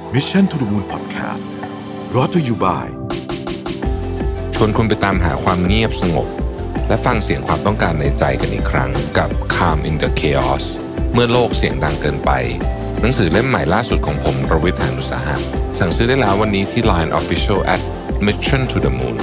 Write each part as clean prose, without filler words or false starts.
Mission to the Moon Podcast brought to you by ชวนคุณไปตามหาความเงียบสงบและฟังเสียงความต้องการในใจกันอีกครั้งกับ Calm in the Chaos เมื่อโลกเสียงดังเกินไปหนังสือเล่มใหม่ล่าสุดของผมรวิทย์ หาญอุตสาหะสั่งซื้อได้แล้ววันนี้ที่ Line Official @Mission to the Moon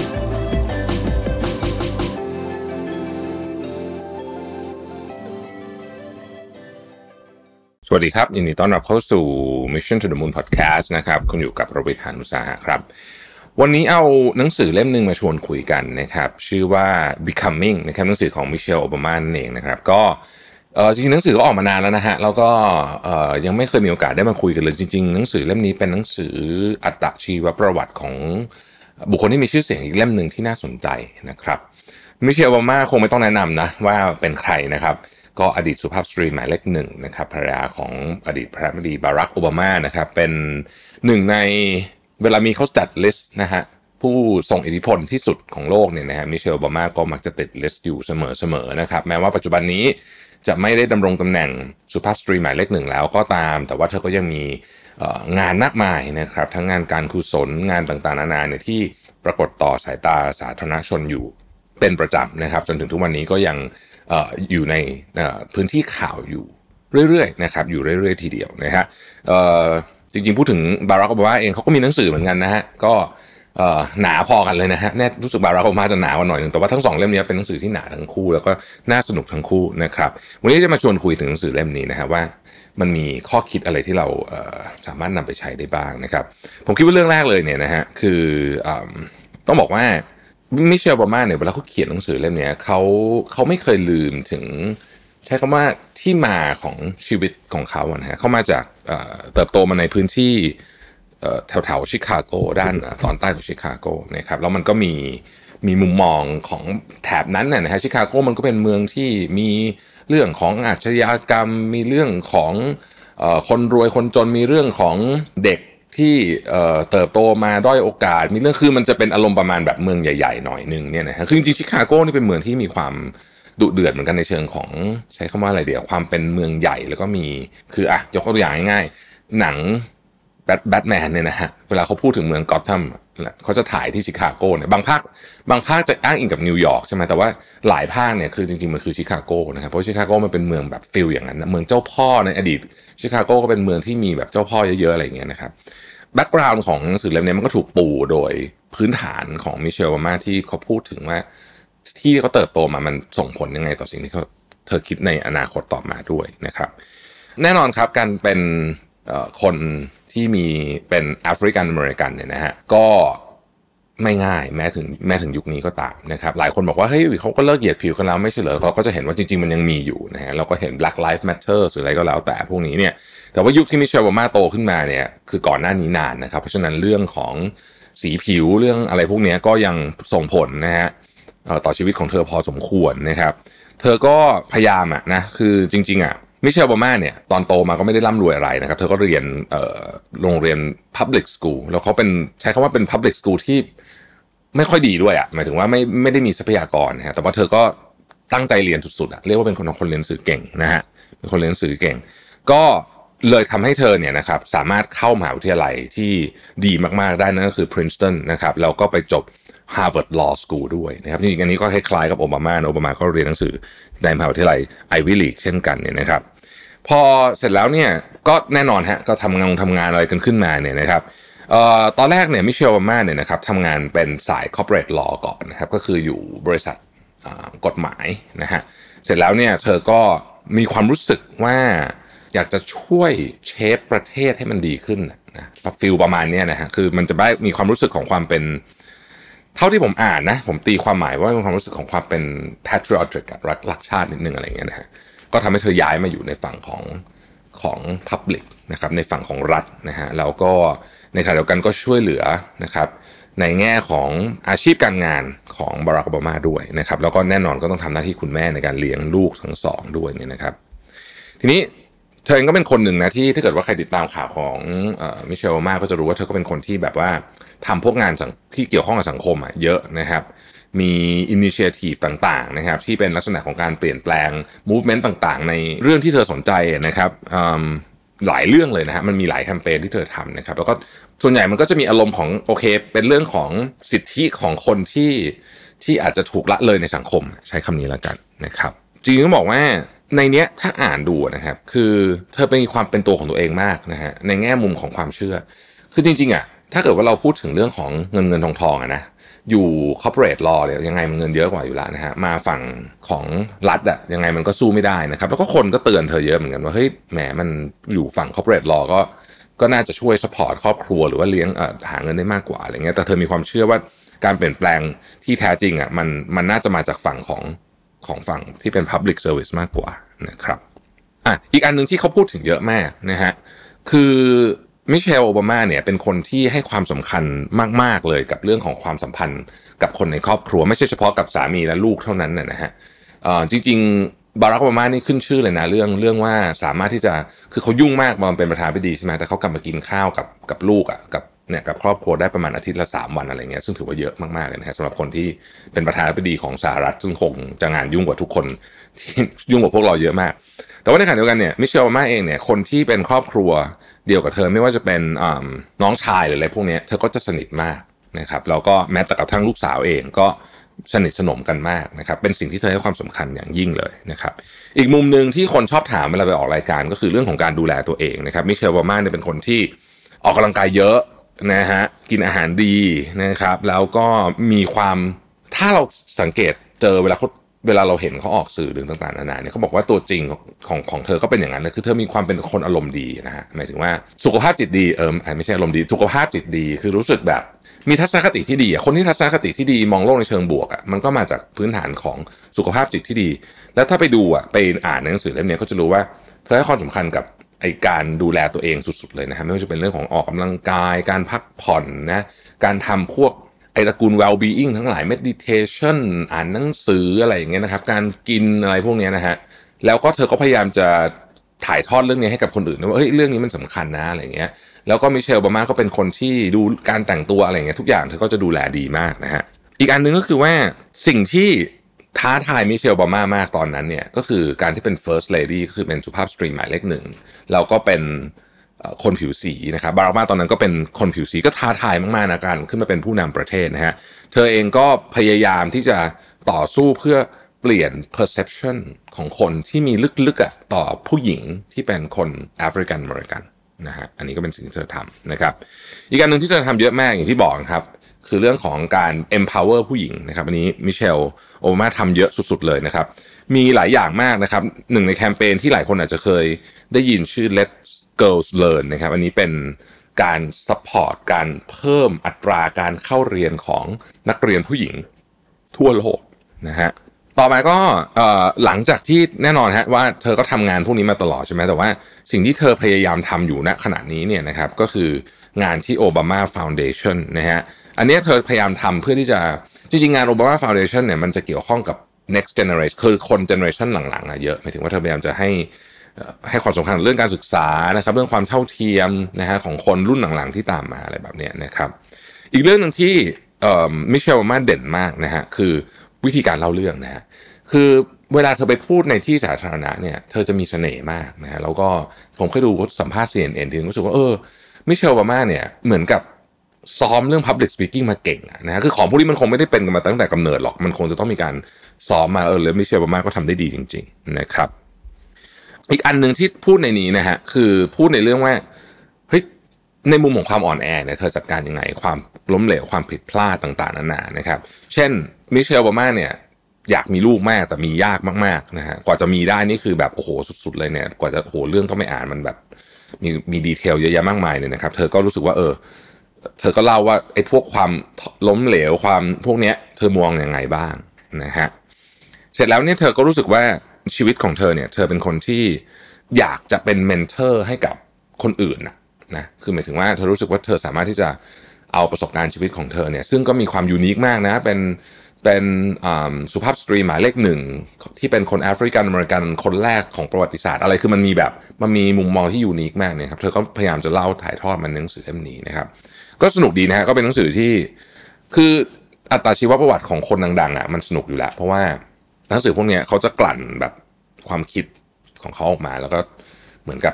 สวัสดีครับยินดีต้อนรับเข้าสู่ Mission to the Moon Podcast นะครับคุณอยู่กับรวิทย์ หาญอุตสาหะครับวันนี้เอาหนังสือเล่มนึงมาชวนคุยกันนะครับชื่อว่า Becoming นะครับหนังสือของมิเชล โอบามานั่นเองนะครับก็จริงๆหนังสือก็ออกมานานแล้วนะฮะแล้วก็ยังไม่เคยมีโอกาสได้มาคุยกันเลยจริงๆหนังสือเล่มนี้เป็นหนังสืออัตชีวประวัติของบุคคลที่มีชื่อเสียงอีกเล่มนึงที่น่าสนใจนะครับมิเชล โอบามาคงไม่ต้องแนะนำนะว่าเป็นใครนะครับก็อดีตสุภาพสตรีหมายเลขหนึ่งนะครับภรรยาของอดีตประธานาธิบดีบารัก โอบามานะครับเป็นหนึ่งในเวลามีเขาจัดลิสต์นะฮะผู้ทรงอิทธิพลที่สุดของโลกเนี่ยนะฮะมิเชล โอบามาก็มักจะติดลิสต์อยู่เสมอนะครับแม้ว่าปัจจุบันนี้จะไม่ได้ดำรงตำแหน่งสุภาพสตรีหมายเลขหนึ่งแล้วก็ตามแต่ว่าเธอก็ยังมีงานมากมายนะครับทั้งงานการกุศลงานต่างๆนานาเนี่ยที่ปรากฏต่อสายตาสาธารณชนอยู่เป็นประจำนะครับจนถึงทุกวันนี้ก็ยังอยู่ในพื้นที่ข่าวอยู่เรื่อยๆนะครับอยู่เรื่อยๆทีเดียวนะฮะจริงๆพูดถึงบารัก โอบามาเองเขาก็มีหนังสือเหมือนกันนะฮะก็หนาพอกันเลยนะฮะแน่รู้สึกบารัก โอบามาจะหนากว่าหน่อยนึงแต่ว่าทั้งสองเล่มนี้เป็นหนังสือที่หนาทั้งคู่แล้วก็น่าสนุกทั้งคู่นะครับวันนี้จะมาชวนคุยถึงหนังสือเล่มนี้นะฮะว่ามันมีข้อคิดอะไรที่เราสามารถนำไปใช้ได้บ้างนะครับผมคิดว่าเรื่องแรกเลยเนี่ยนะฮะคือต้องบอกว่ามิเชล โอบามาเนี่ยเวลาเขาเขียนหนังสือเล่มนี้เขาไม่เคยลืมถึงใช้คำว่าที่มาของชีวิตของเขานะฮะเขามาจากเติบโตมาในพื้นที่แถวชิคาโกด้านตอนใต้ของชิคาโกนะครับแล้วมันก็มีมุมมองของแถบนั้นนะฮะชิคาโกมันก็เป็นเมืองที่มีเรื่องของอาชญากรรมมีเรื่องของคนรวยคนจนมีเรื่องของเด็กที่เติบโตมาด้อยโอกาสมีเรื่องคือมันจะเป็นอารมณ์ประมาณแบบเมืองใหญ่ๆหน่อยนึงเนี่ยนะฮะคือจริงๆชิคาโกนี่เป็นเมืองที่มีความดุเดือดเหมือนกันในเชิงของใช้คำว่าอะไรเดี๋ยวความเป็นเมืองใหญ่แล้วก็มีคือยกตัวอย่างง่ายๆหนังแบทแมนเนี่ยนะฮะเวลาเขาพูดถึงเมืองกอธแธมเขาจะถ่ายที่ชิคาโกเนี่ยบางภาคจะอ้างอิงกับนิวยอร์กใช่ไหมแต่ว่าหลายภาคเนี่ยคือจริงๆมันคือชิคาโกนะครับเพราะชิคาโกมันเป็นเมืองแบบฟิลอย่างนั้นนะเมืองเจ้าพ่อในอดีตชิคาโกก็เป็นเมืองที่มีแบบเจ้าพ่อเยอะๆอะไรอย่างเงี้ยนะครับแบ็กกราวน์ของหนังสือเล่มนี้มันก็ถูกปูโดยพื้นฐานของมิเชล โอบามาที่เขาพูดถึงว่าที่เขาเติบโตมามันส่งผลยังไงต่อสิ่งที่เธอคิดในอนาคตต่อมาด้วยนะครับแน่นอนครับการเป็นคนที่มีเป็นแอฟริกันอเมริกันเนี่ยนะฮะก็ไม่ง่ายแม้ถึงยุคนี้ก็ตามนะครับหลายคนบอกว่าเฮ้ยเขาก็เลิกเหยียดผิวกันแล้วไม่ใช่เหรอเขาก็จะเห็นว่าจริงๆมันยังมีอยู่นะฮะเราก็เห็น Black Lives Matter หรืออะไรก็แล้วแต่พวกนี้เนี่ยแต่ว่ายุคที่มิเชล โอบามาโตขึ้นมาเนี่ยคือก่อนหน้านี้นานนะครับเพราะฉะนั้นเรื่องของสีผิวเรื่องอะไรพวกนี้ก็ยังส่งผลนะฮะต่อชีวิตของเธอพอสมควรนะครับเธอก็พยายามนะคือจริงๆมิเชล โอบามาเนี่ยตอนโตมาก็ไม่ได้ร่ำรวยอะไรนะครับเธอก็เรียนโรงเรียน Public School แล้วเขาเป็นใช้คำว่าเป็น Public School ที่ไม่ค่อยดีด้วยหมายถึงว่าไม่ได้มีทรัพยากรนะฮะแต่ว่าเธอก็ตั้งใจเรียนสุดๆเรียกว่าเป็นคนเรียนหนังสือเก่งนะฮะเป็นคนเรียนหนังสือเก่งก็เลยทำให้เธอเนี่ยนะครับสามารถเข้ามหาวิทยาลัยที่ดีมากๆได้นั่นก็คือ Princeton นะครับแล้วก็ไปจบ Harvard Law School ด้วยนะครับจริงๆอันนี้ก็คล้ายๆกับโอบามาโอบามาก็เรียนหนังสือในมหาวิทยาลัย Ivy League เช่นกันเนี่ยนะครับพอเสร็จแล้วเนี่ยก็แน่นอนฮะก็ทำงานอะไรกันขึ้นมาเนี่ยนะครับตอนแรกเนี่ยมิเชล โอบามาเนี่ยนะครับทำงานเป็นสาย corporate law ก่อนนะครับก็คืออยู่บริษัทกฎหมายนะฮะเสร็จแล้วเนี่ยเธอก็มีความรู้สึกว่าอยากจะช่วยเชฟประเทศให้มันดีขึ้นนะฟีลประมาณนี้นะฮะคือมันจะได้มีความรู้สึกของความเป็นเท่าที่ผมอ่านนะผมตีความหมายว่าเป็นความรู้สึกของความเป็น patriotic รักชาตินิดนึงอะไรอย่างเงี้ยนะฮะก็ทำให้เธอย้ายมาอยู่ในฝั่งของ public นะครับในฝั่งของรัฐนะฮะแล้วก็ในขณะเดียวกันก็ช่วยเหลือนะครับในแง่ของอาชีพการงานของบารัก โอบามาด้วยนะครับแล้วก็แน่นอนก็ต้องทำหน้าที่คุณแม่ในการเลี้ยงลูกทั้งสองด้วยเนี่ยนะครับทีนี้เธอเองก็เป็นคนหนึ่งนะที่ถ้าเกิดว่าใครติดตามข่าวของมิเชล โอบามาก็จะรู้ว่าเธอก็เป็นคนที่แบบว่าทำพวกงานที่เกี่ยวข้องกับสังคมเยอะนะครับมีอินิเชียทีฟต่างๆนะครับที่เป็นลักษณะของการเปลี่ยนแปลง movement ต่างๆในเรื่องที่เธอสนใจนะครับหลายเรื่องเลยนะฮะมันมีหลายแคมเปญที่เธอทำนะครับแล้วก็ส่วนใหญ่มันก็จะมีอารมณ์ของโอเคเป็นเรื่องของสิทธิของคนที่อาจจะถูกละเลยในสังคมใช้คำนี้แล้วกันนะครับจริงๆต้องบอกว่าในเนี้ยถ้าอ่านดูนะครับคือเธอมีความเป็นตัวของตัวเองมากนะฮะในแง่มุมของความเชื่อคือจริงๆถ้าเกิดว่าเราพูดถึงเรื่องของเงินทองนะอยู่ corporate law เนี่ยยังไงมันเงินเยอะกว่าอยู่แล้วนะฮะมาฝั่งของรัฐยังไงมันก็สู้ไม่ได้นะครับแล้วก็คนก็เตือนเธอเยอะเหมือนกันว่าเฮ้ยแหมมันอยู่ฝั่ง corporate law ก็น่าจะช่วย support ครอบครัวหรือว่าเลี้ยงหาเงินได้มากกว่าอะไรเงี้ยแต่เธอมีความเชื่อว่าการเปลี่ยนแปลงที่แท้จริงมันน่าจะมาจากฝั่งของฝั่งที่เป็น public service มากกว่านะครับอีกอันนึงที่เขาพูดถึงเยอะมากนะฮะคือมิเชลโอบามาเนี่ยเป็นคนที่ให้ความสำคัญมากๆเลยกับเรื่องของความสัมพันธ์กับคนในครอบครัวไม่ใช่เฉพาะกับสามีและลูกเท่านั้นนะฮะจริงๆบารักโอบามานี่ขึ้นชื่อเลยนะเรื่องว่าสามารถที่จะคือเขายุ่งมากมาเป็นประธานาธิบดีใช่ไหมแต่เขากลับมากินข้าวกับลูกกับครอบครัวได้ประมาณอาทิตย์ละ3 วันอะไรเงี้ยซึ่งถือว่าเยอะมากๆเลยนะฮะสำหรับคนที่เป็นประธานาธิบดีของสหรัฐซึ่งคงจะงานยุ่งกว่าทุกคนที่ยุ่งกว่าพวกเราเยอะมากแต่ว่าในขณะเดียวกันเนี่ยมิเชลโอบามาเองเนี่ยคนที่เป็นครอบครัวเดียวกับเธอไม่ว่าจะเป็นน้องชายหรืออะไรพวกนี้เธอก็จะสนิทมากนะครับแล้วก็แม้แต่กับทั้งลูกสาวเองก็สนิทสนมกันมากนะครับเป็นสิ่งที่เธอให้ความสำคัญอย่างยิ่งเลยนะครับอีกมุมนึงที่คนชอบถามเวลาไปออกรายการก็คือเรื่องของการดูแลตัวเองนะครับมิเชลโอบามาเนี่ยเป็นคนที่ออกกำลังกายเยอะนะฮะกินอาหารดีนะครับแล้วก็มีความถ้าเราสังเกตเจอเวลาเราเห็นเขาออกสื่อเรื่องต่างๆนานาเนี่ยเขาบอกว่าตัวจริงของเธอก็เป็นอย่างนั้นเลยคือเธอมีความเป็นคนอารมณ์ดีนะฮะหมายถึงว่าสุขภาพจิตดีไม่ใช่อารมณ์ดีสุขภาพจิตดีคือรู้สึกแบบมีทัศนคติที่ดีคนที่ทัศนคติที่ดีมองโลกในเชิงบวกมันก็มาจากพื้นฐานของสุขภาพจิตที่ดีแล้วถ้าไปดูไปอ่านหนังสือเล่มนี้ก็จะรู้ว่าเธอให้ความสำคัญกับไอการดูแลตัวเองสุดๆเลยนะฮะไม่ว่าจะเป็นเรื่องของออกกำลังกายการพักผ่อนนะการทำพวกไอ้ตระกูล well-being ทั้งหลาย meditation อ่านหนังสืออะไรอย่างเงี้ยนะครับการกินอะไรพวกนี้นะฮะแล้วก็เธอก็พยายามจะถ่ายทอดเรื่องนี้ให้กับคนอื่นว่าเฮ้ยเรื่องนี้มันสำคัญนะอะไรอย่างเงี้ยแล้วก็มิเชลโอบามาก็เป็นคนที่ดูการแต่งตัวอะไรอย่างเงี้ยทุกอย่างเธอก็จะดูแลดีมากนะฮะอีกอันนึงก็คือว่าสิ่งที่ท้าทายมิเชลโอบามามากตอนนั้นเนี่ยก็คือการที่เป็น first lady ก็คือเป็นสุภาพสตรีหมายเลขหนึ่งแล้วก็เป็นคนผิวสีนะครับบารักโอบามาตอนนั้นก็เป็นคนผิวสีก็ท้าทายมากๆนะการขึ้นมาเป็นผู้นำประเทศนะฮะเธอเองก็พยายามที่จะต่อสู้เพื่อเปลี่ยน perception ของคนที่มีลึกๆต่อผู้หญิงที่เป็นคนแอฟริกันอเมริกันนะฮะอันนี้ก็เป็นสิ่งที่เธอทำนะครับอีกอันหนึ่งที่เธอทำเยอะมากอย่างที่บอกครับคือเรื่องของการ empower ผู้หญิงนะครับอันนี้มิเชลโอบามาทำเยอะสุดๆเลยนะครับมีหลายอย่างมากนะครับหนึ่งในแคมเปญที่หลายคนอาจจะเคยได้ยินชื่อ Let Girls Learn นะครับอันนี้เป็นการซัพพอร์ตการเพิ่มอัตราการเข้าเรียนของนักเรียนผู้หญิงทั่วโลกนะฮะต่อไปก็หลังจากที่แน่นอนฮะว่าเธอก็ทำงานพวกนี้มาตลอดใช่ไหมแต่ว่าสิ่งที่เธอพยายามทำอยู่ณขณะนี้เนี่ยนะครับก็คืองานที่ Obama Foundation นะฮะอันนี้เธอพยายามทำเพื่อที่จะจริงๆงาน Obama Foundation เนี่ยมันจะเกี่ยวข้องกับ next generation คือคน generation หลังๆเยอะหมายถึงว่าเธอพยายามจะให้ความสำคัญเรื่องการศึกษานะครับเรื่องความเท่าเทียมนะฮะของคนรุ่นหลังๆที่ตามมาอะไรแบบนี้นะครับอีกเรื่องนึงที่มิเชลโอบามาเด่นมากนะฮะคือวิธีการเล่าเรื่องนะฮะคือเวลาเธอไปพูดในที่สาธารณะเนี่ยเธอจะมีเสน่ห์มากนะฮะแล้วก็ผมเคยดูสัมภาษณ์ CNN ทีนึงรู้สึกว่ามิเชลโอบามาเนี่ยเหมือนกับซ้อมเรื่อง public speaking มาเก่งนะฮะคือของพวกนี้มันคงไม่ได้เป็นกันมาตั้งแต่กำเนิดหรอกมันคงจะต้องมีการซ้อมมาแล้วมิเชลโอบามาก็ทำได้ดีจริงๆนะครับอีกอันหนึ่งที่พูดในนี้นะฮะคือพูดในเรื่องว่าเฮ้ยในมุมของความอ่อนแอเนี่ยเธอจัดการยังไงความล้มเหลวความผิดพลาดต่างๆนานานะครับเช่นมิเชลโอบามาเนี่ยอยากมีลูกมากแต่มียากมากๆนะฮะกว่าจะมีได้นี่คือแบบโอ้โหสุดๆเลยเนี่ยกว่าจะโอ้โหเรื่องก็ไม่อ่านมันแบบมีดีเทลเยอะแยะมากมายเลยนะครับเธอก็รู้สึกว่าเธอก็เล่าว่าไอ้พวกความล้มเหลวความพวกเนี้ยเธอมองยังไงบ้างนะฮะเสร็จแล้วเนี่ยเธอก็รู้สึกว่าชีวิตของเธอเนี่ยเธอเป็นคนที่อยากจะเป็นเมนเทอร์ให้กับคนอื่นนะคือหมายถึงว่าเธอรู้สึกว่าเธอสามารถที่จะเอาประสบการณ์ชีวิตของเธอเนี่ยซึ่งก็มีความยูนิคมากนะเป็นสุภาพสตรีหมายเลขหนึ่งที่เป็นคนแอฟริกันอเมริกันคนแรกของประวัติศาสตร์อะไรคือมันมีมุมมองที่ยูนิคมากเนี่ยครับเธอก็พยายามจะเล่าถ่ายทอดมันในหนังสือเล่มนี้นะครับก็สนุกดีนะฮะก็เป็นหนังสือที่คืออัตชีวประวัติของคนดังๆมันสนุกอยู่แล้วเพราะว่าหนังสือพวกนี้เขาจะกลั่นแบบความคิดของเขาออกมาแล้วก็เหมือนกับ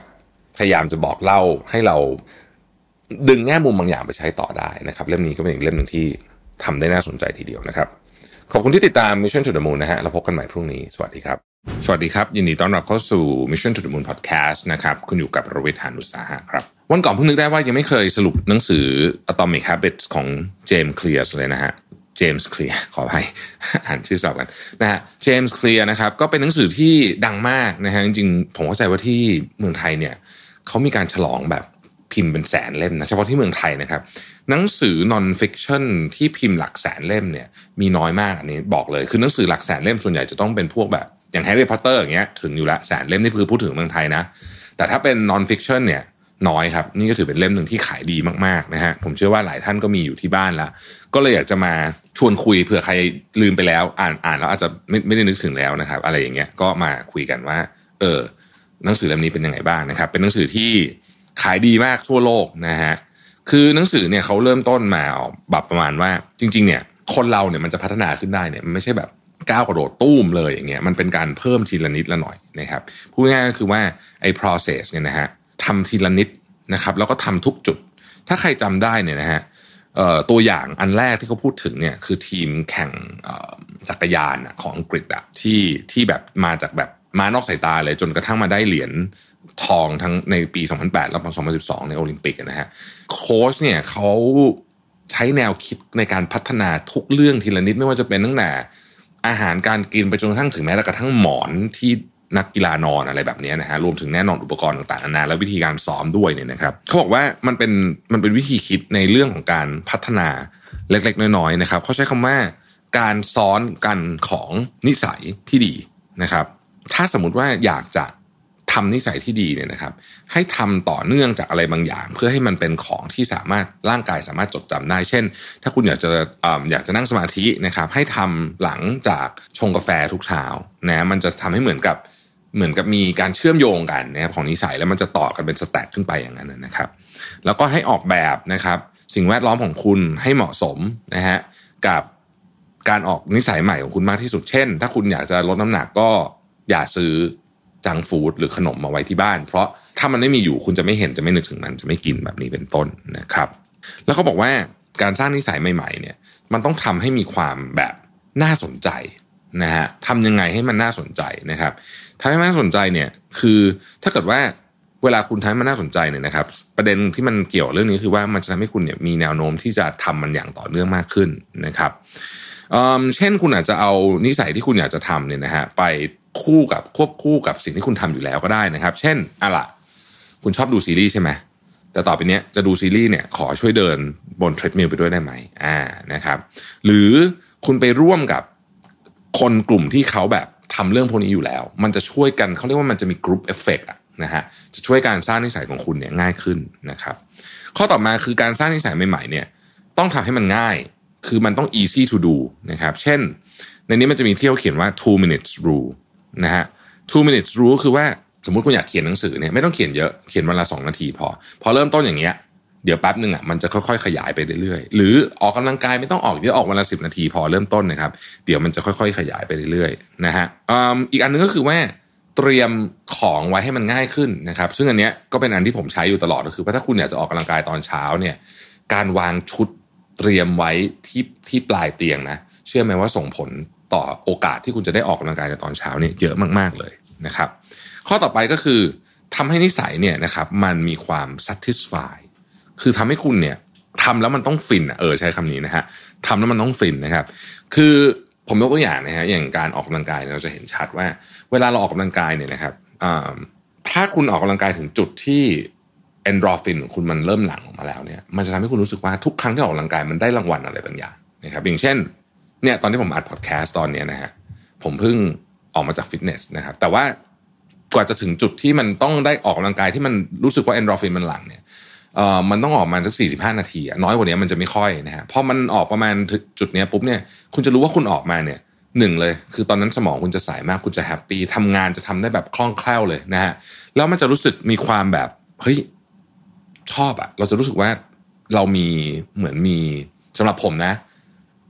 พยายามจะบอกเล่าให้เราดึงแง่มุมบางอย่างไปใช้ต่อได้นะครับเล่มนี้ก็เป็นอีกเล่มนึงที่ทำได้น่าสนใจทีเดียวนะครับขอบคุณที่ติดตาม Mission to the Moon นะฮะแล้วพบกันใหม่พรุ่งนี้สวัสดีครับสวัสดีครับยินดีต้อนรับเข้าสู่ Mission to the Moon Podcast นะครับคุณอยู่กับรวิทย์ หาญอุตสาหะครับวันก่อนเพิ่งนึกได้ว่ายังไม่เคยสรุปหนังสือ Atomic Habits ของ James Clear เลยนะฮะ James Clear ขออภัย อ่านชื่อสอบกันนะฮะ James Clear นะครับก็เป็นหนังสือที่ดังมากนะฮะจริงๆผมเข้าใจว่าที่เมืองไทยเนี่ยเขามีการฉลองแบบพิมพ์เป็นแสนเล่มนะเฉพาะที่เมืองไทยนะครับหนังสือ non fiction ที่พิมพ์หลักแสนเล่มเนี่ยมีน้อยมากอันนี้บอกเลยคือหนังสือหลักแสนเล่มส่วนใหญ่จะต้องเป็นพวกแบบอย่าง Harry Potter อย่างเงี้ยถึงอยู่ละแสนเล่มนี่คือพูดถึงเมืองไทยนะแต่ถ้าเป็น non fiction เนี่ยน้อยครับนี่ก็ถือเป็นเล่มหนึ่งที่ขายดีมากๆนะฮะผมเชื่อว่าหลายท่านก็มีอยู่ที่บ้านแล้วก็เลยอยากจะมาชวนคุยเผื่อใครลืมไปแล้วอ่านแล้วอาจจะไม่ได้นึกถึงแล้วนะครับอะไรอย่างเงี้ยก็มาคุยกันว่าหนังสือเล่มนี้เป็นยังไงบ้างนะครับเป็นหนังสือที่ขายดีมากทั่วโลกนะฮะคือหนังสือเนี่ยเขาเริ่มต้นมาแบบประมาณว่าจริงๆเนี่ยคนเราเนี่ยมันจะพัฒนาขึ้นได้เนี่ยมันไม่ใช่แบบก้าวกระโดดตุ้มเลยอย่างเงี้ยมันเป็นการเพิ่มทีละนิดละหน่อยนะครับพูดง่ายๆก็คือว่าไอ้ process เนี่ยนะฮะทำทีละนิดนะครับแล้วก็ทำทุกจุดถ้าใครจำได้เนี่ยนะฮะตัวอย่างอันแรกที่เขาพูดถึงเนี่ยคือทีมแข่งจักรยานของอังกฤษที่แบบมาจากแบบมานอกสายตาเลยจนกระทั่งมาได้เหรียญทองทั้งในปี2008และ2012ในโอลิมปิกนะฮะโค้ชเนี่ยเขาใช้แนวคิดในการพัฒนาทุกเรื่องทีละนิดไม่ว่าจะเป็นตั้งแต่อาหารการกินไปจนกระทั่งถึงแม้กระทั่งหมอนที่นักกีฬานอนอะไรแบบนี้นะฮะรวมถึงแน่นอนอุปกรณ์ต่างๆนานาและวิธีการซ้อมด้วยเนี่ยนะครับเขาบอกว่ามันเป็นวิธีคิดในเรื่องของการพัฒนาเล็กๆน้อยๆนะครับเขาใช้คำว่าการซ้อนกันของนิสัยที่ดีนะครับถ้าสมมุติว่าอยากจะทำนิสัยที่ดีเนี่ยนะครับให้ทำต่อเนื่องจากอะไรบางอย่างเพื่อให้มันเป็นของที่สามารถร่างกายสามารถจดจำได้เช่นถ้าคุณอยากจะนั่งสมาธินะครับให้ทำหลังจากชงกาแฟทุกเช้านะมันจะทำให้เหมือนกับมีการเชื่อมโยงกันนะครับของนิสัยแล้วมันจะต่อกันเป็นสแต็กขึ้นไปอย่างนั้นนะครับแล้วก็ให้ออกแบบนะครับสิ่งแวดล้อมของคุณให้เหมาะสมนะฮะกับการออกนิสัยใหม่ของคุณมากที่สุดเช่นถ้าคุณอยากจะลดน้ำหนักก็อย่าซื้อจังก์ฟู้ดหรือขนมมาไว้ที่บ้านเพราะถ้ามันไม่มีอยู่คุณจะไม่เห็นจะไม่นึกถึงมันจะไม่กินแบบนี้เป็นต้นนะครับแล้วเขาบอกว่าการสร้างนิสัยใหม่ๆเนี่ยมันต้องทำให้มีความแบบน่าสนใจนะฮะทำยังไงให้มันน่าสนใจนะครับทำให้มันน่าสนใจเนี่ยคือถ้าเกิดว่าเวลาคุณทำให้มันน่าสนใจเนี่ยนะครับประเด็นที่มันเกี่ยวเรื่องนี้คือว่ามันจะทำให้คุณเนี่ยมีแนวโน้มที่จะทำมันอย่างต่อเนื่องมากขึ้นนะครับเช่นคุณอาจจะเอานิสัยที่คุณอยากจะทำเนี่ยนะฮะไปควบคู่กับสิ่งที่คุณทำอยู่แล้วก็ได้นะครับเช่นคุณชอบดูซีรีส์ใช่ไหมแต่ต่อไปนี้จะดูซีรีส์เนี่ยขอช่วยเดินบนเทรดมิลไปด้วยได้ไหมนะครับหรือคุณไปร่วมกับคนกลุ่มที่เขาแบบทำเรื่องพวกนี้อยู่แล้วมันจะช่วยกันเขาเรียกว่ามันจะมีกรุ๊ปเอฟเฟกต์นะฮะจะช่วยการสร้างนิสัยของคุณเนี่ยง่ายขึ้นนะครับข้อต่อมาคือการสร้างนิสัยใหม่ๆเนี่ยต้องทำให้มันง่ายคือมันต้อง easy to do นะครับเช่นในนี้มันจะมีที่เขาเขียนว่า 2 minutes rule นะฮะ 2 minutes rule คือว่าสมมุติคุณอยากเขียนหนังสือเนี่ยไม่ต้องเขียนเยอะเขียนวันละ2 นาทีพอเริ่มต้นอย่างเงี้ยเดี๋ยวแป๊บนึงมันจะค่อยๆขยายไปเรื่อยๆหรือออกกำลังกายไม่ต้องออกเยอะออกวันละ10 นาทีพอเริ่มต้นนะครับเดี๋ยวมันจะค่อยๆขยายไปเรื่อยๆนะฮะอีกอันนึงก็คือว่าเตรียมของไว้ให้มันง่ายขึ้นนะครับซึ่งอันเนี้ยก็เป็นอันที่ผมใช้อยู่ตลอดก็คือว่าถ้าคุณอยากจะออกกำลังกายตอนเช้าเนี่ยการวางชุดเตรียมไว้ที่ปลายเตียงนะเชื่อไหมว่าส่งผลต่อโอกาสที่คุณจะได้ออกกำลังกายในตอนเช้าเนี่ยเยอะมากๆเลยนะครับข้อต่อไปก็คือทำให้นิสัยเนี่ยนะครับมันมีความ satisfy คือทำให้คุณเนี่ยทำแล้วมันต้องฟินใช้คำนี้นะฮะทำแล้วมันต้องฟินนะครับคือผมยกตัวอย่างนะฮะอย่างการออกกำลังกายเราจะเห็นชัดว่าเวลาเราออกกำลังกายเนี่ยนะครับถ้าคุณออกกำลังกายถึงจุดที่เอนโดรฟินของคุณมันเริ่มหลั่งออกมาแล้วเนี่ยมันจะทำให้คุณรู้สึกว่าทุกครั้งที่ออกกำลังกายมันได้รางวัลอะไรบางอย่างนะครับอย่างเช่นเนี่ยตอนที่ผมอัดพอดแคสต์ตอนนี้นะฮะผมเพิ่งออกมาจากฟิตเนสนะครับแต่ว่ากว่าจะถึงจุดที่มันต้องได้ออกกำลังกายที่มันรู้สึกว่าเอนโดรฟินมันหลั่งเนี่ยมันต้องออกมาสัก45 นาทีน้อยกว่านี้มันจะไม่ค่อยนะฮะพอมันออกประมาณจุดนี้ปุ๊บเนี่ยคุณจะรู้ว่าคุณออกมาเนี่ยหนึ่งเลยคือตอนนั้นสมองคุณจะใสมากคุณจะแฮปปี้ทำงานจะทำได้แบบคล่องแคล่วเลยนะฮะแล้วมันจะรู้สึกมีความแบบเฮ้ยชอบเราจะรู้สึกว่าเรามีเหมือนมีสำหรับผมนะ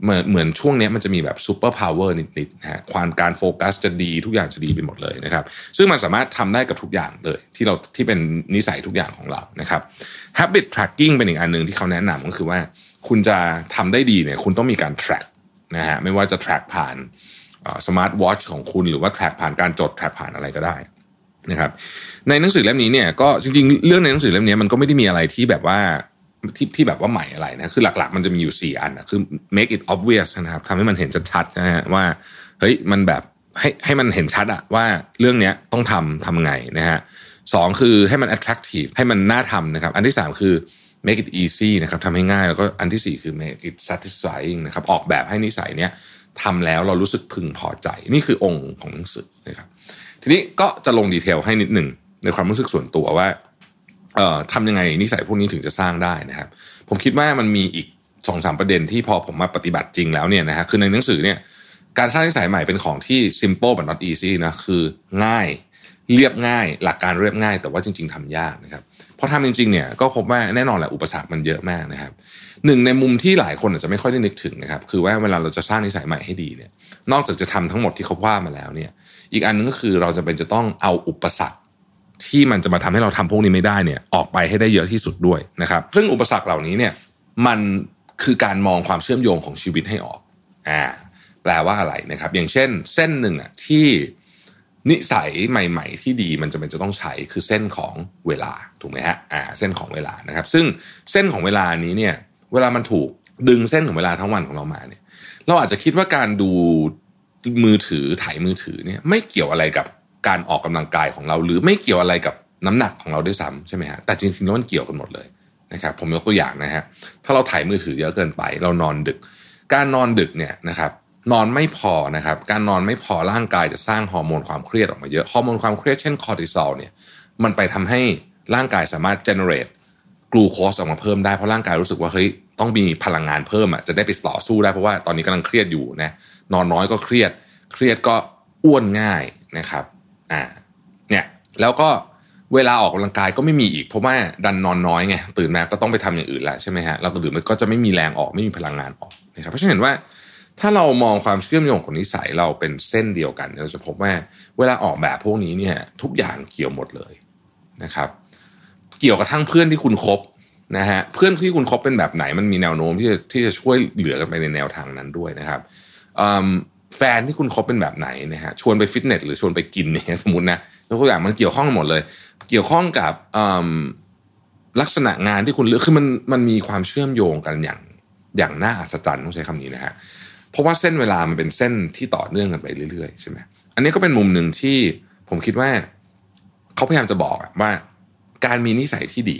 เหมือนช่วงนี้มันจะมีแบบซูเปอร์พาวเวอร์นิดๆนะฮะการโฟกัสจะดีทุกอย่างจะดีไปหมดเลยนะครับซึ่งมันสามารถทำได้กับทุกอย่างเลยที่เป็นนิสัยทุกอย่างของเรานะครับ habit tracking เป็นอีกอันนึงที่เขาแนะนำก็คือว่าคุณจะทำได้ดีเนี่ยคุณต้องมีการ track นะฮะไม่ว่าจะ track ผ่านสมาร์ทวอทช์ของคุณหรือว่า track ผ่านการจด track ผ่านอะไรก็ได้นะครับในหนังสือเล่มนี้เนี่ยก็จริงๆเรื่องในหนังสือเล่มนี้มันก็ไม่ได้มีอะไรที่แบบว่าที่แบบว่าใหม่อะไรนะคือหลักๆมันจะมีอยู่4อันนะคือ make it obvious นะครับทำให้มันเห็นชัดๆนะฮะว่าเฮ้ยมันแบบให้มันเห็นชัดอะว่าเรื่องนี้ต้องทำไงนะฮะ2คือให้มัน attractive ให้มันน่าทำนะครับอันที่3คือ make it easy นะครับทำให้ง่ายแล้วก็อันที่4คือ make it satisfying นะครับออกแบบให้นิสัยเนี้ยทำแล้วเรารู้สึกพึงพอใจนี่คือองค์ของหนังสือนะครับทีนี้ก็จะลงดีเทลให้นิดหนึ่งในความรู้สึกส่วนตัวว่าทำยังไงนิสัยพวกนี้ถึงจะสร้างได้นะครับผมคิดว่ามันมีอีก 2-3 ประเด็นที่พอผมมาปฏิบัติจริงแล้วเนี่ยนะฮะคือในหนังสือเนี่ยการสร้างนิสัยใหม่เป็นของที่ simple but not easy นะคือง่ายเรียบง่ายหลักการเรียบง่ายแต่ว่าจริงๆทำยากนะครับพอทำจริงๆเนี่ยก็พบว่าแน่นอนแหละอุปสรรคมันเยอะมากนะครับหนึ่งในมุมที่หลายคนอาจจะไม่ค่อยได้นึกถึงนะครับคือว่าเวลาเราจะสร้างนิสัยใหม่ให้ดีเนี่ยนอกจากจะทำทั้งหมดที่เขาว่ามาแล้วเนี่ยอีกอันนึงก็คือเราจะต้องเอาอุปสรรคที่มันจะมาทำให้เราทำพวกนี้ไม่ได้เนี่ยออกไปให้ได้เยอะที่สุดด้วยนะครับซึ่งอุปสรรคเหล่านี้เนี่ยมันคือการมองความเชื่อมโยงของชีวิตให้ออกแปลว่าอะไรนะครับอย่างเช่นเส้นหนึ่งอ่ะที่นิสัยใหม่ๆที่ดีมันจะต้องใช้คือเส้นของเวลาถูกไหมฮะเส้นของเวลานะครับซึ่งเส้นของเวลานี้เนี่ยเวลามันถูกดึงเส้นของเวลาทั้งวันของเรามาเนี่ยเราอาจจะคิดว่าการดูมือถือถ่ายมือถือเนี่ยไม่เกี่ยวอะไรกับการออกกำลังกายของเราหรือไม่เกี่ยวอะไรกับน้ำหนักของเราด้วยซ้ำใช่ไหมฮะแต่จริงๆแล้วมันเกี่ยวกันหมดเลยนะครับผมยกตัวอย่างนะฮะถ้าเราถ่ายมือถือเยอะเกินไปเรานอนดึกการนอนดึกเนี่ยนะครับนอนไม่พอนะครับการนอนไม่พอร่างกายจะสร้างฮอร์โมนความเครียดออกมาเยอะฮอร์โมนความเครียดเช่นคอร์ติซอลเนี่ยมันไปทำให้ร่างกายสามารถ generate กลูโคสออกมาเพิ่มได้เพราะร่างกายรู้สึกว่าเฮ้ยต้องมีพลังงานเพิ่มอ่ะจะได้ไปต่อสู้ได้เพราะว่าตอนนี้กำลังเครียดอยู่นะนอนน้อยก็เครียดก็อ้วนง่ายนะครับเนี่ยแล้วก็เวลาออกกำลังกายก็ไม่มีอีกเพราะว่าดันนอนน้อยไงตื่นมาก็ต้องไปทำอย่างอื่นแล้วใช่ไหมฮะเราตื่นมันก็จะไม่มีแรงออกไม่มีพลังงานออกนะครับเพราะฉะนั้นเห็นว่าถ้าเรามองความเชื่อมโยงของนิสัยเราเป็นเส้นเดียวกันเราจะพบว่าเวลาออกแบบพวกนี้เนี่ยทุกอย่างเกี่ยวหมดเลยนะครับเกี่ยวกับทั้งเพื่อนที่คุณคบนะฮะเพื่อนที่คุณคบเป็นแบบไหนมันมีแนวโน้มที่จะช่วยเหลือกันไปในแนวทางนั้นด้วยนะครับแฟนที่คุณคบเป็นแบบไหนนะฮะชวนไปฟิตเนสหรือชวนไปกินเนี่ยสมมุตินะแล้วทุกอย่างมันเกี่ยวข้องกันหมดเลยเกี่ยวข้องกับลักษณะงานที่คุณเลือกคือมันมีความเชื่อมโยงกันอย่างน่าอัศจรรย์ต้องใช้คำนี้นะฮะเพราะว่าเส้นเวลามันเป็นเส้นที่ต่อเนื่องกันไปเรื่อยๆใช่ไหมอันนี้ก็เป็นมุมหนึ่งที่ผมคิดว่าเขาพยายามจะบอกว่าการมีนิสัยที่ดี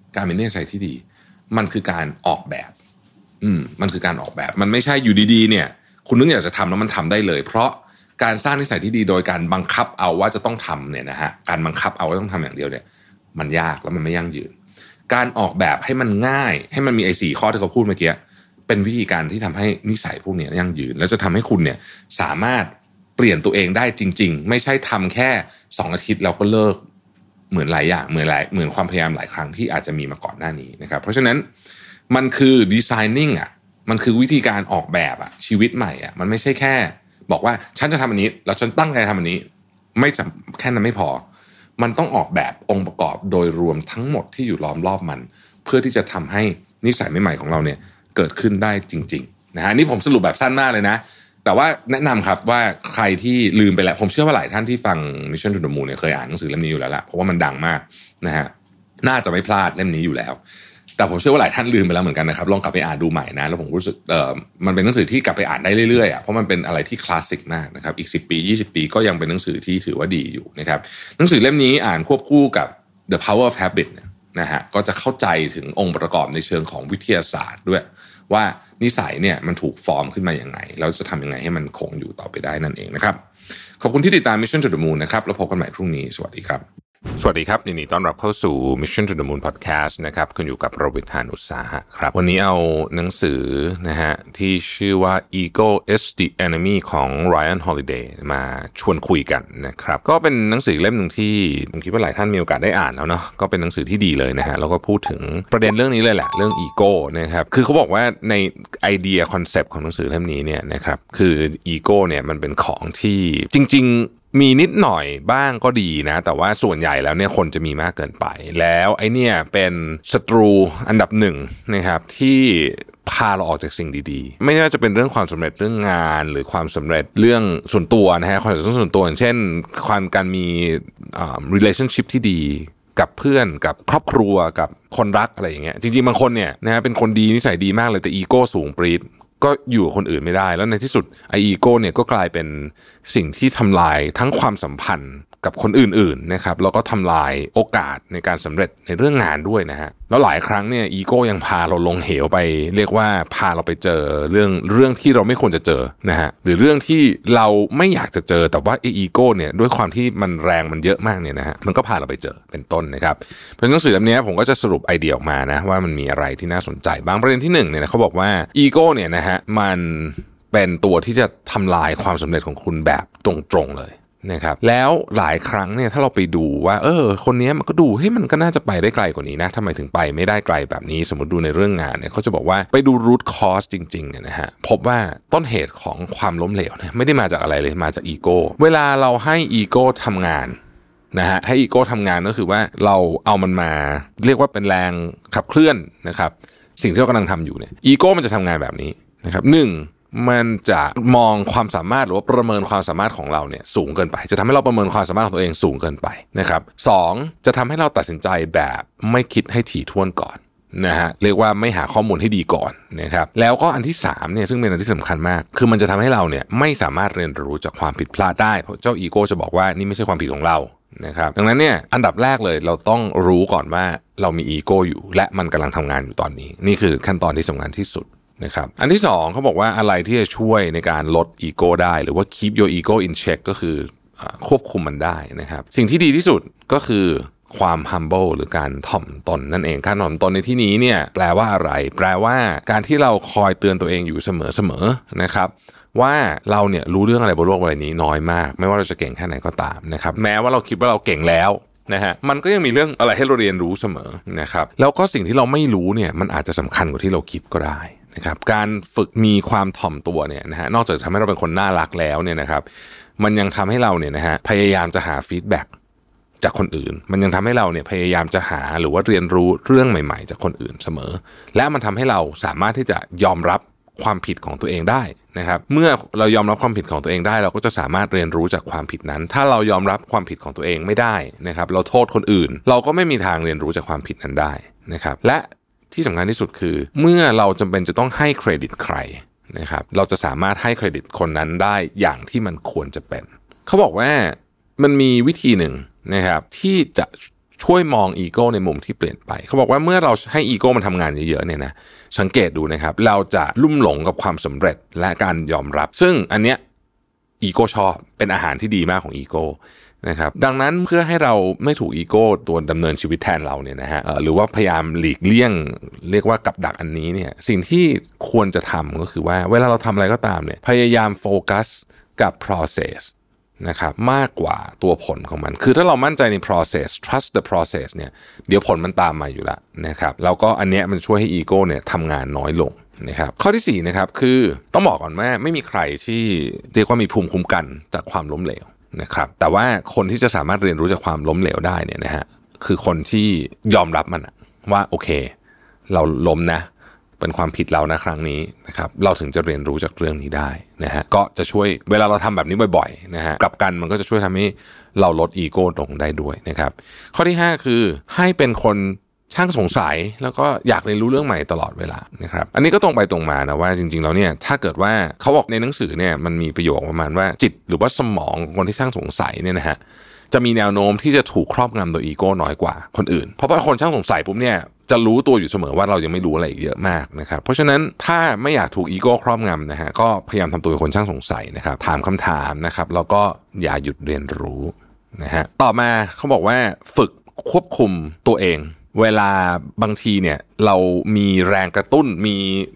มันคือการออกแบบมันคือการออกแบบมันไม่ใช่อยู่ดีๆเนี่ยคุณนึกอยากจะทำแล้วมันทำได้เลยเพราะการสร้างนิสัยที่ดีโดยการบังคับเอาว่าจะต้องทำเนี่ยนะฮะการบังคับเอาว่าต้องทำอย่างเดียวเนี่ยมันยากแล้วมันไม่ยั่งยืนการออกแบบให้มันง่ายให้มันมี4ข้อที่เขาพูดเมื่อกี้เป็นวิธีการที่ทำให้นิสัยพวกนี้ยั่งยืนแล้วจะทำให้คุณเนี่ยสามารถเปลี่ยนตัวเองได้จริงๆไม่ใช่ทำแค่2 อาทิตย์แล้วก็เลิกเหมือนหลายอย่างเหมือนความพยายามหลายครั้งที่อาจจะมีมาก่อนหน้านี้นะครับเพราะฉะนั้นมันคือดีไซนิ่งมันคือวิธีการออกแบบชีวิตใหม่มันไม่ใช่แค่บอกว่าฉันจะทำอันนี้แล้วฉันตั้งใจทำอันนี้ไม่แค่นั้นไม่พอมันต้องออกแบบองค์ประกอบโดยรวมทั้งหมดที่อยู่ล้อมรอบมันเพื่อที่จะทำให้นิสัยใหม่ๆของเราเนี่ยเกิดขึ้นได้จริงๆนะฮะนี่ผมสรุปแบบสั้นมากเลยนะแต่ว่าแนะนำครับว่าใครที่ลืมไปแล้วผมเชื่อว่าหลายท่านที่ฟัง Mission to the Moon เนี่ยเคยอ่านหนังสือเล่มนี้อยู่แล้วละเพราะว่ามันดังมากนะฮะน่าจะไม่พลาดเล่มนี้อยู่แล้วแต่ผมเชื่อว่าหลายท่านลืมไปแล้วเหมือนกันนะครับลองกลับไปอ่านดูใหม่นะแล้วผมรู้สึกมันเป็นหนังสือที่กลับไปอ่านได้เรื่อยๆเพราะมันเป็นอะไรที่คลาสสิกมากนะครับอีก10 ปี20 ปีก็ยังเป็นหนังสือที่ถือว่าดีอยู่นะครับหนังสือเล่มนี้อ่านควบคู่กับ The Power of Habit นะฮะก็จะเข้าใจถึงองค์ประกอบในเชิงของวิทยาศาสตร์ด้วยว่านิสัยเนี่ยมันถูกฟอร์มขึ้นมาอย่างไงแล้วจะทำยังไงให้มันคงอยู่ต่อไปได้นั่นเองนะครับขอบคุณที่ติดตาม Mission to the Moon นะครับแล้วพบกันใหม่พรุ่งนี้สวัสดีครับสวัสดีครับยินดีต้อนรับเข้าสู่ Mission to the Moon Podcast นะครับคุณอยู่กับโรบิท หาญอุตสาหะครับวันนี้เอาหนังสือนะฮะที่ชื่อว่า Ego is the Enemy ของ Ryan Holiday มาชวนคุยกันนะครับก็เป็นหนังสือเล่มหนึ่งที่ผมคิดว่าหลายท่านมีโอกาสได้อ่านแล้วเนาะก็เป็นหนังสือที่ดีเลยนะฮะแล้วก็พูดถึงประเด็นเรื่องนี้เลยแหละเรื่อง Ego นะครับคือเขาบอกว่าในไอเดียคอนเซปต์ของหนังสือเล่มนี้เนี่ยนะครับคือ Ego เนี่ยมันเป็นของที่จริงๆมีนิดหน่อยบ้างก็ดีนะแต่ว่าส่วนใหญ่แล้วเนี่ยคนจะมีมากเกินไปแล้วไอ้เนี่ยเป็นศัตรูอันดับหนึ่งนะครับที่พาเราออกจากสิ่งดีๆไม่ว่าจะเป็นเรื่องความสำเร็จเรื่องงานหรือความสำเร็จเรื่องส่วนตัวนะฮะความสำเร็จส่วนตัวอย่างเช่นการมีrelationship ที่ดีกับเพื่อนกับครอบครัวกับคนรักอะไรอย่างเงี้ยจริงๆบางคนเนี่ยนะฮะเป็นคนดีนิสัยดีมากเลยแต่อีโก้สูงปรี๊ดก็อยู่กับคนอื่นไม่ได้แล้วในที่สุดไออีโก้เนี่ยก็กลายเป็นสิ่งที่ทำลายทั้งความสัมพันธ์กับคนอื่นๆนะครับแล้วก็ทำลายโอกาสในการสำเร็จในเรื่องงานด้วยนะฮะแล้วหลายครั้งเนี่ยอีโก้ยังพาเราลงเหวไปเรียกว่าพาเราไปเจอเรื่องที่เราไม่ควรจะเจอนะฮะหรือเรื่องที่เราไม่อยากจะเจอแต่ว่าอีโก้เนี่ยด้วยความที่มันแรงมันเยอะมากเนี่ยนะฮะมันก็พาเราไปเจอเป็นต้นนะครับเพราะหนังสือเล่มนี้ผมก็จะสรุปไอเดียออกมานะว่ามันมีอะไรที่น่าสนใจบางประเด็นที่1เนี่ยเขาบอกว่าอีโก้เนี่ยนะฮะมันเป็นตัวที่จะทำลายความสำเร็จของคุณแบบตรงๆเลยนะครับแล้วหลายครั้งเนี่ยถ้าเราไปดูว่าคนนี้มันก็ดูมันก็น่าจะไปได้ไกลกว่านี้นะทำไมถึงไปไม่ได้ไกลแบบนี้สมมติดูในเรื่องงานเนี่ยเขาจะบอกว่าไปดู root cause จริงๆเนี่ยนะฮะพบว่าต้นเหตุของความล้มเหลวเนี่ยไม่ได้มาจากอะไรเลยมาจากอีโก้เวลาเราให้อีโก้ทำงานนะฮะให้อีโก้ทำงานก็คือว่าเราเอามันมาเรียกว่าเป็นแรงขับเคลื่อนนะครับสิ่งที่เรากำลังทำอยู่เนี่ยอีโก้มันจะทำงานแบบนี้นะครับมันจะมองความสามารถหรือว่าประเมินความสามารถของเราเนี่ยสูงเกินไปจะทำให้เราประเมินความสามารถของตัวเองสูงเกินไปนะครับ2จะทำให้เราตัดสินใจแบบไม่คิดให้ถี่ถ้วนก่อนนะฮะเรียกว่าไม่หาข้อมูลให้ดีก่อนนะครับแล้วก็อันที่3เนี่ยซึ่งเป็นอันที่สำคัญมากคือมันจะทำให้เราเนี่ยไม่สามารถเรียนรู้จากความผิดพลาดได้เพราะเจ้าอีโก้จะบอกว่านี่ไม่ใช่ความผิดของเรานะครับดังนั้นเนี่ยอันดับแรกเลยเราต้องรู้ก่อนว่าเรามีอีโก้อยู่และมันกำลังทำงานอยู่ตอนนี้นี่คือขั้นตอนที่สำคัญที่สุดนะครับอันที่2เขาบอกว่าอะไรที่จะช่วยในการลดอีโก้ได้หรือว่า keep your ego in check ก็คือควบคุมมันได้นะครับสิ่งที่ดีที่สุดก็คือความ humble หรือการถ่อมตนนั่นเองการถ่อมตนในที่นี้เนี่ยแปลว่าอะไรแปลว่าการที่เราคอยเตือนตัวเองอยู่เสมอนะครับว่าเราเนี่ยรู้เรื่องอะไรบนโลกใบนี้น้อยมากไม่ว่าเราจะเก่งแค่ไหนก็ตามนะครับแม้ว่าเราคิดว่าเราเก่งแล้วนะฮะมันก็ยังมีเรื่องอะไรให้เราเรียนรู้เสมอนะครับแล้วก็สิ่งที่เราไม่รู้เนี่ยมันอาจจะสำคัญกว่าที่เราคิดก็ได้นะครับการฝึกมีความถ่อมตัวเนี่ยนะฮะนอกจากทำให้เราเป็นคนน่ารักแล้วเนี่ยนะครับมันยังทำให้เราเนี่ยนะฮะพยายามจะหาฟีดแบ็กจากคนอื่นมันยังทำให้เราเนี่ยพยายามจะหาหรือว่าเรียนรู้เรื่องใหม่ๆจากคนอื่นเสมอและมันทำให้เราสามารถที่จะยอมรับความผิดของตัวเองได้นะครับเมื่อเรายอมรับความผิดของตัวเองได้เราก็จะสามารถเรียนรู้จากความผิดนั้นถ้าเรายอมรับความผิดของตัวเองไม่ได้นะครับเราโทษคนอื่นเราก็ไม่มีทางเรียนรู้จากความผิดนั้นได้นะครับและที่สำคัญที่สุดคือเมื่อเราจำเป็นจะต้องให้เครดิตใครนะครับเราจะสามารถให้เครดิตคนนั้นได้อย่างที่มันควรจะเป็นเขาบอกว่ามันมีวิธีหนึ่งนะครับที่จะช่วยมองอีโก้ในมุมที่เปลี่ยนไปเขาบอกว่าเมื่อเราให้อีโก้มันทำงานเยอะๆเนี่ยนะสังเกตดูนะครับเราจะลุ่มหลงกับความสำเร็จและการยอมรับซึ่งอันเนี้ยอีโก้ชอบเป็นอาหารที่ดีมากของอีโก้นะครับดังนั้นเพื่อให้เราไม่ถูกอีโก้ตัวดำเนินชีวิตแทนเราเนี่ยนะฮะหรือว่าพยายามหลีกเลี่ยงเรียกว่ากับดักอันนี้เนี่ยสิ่งที่ควรจะทำก็คือว่าเวลาเราทำอะไรก็ตามเนี่ยพยายามโฟกัสกับ process นะครับมากกว่าตัวผลของมันคือถ้าเรามั่นใจใน process trust the process เนี่ยเดี๋ยวผลมันตามมาอยู่แล้วนะครับแล้วก็อันเนี้ยมันช่วยให้อีโก้เนี่ยทำงานน้อยลงนะครับข้อที่4นะครับคือต้องบอกก่อนว่าไม่มีใครที่เรียกว่ามีภูมิคุ้มกันจากความล้มเหลวนะครับแต่ว่าคนที่จะสามารถเรียนรู้จากความล้มเหลวได้เนี่ยนะฮะคือคนที่ยอมรับมันว่าโอเคเราล้มนะเป็นความผิดเรานะครั้งนี้นะครับเราถึงจะเรียนรู้จากเรื่องนี้ได้นะฮะก็จะช่วยเวลาเราทำแบบนี้บ่อยๆนะฮะกลับกันมันก็จะช่วยทำให้เราลดอีโก้ลงได้ด้วยนะครับข้อที่5คือให้เป็นคนช่างสงสัยแล้วก็อยากเรียนรู้เรื่องใหม่ตลอดเวลานะครับอันนี้ก็ตรงไปตรงมานะว่าจริงๆแล้วเนี่ยถ้าเกิดว่าเขาบอกในหนังสือเนี่ยมันมีประโยคประมาณว่าจิตหรือว่าสมองของคนที่ช่างสงสัยเนี่ยนะฮะจะมีแนวโน้มที่จะถูกครอบงำโดยอีโก้น้อยกว่าคนอื่นเพราะว่าคนช่างสงสัยปุ๊บเนี่ยจะรู้ตัวอยู่เสมอว่าเรายังไม่รู้อะไรอีกเยอะมากนะครับเพราะฉะนั้นถ้าไม่อยากถูกอีโก้ครอบงำนะฮะก็พยายามทำตัวเป็นคนช่างสงสัยนะครับถามคำถามนะครับแล้วก็อย่าหยุดเรียนรู้นะฮะต่อมาเขาบอกว่าฝึกควบคุมตัวเองเวลาบางทีเนี่ยเรามีแรงกระตุ้นมี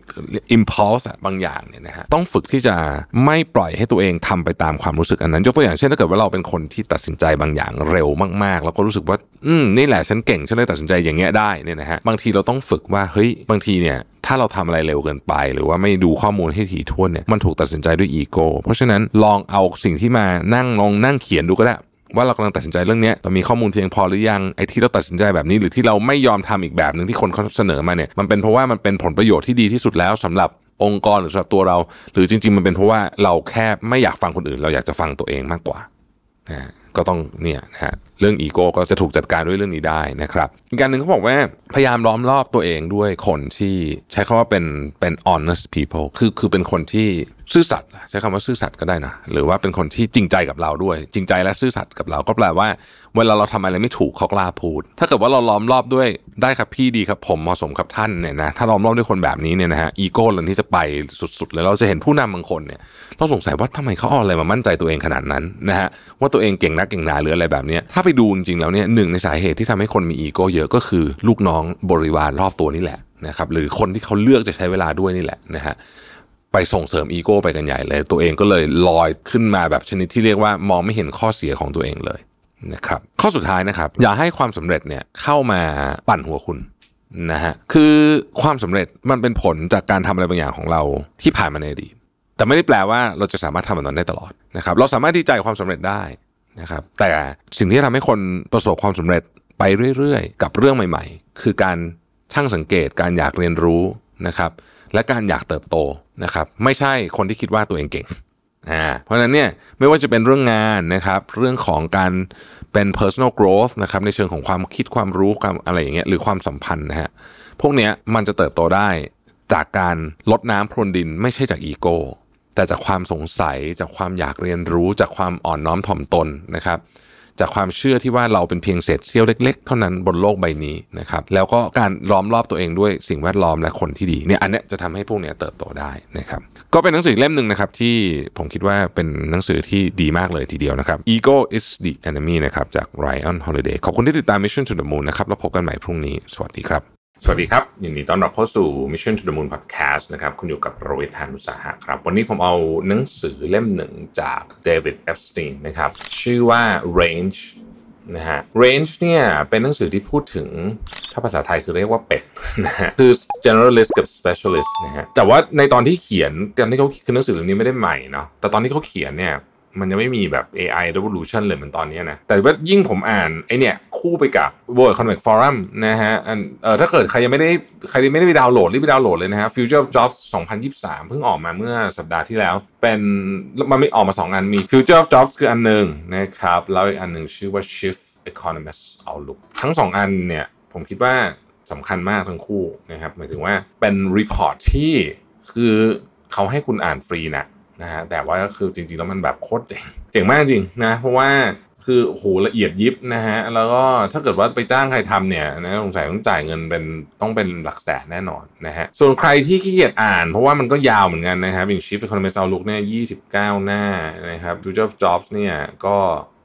impulse บางอย่างเนี่ยนะฮะต้องฝึกที่จะไม่ปล่อยให้ตัวเองทำไปตามความรู้สึกอันนั้นยกตัวอย่างเช่นถ้าเกิดว่าเราเป็นคนที่ตัดสินใจบางอย่างเร็วมากๆแล้วก็รู้สึกว่านี่แหละฉันเก่งฉันเลยตัดสินใจอย่างเงี้ยได้เนี่ยนะฮะบางทีเราต้องฝึกว่าเฮ้ยบางทีเนี่ยถ้าเราทำอะไรเร็วเกินไปหรือว่าไม่ดูข้อมูลให้ถี่ถ้วนเนี่ยมันถูกตัดสินใจด้วยอีโก้เพราะฉะนั้นลองเอาสิ่งที่มานั่งเขียนดูก็ได้ว่าเรากำลังตัดสินใจเรื่องนี้เรามีข้อมูลเพียงพอหรือยังไอ้ที่เราตัดสินใจแบบนี้หรือที่เราไม่ยอมทำอีกแบบนึงที่คนเขาเสนอมาเนี่ยมันเป็นเพราะว่ามันเป็นผลประโยชน์ที่ดีที่สุดแล้วสำหรับองค์กรหรือสำหรับตัวเราหรือจริงๆมันเป็นเพราะว่าเราแค่ไม่อยากฟังคนอื่นเราอยากจะฟังตัวเองมากกว่าก็ต้องเนี่ยนะฮะเรื่องอีโก้ก็จะถูกจัดการด้วยเรื่องนี้ได้นะครับอีกการหนึ่งเขาบอกว่าพยายามล้อมรอบตัวเองด้วยคนที่ใช้คำว่าเป็น honest people คือเป็นคนที่ซื่อสัตย์ใช้คำว่าซื่อสัตย์ก็ได้นะหรือว่าเป็นคนที่จริงใจกับเราด้วยจริงใจและซื่อสัตย์กับเราก็แปลว่าเวลาเราทำอะไรไม่ถูกเขากล้าพูดถ้าเกิดว่าเราล้อมรอบด้วยได้ครับพี่ดีครับผมเหมาะสมครับท่านเนี่ยนะถ้าล้อมรอบด้วยคนแบบนี้เนี่ยนะฮะอีโก้เรื่องที่จะไปสุดๆเลยเราจะเห็นผู้นำบางคนเนี่ยเราสงสัยว่าทำไมเขาเอาอะไรมามั่นใจตัวเองขนาดนั้นนะฮะว่าตัวเองเก่งนักเก่งหนาหรืออะไรแบบนี้ถ้าไปดูจริงๆแล้วเนี่ยหนึ่งในสาเหตุที่ทำให้คนมีอีโก้เยอะก็คือลูกน้องบริวารรอบตัวนี่แหละนะครับหรือคนที่เขาเลือกจะใช้เวลาด้วยนี่แหละนะฮะไปส่งเสริมอีโก้ไปกันใหญ่เลยตัวเองก็เลยลอยขึ้นมาแบบชนิดที่เรียกว่ามองไม่เห็นข้อเสียของตัวเองเลยนะครับข้อสุดท้ายนะครับอย่าให้ความสำเร็จเนี่ยเข้ามาปั่นหัวคุณนะฮะคือความสำเร็จมันเป็นผลจากการทำอะไรบางอย่างของเราที่ผ่านมาในอดีตแต่ไม่ได้แปลว่าเราจะสามารถทำแบบนั้นได้ตลอดนะครับเราสามารถดีใจความสำเร็จได้นะครับแต่สิ่งที่ทำให้คนประสบความสำเร็จไปเรื่อยๆกับเรื่องใหม่ๆคือการช่างสังเกตการอยากเรียนรู้นะครับและการอยากเติบโตนะครับไม่ใช่คนที่คิดว่าตัวเองเก่งเพราะฉะนั้นเนี่ยไม่ว่าจะเป็นเรื่องงานนะครับเรื่องของการเป็น personal growth นะครับในเชิงของความคิดความรู้ความอะไรอย่างเงี้ยหรือความสัมพันธ์นะฮะพวกเนี้ยมันจะเติบโตได้จากการลดน้ำพรวนดินไม่ใช่จากอีโก้แต่จากความสงสัยจากความอยากเรียนรู้จากความอ่อนน้อมถ่อมตนนะครับจากความเชื่อที่ว่าเราเป็นเพียงเศษเสี้ยวเล็กๆเท่านั้นบนโลกใบนี้นะครับแล้วก็การล้อมรอบตัวเองด้วยสิ่งแวดล้อมและคนที่ดีเนี่ยอันเนี้ยจะทำให้พวกเนี้ยเติบโตได้นะครับก็เป็นหนังสือเล่มนึงนะครับที่ผมคิดว่าเป็นหนังสือที่ดีมากเลยทีเดียวนะครับ Ego is the enemy นะครับจาก Ryan Holiday ขอบคุณที่ติดตาม Mission to the Moon นะครับแล้วพบกันใหม่พรุ่งนี้สวัสดีครับสวัสดีครับยินดีต้อนรับเข้าสู่ Mission to the Moon Podcast นะครับคุณอยู่กับประวิทย์ หาญอุตสาหะครับวันนี้ผมเอาหนังสือเล่มหนึ่งจากเดวิด เอฟสตีนนะครับชื่อว่า Range นะฮะ Range เนี่ยเป็นหนังสือที่พูดถึงถ้าภาษาไทยคือเรียกว่าเป็ดนะฮะคือ generalist กับ specialist นะฮะแต่ว่าในตอนที่เขียนตอนที่เขาคือหนังสือเล่มนี้ไม่ได้ใหม่เนาะแต่ตอนที่เขาเขียนเนี่ยมันยังไม่มีแบบ AI revolution เลยเหมือนตอนนี้นะแต่ว่ายิ่งผมอ่านไอเนี่ยคู่ไปกับ World Economic Forum นะฮะถ้าเกิดใครไม่ได้ไปดาวน์โหลดรีบไปดาวน์โหลดเลยนะฮะ Future of Jobs 2023 เพิ่งออกมาเมื่อสัปดาห์ที่แล้วเป็นมันไม่ออกมา2อันมี Future of Jobs คืออันนึงนะครับแล้วอีกอันนึงชื่อว่า Shift Economist Outlook ทั้ง2อันเนี่ยผมคิดว่าสำคัญมากทั้งคู่นะครับหมายถึงว่าเป็นรีพอร์ตที่คือเขาให้คุณอ่านฟรีนะฮะแต่ว่าก็คือจริงๆแล้วมันแบบโคตรเจ๋งมากจริงนะเพราะว่าคือโหละเอียดยิบนะฮะแล้วก็ถ้าเกิดว่าไปจ้างใครทำเนี่ยนะสงสัยต้องจ่ายเงินต้องเป็นหลักแสนแน่นอนนะฮะส่วนใครที่ขี้เกียจอ่านเพราะว่ามันก็ยาวเหมือนกันนะครับอย่าง Chief Economist Outlook เนี่ย29 หน้านะครับ Future of Jobs เนี่ยก็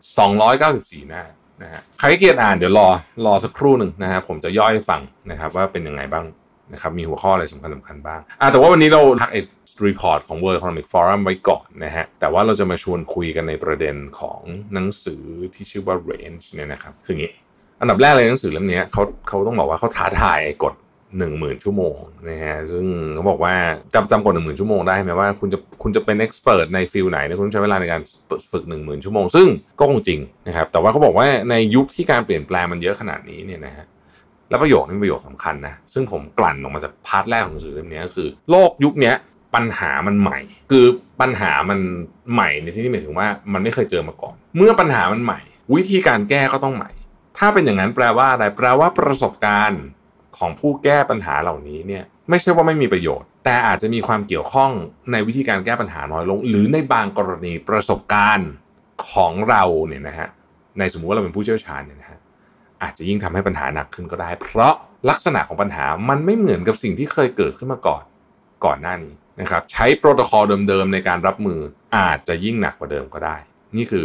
294 หน้านะฮะใครขี้เกียจอ่านเดี๋ยวรอสักครู่หนึ่งนะฮะผมจะย่อยฟังนะครับว่าเป็นยังไงบ้างนะครับมีหัวข้ออะไรสำคัญบ้างแต่ว่าวันนี้เราพักรีพอร์ตของ World Economic Forum ไว้ก่อนนะฮะแต่ว่าเราจะมาชวนคุยกันในประเด็นของหนังสือที่ชื่อว่า Range เนี่ยนะครับคืออย่างนี้อันดับแรกเลยหนังสือเล่มนี้เขาต้องบอกว่าเขาท้าทายไอ้กฎ 10,000 ชั่วโมงนะฮะซึ่งเขาบอกว่าจำกฎ 10,000 ชั่วโมงได้ไหมว่าคุณจะเป็นเอ็กซ์เพิร์ทในฟิลไหนเนี่ยคุณต้องใช้เวลาในการฝึก 10,000 ชั่วโมงซึ่งก็คงจริงนะครับแต่ว่าเขาบอกว่าในยุคที่การเปลี่ยนแปลงมันเยอะขนาดนี้เนี่ยนะฮะแล้วประโยคนี้เป็นประโยคสำคัญนะซึ่งผมกลั่นออกมาจากพาร์ทแรกของหนังสือเล่มนี้ก็คือโลกยุคนี้ปัญหามันใหม่คือปัญหามันใหม่ในที่นี้หมายถึงว่ามันไม่เคยเจอมาก่อนเมื่อปัญหามันใหม่วิธีการแก้ก็ต้องใหม่ถ้าเป็นอย่างนั้นแปลว่าอะไรแปลว่าประสบการณ์ของผู้แก้ปัญหาเหล่านี้เนี่ยไม่ใช่ว่าไม่มีประโยชน์แต่อาจจะมีความเกี่ยวข้องในวิธีการแก้ปัญหาน้อยลงหรือในบางกรณีประสบการณ์ของเราเนี่ยนะฮะในสมมุติว่าเราเป็นผู้เชี่ยวชาญเนี่ยนะฮะอาจจะยิ่งทำให้ปัญหาหนักขึ้นก็ได้เพราะลักษณะของปัญหามันไม่เหมือนกับสิ่งที่เคยเกิดขึ้นมาก่อนหน้านี้นะครับใช้โปรโตคอลเดิมๆในการรับมืออาจจะยิ่งหนักกว่าเดิมก็ได้นี่คือ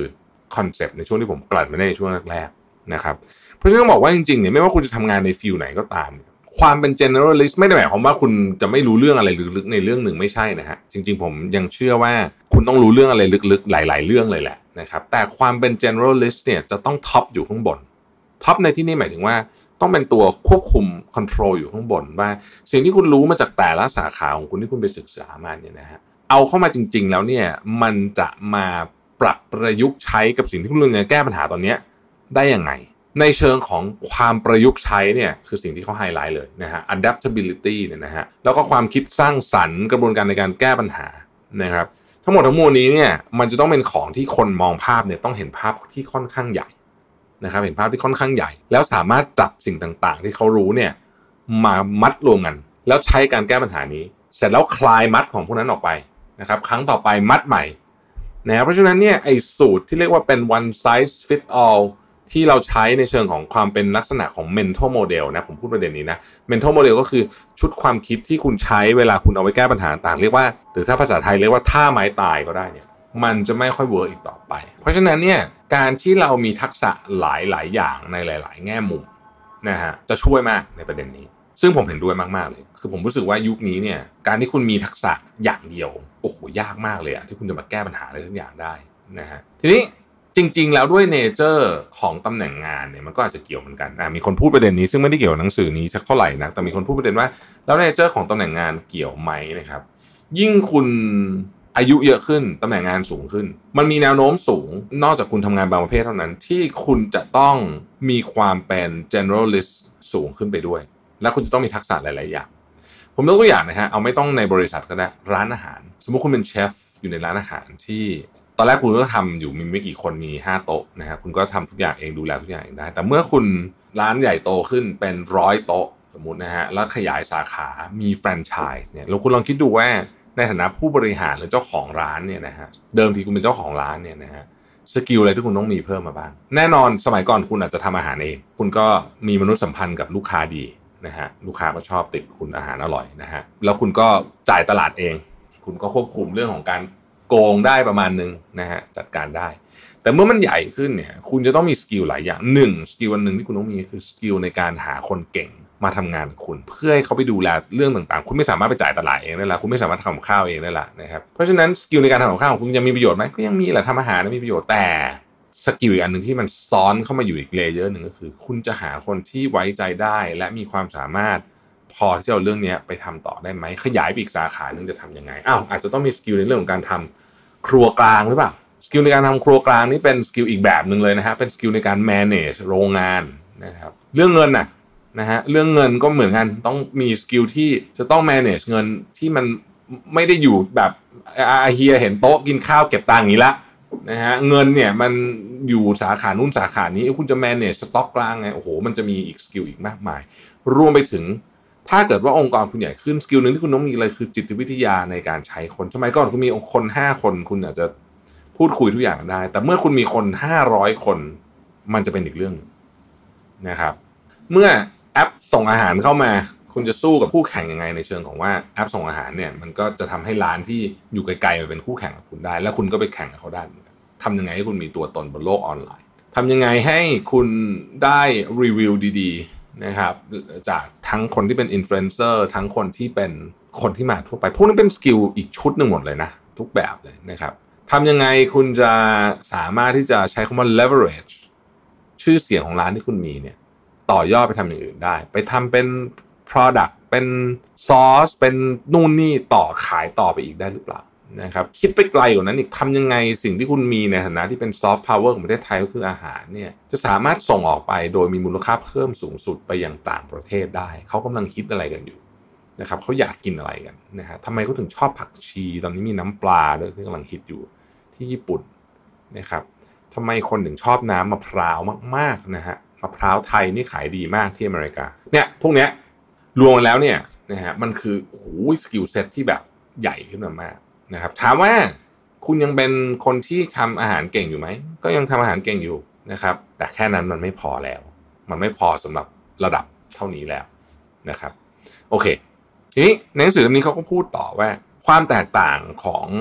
คอนเซปต์ในช่วงที่ผมกลั่นมาในช่วงแรกๆนะครับเพราะฉะนั้นต้องบอกว่าจริงๆเนี่ยไม่ว่าคุณจะทำงานในฟิลไหนก็ตามความเป็น generalist ไม่ได้หมายความว่าคุณจะไม่รู้เรื่องอะไรลึกๆในเรื่องหนึ่งไม่ใช่นะฮะจริงๆผมยังเชื่อว่าคุณต้องรู้เรื่องอะไรลึกๆหลายๆเรื่องเลยแหละนะครับแต่ความเป็น generalist เนี่ยจะต้องท็อปอยู่ข้างบนท็อปในที่นี้หมายถึงว่าต้องเป็นตัวควบคุม control อยู่ข้างบนว่าสิ่งที่คุณรู้มาจากแต่ละสาขาของคุณที่คุณไปศึกษามาเนี่ยนะฮะเอาเข้ามาจริงๆแล้วเนี่ยมันจะมาปรับประยุกต์ใช้กับสิ่งที่คุณกำลังจะแก้ปัญหาตอนนี้ได้ยังไงในเชิงของความประยุกต์ใช้เนี่ยคือสิ่งที่เขาไฮไลท์เลยนะฮะ adaptability เนี่ยนะฮะแล้วก็ความคิดสร้างสรรค์กระบวนการในการแก้ปัญหานะครับทั้งหมดทั้งมวลนี้เนี่ยมันจะต้องเป็นของที่คนมองภาพเนี่ยต้องเห็นภาพที่ค่อนข้างใหญ่นะครับเห็นภาพที่ค่อนข้างใหญ่แล้วสามารถจับสิ่งต่างๆที่เขารู้เนี่ยมามัดรวมกันแล้วใช้การแก้ปัญหานี้เสร็จแล้วคลายมัดของพวกนั้นออกไปนะครับครั้งต่อไปมัดใหม่นะเพราะฉะนั้นเนี่ยไอ้สูตรที่เรียกว่าเป็น one size fit allที่เราใช้ในเชิงของความเป็นลักษณะของ mental model นะผมพูดประเด็นนี้นะ mental model ก็คือชุดความคิดที่คุณใช้เวลาคุณเอาไว้แก้ปัญหาต่างเรียกว่าหรือถ้าภาษาไทยเรียกว่าท่าไม้ตายก็ได้เนี่ยมันจะไม่ค่อยเวิร์กอีกต่อไปเพราะฉะนั้นเนี่ยการที่เรามีทักษะหลายอย่างในหลายๆแง่มุมนะฮะจะช่วยมากในประเด็นนี้ซึ่งผมเห็นด้วยมากๆเลยคือผมรู้สึกว่ายุคนี้เนี่ยการที่คุณมีทักษะอย่างเดียวโอ้โหยากมากเลยอะที่คุณจะมาแก้ปัญหาอะไรสักอย่างได้นะฮะทีนี้จริงๆแล้วด้วยเนเจอร์ของตำแหน่งงานเนี่ยมันก็อาจจะเกี่ยวเหมือนกันมีคนพูดประเด็นนี้ซึ่งไม่ได้เกี่ยวกับหนังสือนี้สักเท่าไหร่นะแต่มีคนพูดประเด็นว่าแล้วเนเจอร์ของตำแหน่งงานเกี่ยวไหมนะครับยิ่งคุณอายุเยอะขึ้นตำแหน่งงานสูงขึ้นมันมีแนวโน้มสูงนอกจากคุณทำงานบางประเภทเท่านั้นที่คุณจะต้องมีความเป็น generalist สูงขึ้นไปด้วยและคุณจะต้องมีทักษะหลายๆอย่างผมยกตัวอย่างนะฮะเอาไม่ต้องในบริษัทก็ได้ร้านอาหารสมมุติคุณเป็นเชฟอยู่ในร้านอาหารที่ตอนแรกคุณก็ทำอยู่มีไม่กี่คนมี5โต๊ะนะฮะคุณก็ทำทุกอย่างเองดูแลทุกอย่างเองได้แต่เมื่อคุณร้านใหญ่โตขึ้นเป็น100โต๊ะสมมุตินะฮะแล้วขยายสาขามีแฟรนไชส์เนี่ยแล้วคุณลองคิดดูว่าในฐานะผู้บริหารหรือเจ้าของร้านเนี่ยนะฮะเดิมทีคุณเป็นเจ้าของร้านเนี่ยนะฮะสกิลอะไรที่คุณต้องมีเพิ่มมาบ้างแน่นอนสมัยก่อนคุณอาจจะทำอาหารเองคุณก็มีมนุษยสัมพันธ์กับลูกค้าดีนะฮะลูกค้าก็ชอบติดคุณอาหารอร่อยนะฮะแล้วคุณก็จ่ายตลาดเองคุณก็ควบคุมเรื่องของการโกงได้ประมาณนึงนะฮะจัดการได้แต่เมื่อมันใหญ่ขึ้นเนี่ยคุณจะต้องมีสกิลหลายอย่างสกิลอันนึงที่คุณต้องมีคือสกิลในการหาคนเก่งมาทำงานกับคุณเพื่อให้เขาไปดูแลเรื่องต่างๆคุณไม่สามารถไปจ่ายตลาดเองได้ละคุณไม่สามารถทำข้าวเองได้ละนะครับเพราะฉะนั้นสกิลในการทำข้าวของคุณยังมีประโยชน์ไหมก็ยังมีแหละทำอาหารมีประโยชน์แต่สกิลอีกอันนึงที่มันซ้อนเข้ามาอยู่อีกเลเยอร์นึงก็คือคุณจะหาคนที่ไว้ใจได้และมีความสามารถพอที่จะเอาเรื่องนี้ไปทำต่อได้ไหมขยายไปอีกสาขานึงจะทำยังไงอาจจะต้องมีสกิลในเรื่องของการทำครัวกลางหรือเปล่าสกิลในการทำครัวกลางนี่เป็นสกิลอีกแบบนึงเลยนะฮะเป็นสกิลในการ manage โรงงานนะครับเรื่องเงินนะฮะเรื่องเงินก็เหมือนกันต้องมีสกิลที่จะต้อง manage เงินที่มันไม่ได้อยู่แบบเฮียเห็นโต๊ะกินข้าวเก็บตังค์อย่างนี้ละนะฮะเงินเนี่ยมันอยู่สาขานู้นสาขานี้คุณจะ manage สต็อกกลางไงโอ้โหมันจะมีอีกสกิลอีกมากมายรวมไปถึงถ้าเกิดว่าองค์กรคุณใหญ่ขึ้นสกิลนึงที่คุณต้องมีเลยคือจิตวิทยาในการใช้คนสมัยก่อนคุณมีคน5คนคุณอาจจะพูดคุยทุกอย่างได้แต่เมื่อคุณมีคน500คนมันจะเป็นอีกเรื่องนะครับเมื่อแอปส่งอาหารเข้ามาคุณจะสู้กับคู่แข่งยังไงในเชิงของว่าแอปส่งอาหารเนี่ยมันก็จะทำให้ร้านที่อยู่ไกลๆมาเป็นคู่แข่งกับคุณได้แล้วคุณก็ไปแข่งกับเขาได้ทำยังไงให้คุณมีตัวตนบนโลกออนไลน์ทำยังไงให้คุณได้รีวิวดีๆนะครับจากทั้งคนที่เป็นอินฟลูเอนเซอร์ทั้งคนที่เป็นคนที่มาทั่วไปพวกนี้เป็นสกิลอีกชุดหนึ่งหมดเลยนะทุกแบบเลยนะครับทำยังไงคุณจะสามารถที่จะใช้คำว่า leverage ชื่อเสียงของร้านที่คุณมีเนี่ยต่อยอดไปทำอย่างอื่นได้ไปทำเป็น product เป็นซอสเป็นนู่นนี่ต่อขายต่อไปอีกได้หรือเปล่านะครับคิดไปไกลกว่านั้นอีกทำยังไงสิ่งที่คุณมีในฐานะที่เป็น soft power ของประเทศไทยก็คืออาหารเนี่ยจะสามารถส่งออกไปโดยมีมูลค่าเพิ่มสูงสุดไปยังต่างประเทศได้เขากำลังคิดอะไรกันอยู่นะครับเขาอยากกินอะไรกันนะฮะทำไมเขาถึงชอบผักชีตอนนี้มีน้ำปลาด้วยที่กำลังฮิตอยู่ที่ญี่ปุ่นนะครับทำไมคนถึงชอบน้ำมะพร้าวมากๆนะฮะมะพร้าวไทยนี่ขายดีมากที่อเมริกาเนี่ยพวกเนี้ยรวมแล้วเนี่ยนะฮะมันคือโอ้โหสกิลเซ็ตที่แบบใหญ่ขึ้นมามากนะครับถามว่าคุณยังเป็นคนที่ทำอาหารเก่งอยู่ไหมก็ยังทำอาหารเก่งอยู่นะครับแต่แค่นั้นมันไม่พอแล้วมันไม่พอสำหรับระดับเท่านี้แล้วนะครับโอเคทีนี้ในหนังสือเล่มนี้เขาก็พูดต่อว่าความแตกต่างของ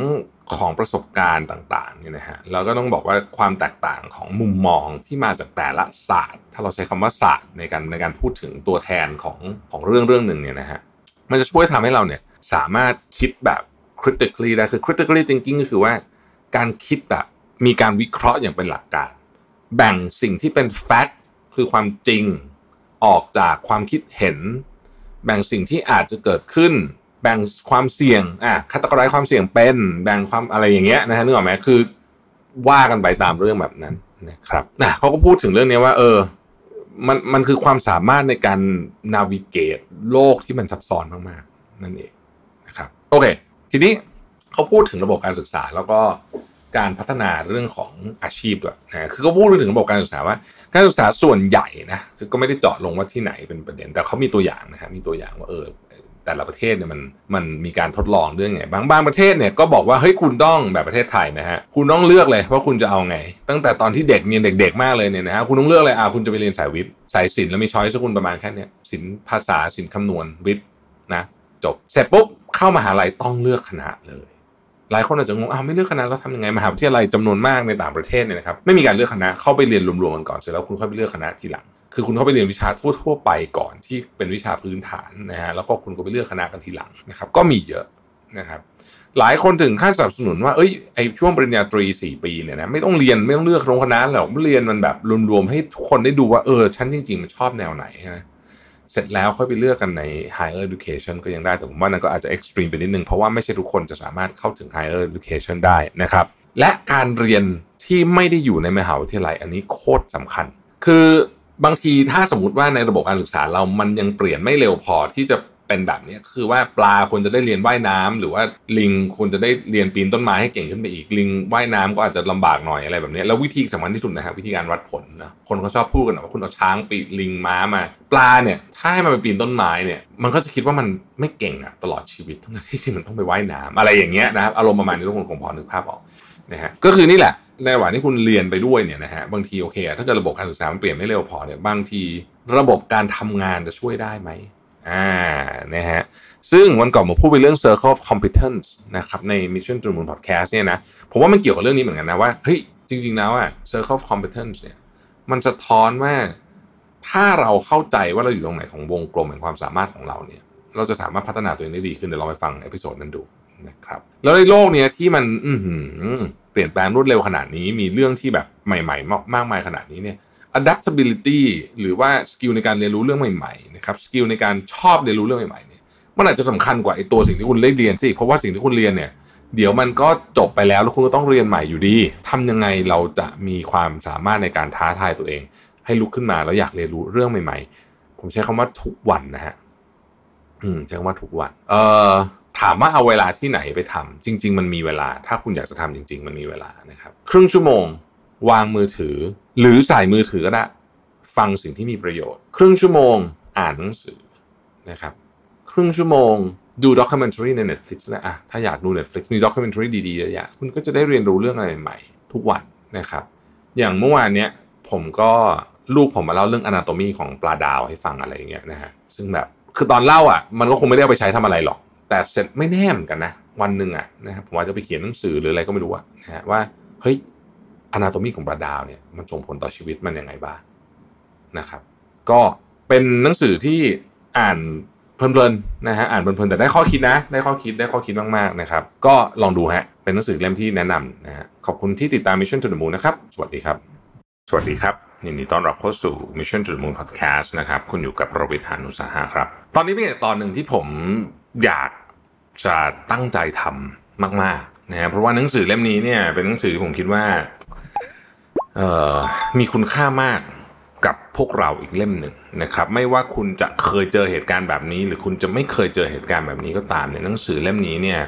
ของประสบการณ์ต่างๆเนี่ยนะฮะเราก็ต้องบอกว่าความแตกต่างของมุมมองที่มาจากแต่ละศาสตร์ถ้าเราใช้คำว่าศาสตร์ในการพูดถึงตัวแทนของเรื่องหนึ่งเนี่ยนะฮะมันจะช่วยทำให้เราเนี่ยสามารถคิดแบบ critically ได้คือ critically thinking ก็คือว่าการคิดแบบมีการวิเคราะห์อย่างเป็นหลักการแบ่งสิ่งที่เป็น fact คือความจริงออกจากความคิดเห็นแบ่งสิ่งที่อาจจะเกิดขึ้นแบ่งความเสี่ยงcategorize ความเสี่ยงเป็นแบ่งความอะไรอย่างเงี้ยนะฮะนึกออกไหมคือว่ากันไปตามเรื่องแบบนั้นนะครับเขาก็พูดถึงเรื่องนี้ว่ามันคือความสามารถในการ navigate โลกที่มันซับซ้อนมากๆนั่นเองนะครับโอเคทีนี้เขาพูดถึงระบบการศึกษาแล้วก็การพัฒนาเรื่องของอาชีพด้วยนะคือเขาพูดถึงระบบการศึกษาว่าการศึกษาส่วนใหญ่นะคือก็ไม่ได้เจาะลงว่าที่ไหนเป็นประเด็นแต่เขามีตัวอย่างนะฮะมีตัวอย่างว่าแต่ละประเทศเนี่ยมันมีการทดลองเรื่องไงบางประเทศเนี่ยก็บอกว่าเฮ้ยคุณต้องแบบประเทศไทยนะฮะคุณต้องเลือกเลยว่าคุณจะเอาไงตั้งแต่ตอนที่เด็กเรียนเด็กๆมากเลยเนี่ยนะฮะคุณต้องเลือกเลยคุณจะไปเรียนสายวิทย์สายศิลป์แล้วมีช้อยส์คุณประมาณแค่นี้ศิลป์ภาษาศิลป์คำนวณวิทย์นะจบเสร็จปุ๊บเข้ามหาลัยต้องเลือกคณะเลยหลายคนอาจจะงงไม่เลือกคณะแล้วทำยังไงมหาวิทยาลัยจำนวนมากในต่างประเทศเนี่ยนะครับไม่มีการเลือกคณะเข้าไปเรียนรวมๆกันก่อนเสร็จแล้วคุณค่อยไปเลือกคณะทีหลังคือคุณเข้าไปเรียนวิชาทั่วไปก่อนที่เป็นวิชาพื้นฐานนะฮะแล้วก็คุณก็ไปเลือกคณะกันทีหลังนะครับก็มีเยอะนะครับหลายคนถึงขั้นสนับสนุนว่าไอ้ช่วงปริญญาตรี4 ปีเนี่ยนะไม่ต้องเรียนไม่ต้องเลือกโรงคณะหรอกเรียนมันแบบรวมๆให้ทุกคนได้ดูว่าฉันจริงๆมันชอบแนวไหนนะเสร็จแล้วค่อยไปเลือกกันใน higher education ก็ยังได้แต่ผมว่านั่นก็อาจจะ extreme ไปนิดนึงเพราะว่าไม่ใช่ทุกคนจะสามารถเข้าถึง higher education ได้นะครับและการเรียนที่ไม่ได้อยู่ในมหาวิทยาลัยอันนี้โคตรสำคัญคือบางทีถ้าสมมุติว่าในระบบการศึกษาเรามันยังเปลี่ยนไม่เร็วพอที่จะเป็นแบบนี้คือว่าปลาควรจะได้เรียนว่ายน้ำหรือว่าลิงควรจะได้เรียนปีนต้นไม้ให้เก่งขึ้นไปอีกลิงว่ายน้ำก็อาจจะลำบากหน่อยอะไรแบบนี้แล้ววิธีสำคัญที่สุดนะฮะวิธีการวัดผลนะคนเขาชอบพูดกันว่าคุณเอาช้างปีนลิงม้ามาปลาเนี่ยถ้าให้มันไปปีนต้นไม้เนี่ยมันก็จะคิดว่ามันไม่เก่งตลอดชีวิตทั้งที่จริงมันต้องไปว่ายน้ำอะไรอย่างเงี้ยนะครับอารมณ์ประมาณนี้ทุกคนคงพอนึกภาพออกนะฮะก็คือนี่แหละในระหว่างที่คุณเรียนไปด้วยเนี่ยนะฮะบางทีโอเคถ้าเกิดระบบการศึกษามันเปลี่ยนไม่เร็วพอเนี่ยบางทีระบบการทำงานจะช่วยได้ไหมนะฮะซึ่งวันก่อนผมพูดไปเรื่อง Circle of Competence นะครับใน Mission to the Moon Podcast เนี่ยนะผมว่ามันเกี่ยวกับเรื่องนี้เหมือนกันนะว่าเฮ้ยจริงๆแล้วCircle of Competence เนี่ยมันสะท้อนว่าถ้าเราเข้าใจว่าเราอยู่ตรงไหนของวงกลมแห่งความสามารถของเราเนี่ยเราจะสามารถพัฒนาตัวเองได้ดีขึ้นเดี๋ยวเราไปฟังเอพิโซดนั้นดูนะครับแล้วในโลกนี้ที่มันเปลี่ยนแปลงรวดเร็วขนาดนี้มีเรื่องที่แบบใหม่ๆมากมายขนาดนี้เนี่ย adaptability หรือว่าสกิลในการเรียนรู้เรื่องใหม่ๆนะครับสกิลในการชอบเรียนรู้เรื่องใหม่ๆเนี่ยมันอาจจะสำคัญกว่าไอ้ตัวสิ่งที่คุณได้เรียนสิเพราะว่าสิ่งที่คุณเรียนเนี่ยเดี๋ยวมันก็จบไปแล้วคุณก็ต้องเรียนใหม่อยู่ดีทำยังไงเราจะมีความสามารถในการท้าทายตัวเองให้ลุกขึ้นมาแล้วอยากเรียนรู้เรื่องใหม่ๆผมใช้คำว่าทุกวันนะฮะใช้คำว่าทุกวันถามว่าเอาเวลาที่ไหนไปทำจริงๆมันมีเวลาถ้าคุณอยากจะทำจริงๆมันมีเวลานะครับครึ่งชั่วโมงวางมือถือหรือใส่มือถือก็ได้ฟังสิ่งที่มีประโยชน์ครึ่งชั่วโมงอ่านหนังสือนะครับครึ่งชั่วโมงดูด็อกิเมนทารีใน Netflix นะถ้าอยากดู Netflix มีด็อกิเมนทารีดีๆเยอะแยะคุณก็จะได้เรียนรู้เรื่องอะไรใหม่ทุกวันนะครับอย่างเมื่อวานเนี้ยผมก็ลูกผมมาเล่าเรื่อง anatomy ของปลาดาวให้ฟังอะไรอย่างเงี้ยนะฮะซึ่งแบบคือตอนเล่ามันก็คงไม่ได้เอาไปใช้ทำอะไรหรอกแต่เสร็จไม่แน่เหมือนกันนะวันหนึ่งนะครับผมอาจจะไปเขียนหนังสือหรืออะไรก็ไม่รู้นะฮะว่าเฮ้ย anatomy ของปลาดาวเนี่ยมันส่งผลต่อชีวิตมันยังไงบ้างนะครับก็เป็นหนังสือที่อ่านเพลินๆนะฮะอ่านเพลินๆแต่ได้ข้อคิดนะได้ข้อคิดมากๆนะครับก็ลองดูฮะเป็นหนังสือเล่มที่แนะนำนะฮะขอบคุณที่ติดตาม Mission to the Moon นะครับสวัสดีครับยินดีต้อนรับเข้าสู่ Mission to the Moon Podcast นะครับคุณอยู่กับประวิทย์ หาญอุตสาหะครับตอนนี้เป็นตอนหนึ่งที่ผมอยากจะตั้งใจทำมากๆนะฮะเพราะว่าหนังสือเล่มนี้เนี่ยเป็นหนังสือที่ผมคิดว่ามีคุณค่ามากกับพวกเราอีกเล่มหนึ่งนะครับไม่ว่าคุณจะเคยเจอเหตุการณ์แบบนี้หรือคุณจะไม่เคยเจอเหตุการณ์แบบนี้ก็ตามเนี่ยหนังสือเล่มนี้เนี่ย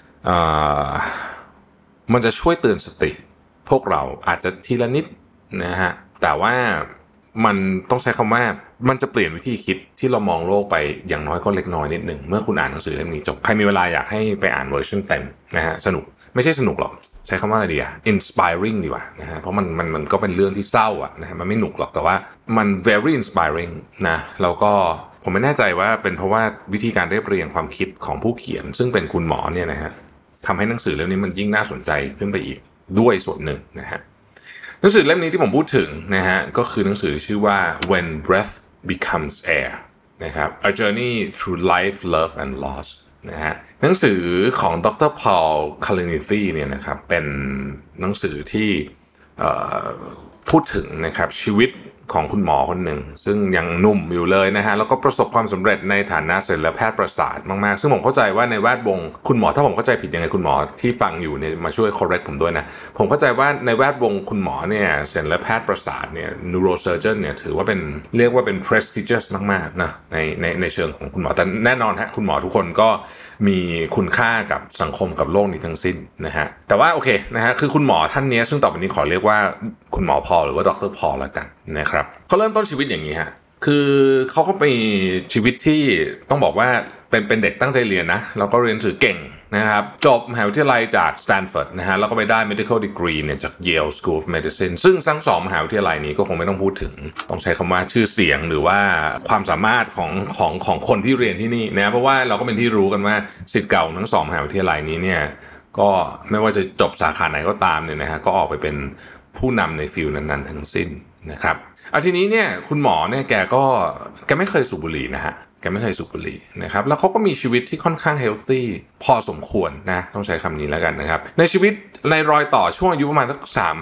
มันจะช่วยเตือนสติพวกเราอาจจะทีละนิดนะฮะแต่ว่ามันต้องใช้คำว่ามันจะเปลี่ยนวิธีคิดที่เรามองโลกไปอย่างน้อยก็เล็กน้อยนิดหนึ่งเมื่อคุณอ่านหนังสือเล่มนี้จบใครมีเวลาอยากให้ไปอ่านเวอร์ชันเต็มนะฮะสนุกไม่ใช่สนุกหรอกใช้คำว่าอะไรดีinspiring ดีกว่านะฮะเพราะมันก็เป็นเรื่องที่เศร้านะฮะมันไม่หนุกหรอกแต่ว่ามัน very inspiring นะแล้วก็ผมไม่แน่ใจว่าเป็นเพราะว่าวิธีการเรียบเรียงความคิดของผู้เขียนซึ่งเป็นคุณหมอเนี่ยนะฮะทำให้หนังสือเล่มนี้มันยิ่งน่าสนใจขึ้นไปอีกด้วยส่วนหนึ่งนะฮะหนังสือเล่มนี้ที่ผมพูดถึงนะฮะก็คือหนังสือชื่อว่า When Breath Becomes Air นะครับ A Journey Through Life, Love and Loss นะฮะหนังสือของดร. Paul Kalanithi เนี่ยนะครับเป็นหนังสือที่พูดถึงนะครับชีวิตของคุณหมอคนหนึ่งซึ่งยังหนุ่มอยู่เลยนะฮะแล้วก็ประสบความสำเร็จในฐานะศัลยแพทย์ประสาทมากๆซึ่งผมเข้าใจว่าในแวดวงคุณหมอถ้าผมเข้าใจผิดยังไงคุณหมอที่ฟังอยู่เนี่ยมาช่วย correct ผมด้วยนะผมเข้าใจว่าในแวดวงคุณหมอเนี่ยศัลยแพทย์ประสาทเนี่ย neurosurgeon เนี่ยถือว่าเป็นเรียกว่าเป็น prestigious มากๆนะในเชิงของคุณหมอแต่แน่นอนฮะคุณหมอทุกคนก็มีคุณค่ากับสังคมกับโลกนี้ทั้งสิ้นนะฮะแต่ว่าโอเคนะฮะคือคุณหมอท่านนี้ซึ่งต่อไปนี้ขอเรียกว่าคุณหมอพอลหรือว่าดร. พอลแล้วกันนะครับเขาเริ่มต้นชีวิตอย่างนี้ฮะคือเขาก็มีชีวิตที่ต้องบอกว่าเป็นเด็กตั้งใจเรียนนะแล้วก็เรียนหนังสือเก่งนะครับจบมหาวิทยาลัยจากสแตนฟอร์ดนะฮะแล้วก็ไปได้ medical degree เนี่ยจาก Yale School of Medicine ซึ่งทั้งสองมหาวิทยาลัยนี้ก็คงไม่ต้องพูดถึงต้องใช้คำว่าชื่อเสียงหรือว่าความสามารถของคนที่เรียนที่นี่นะเพราะว่าเราก็เป็นที่รู้กันว่าศิษย์เก่าทั้งสองมหาวิทยาลัยนี้เนี่ยก็ไม่ว่าจะจบสาขาไหนก็ตามเนี่ยนะฮะก็ออกไปเป็นผู้นำในฟิลนั้นๆทั้งสิ้นนะครับทีนี้เนี่ยคุณหมอเนี่ยแกไม่เคยสูบบุหรี่นะฮะแกไม่เคยสูบบุหรี่นะครับแล้วเขาก็มีชีวิตที่ค่อนข้างเฮลตี้พอสมควรนะต้องใช้คำนี้แล้วกันนะครับในชีวิตในรอยต่อช่วงอายุประมาณสัก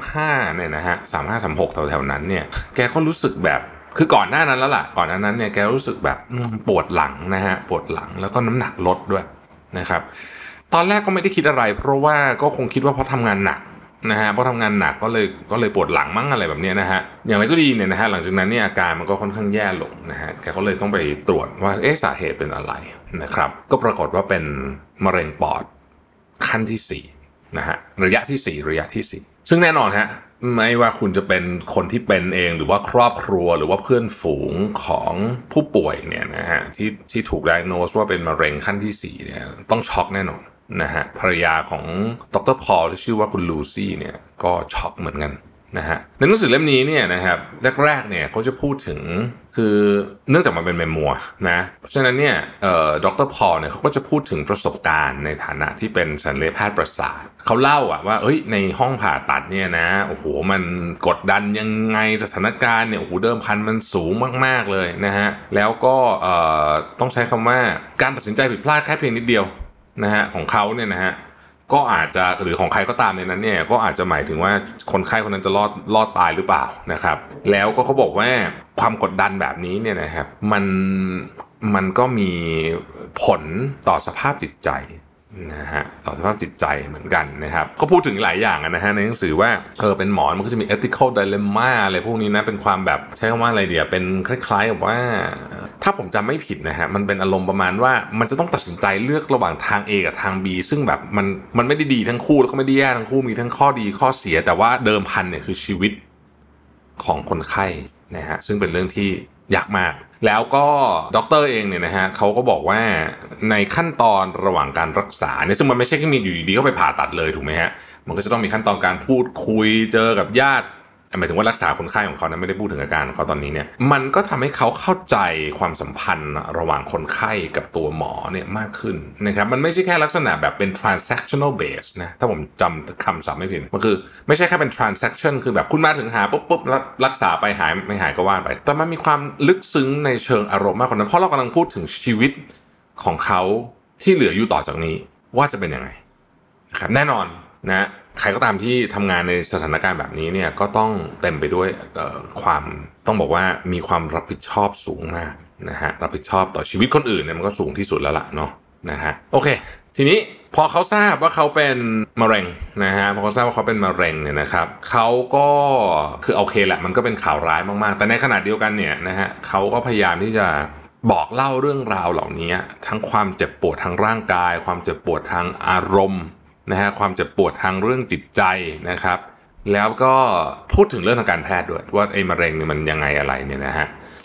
35เนี่ยนะฮะ35-36แถวๆนั้นเนี่ยแกก็รู้สึกแบบคือก่อนหน้านั้นแล้วล่ะก่อนหน้านั้นเนี่ยแกรู้สึกแบบปวดหลังนะฮะปวดหลังแล้วก็น้ำหนักลดด้วยนะครับตอนแรกก็ไม่ได้คิดอะไรเพราะว่าก็คงคิดว่าเพราะทำงานหนักนะฮะเพราะทำงานหนักก็เลยปวดหลังมั้งอะไรแบบนี้นะฮะอย่างไรก็ดีเนี่ยนะฮะหลังจากนั้นเนี่ยอาการมันก็ค่อนข้างแย่ลงนะฮะแกก็เลยต้องไปตรวจว่าสาเหตุเป็นอะไรนะครับก็ปรากฏว่าเป็นมะเร็งปอดขั้นที่4นะฮะระยะที่4ซึ่งแน่นอนฮะไม่ว่าคุณจะเป็นคนที่เป็นเองหรือว่าครอบครัวหรือว่าเพื่อนฝูงของผู้ป่วยเนี่ยนะฮะที่ถูก diagnose ว่าเป็นมะเร็งขั้นที่4เนี่ยต้องช็อกแน่นอนนะฮะภรรยาของดร. พอลที่ชื่อว่าคุณลูซี่เนี่ยก็ช็อกเหมือนกันนะฮะในหนังสือเล่มนี้เนี่ยนะครับแรกๆเนี่ยเขาจะพูดถึงคือเนื่องจากมันเป็นเมมัวนะเพราะฉะนั้นเนี่ยดร. พอลเนี่ยเขาก็จะพูดถึงประสบการณ์ในฐานะที่เป็นศัลยแพทย์ประสาทเขาเล่าว่าในห้องผ่าตัดเนี่ยนะโอ้โหมันกดดันยังไงสถานการณ์เนี่ยโอ้โหเดิมพันมันสูงมากๆเลยนะฮะแล้วก็ต้องใช้คำว่าการตัดสินใจผิดพลาดแค่เพียงนิดเดียวนะฮะของเขาเนี่ยนะฮะก็อาจจะหรือของใครก็ตามในนั้นเนี่ยก็อาจจะหมายถึงว่าคนไข้คนนั้นจะรอดตายหรือเปล่านะครับแล้วก็เขาบอกว่าความกดดันแบบนี้เนี่ยนะครับมันก็มีผลต่อสภาพจิตใจนะฮะต่อสภาพจิตใจเหมือนกันนะครับก็พูดถึงหลายอย่างนะฮะในหนังสือว่าเป็นหมอมันก็จะมี ethical dilemma อะไรพวกนี้นะเป็นความแบบใช้คำว่าอะไรเดียวเป็นคล้ายๆกับว่าถ้าผมจำไม่ผิดนะฮะมันเป็นอารมณ์ประมาณว่ามันจะต้องตัดสินใจเลือกระหว่างทาง A กับทาง B ซึ่งแบบมันไม่ได้ดีทั้งคู่แล้วก็ไม่ได้แย่ทั้งคู่มีทั้งข้อดีข้อเสียแต่ว่าเดิมพันเนี่ยคือชีวิตของคนไข้นะฮะซึ่งเป็นเรื่องที่ยากมากแล้วก็ด็อกเตอร์เองเนี่ยนะฮะเขาก็บอกว่าในขั้นตอนระหว่างการรักษาเนี่ยซึ่งมันไม่ใช่แค่มีอยู่ดีๆก็ไปผ่าตัดเลยถูกไหมฮะมันก็จะต้องมีขั้นตอนการพูดคุยเจอกับญาติหมายถึงว่ารักษาคนไข้ของเขานะไม่ได้พูดถึงอาการของเขาตอนนี้เนี่ยมันก็ทำให้เขาเข้าใจความสัมพันธ์ระหว่างคนไข้กับตัวหมอเนี่ยมากขึ้นนะครับมันไม่ใช่แค่ลักษณะแบบเป็น transactional base นะถ้าผมจำคำศัพท์ไม่ผิดมันคือไม่ใช่แค่เป็น transaction คือแบบคุณมาถึงหาปุ๊บรักษาไปหายไม่หายก็ว่าไปแต่มันมีความลึกซึ้งในเชิงอารมณ์มากกว่านั้นเพราะเรากำลังพูดถึงชีวิตของเขาที่เหลืออยู่ต่อจากนี้ว่าจะเป็นยังไงนะครับแน่นอนนะใครก็ตามที่ทำงานในสถานการณ์แบบนี้เนี่ยก็ต้องเต็มไปด้วยความต้องบอกว่ามีความรับผิดชอบสูงมากนะฮะรับผิดชอบต่อชีวิตคนอื่นเนี่ยมันก็สูงที่สุดแล้วล่ะเนาะนะฮะโอเคทีนี้พอเขาทราบว่าเขาเป็นมะเร็งนะฮะพอเขาทราบว่าเขาเป็นมะเร็งเนี่ยนะครับเขาก็คือโอเคแหละมันก็เป็นข่าวร้ายมากๆแต่ในขณะเดียวกันเนี่ยนะฮะเขาก็พยายามที่จะบอกเล่าเรื่องราวเหล่านี้ทั้งความเจ็บปวดทางร่างกายความเจ็บปวดทางอารมณ์นะฮะความเจ็บปวดทางเรื่องจิตใจนะครับแล้วก็พูดถึงเรื่องทางการแพทย์ด้วยว่าไอ้มะเร็งเนี่ยมันยังไงอะไรเนี่ยนะฮะท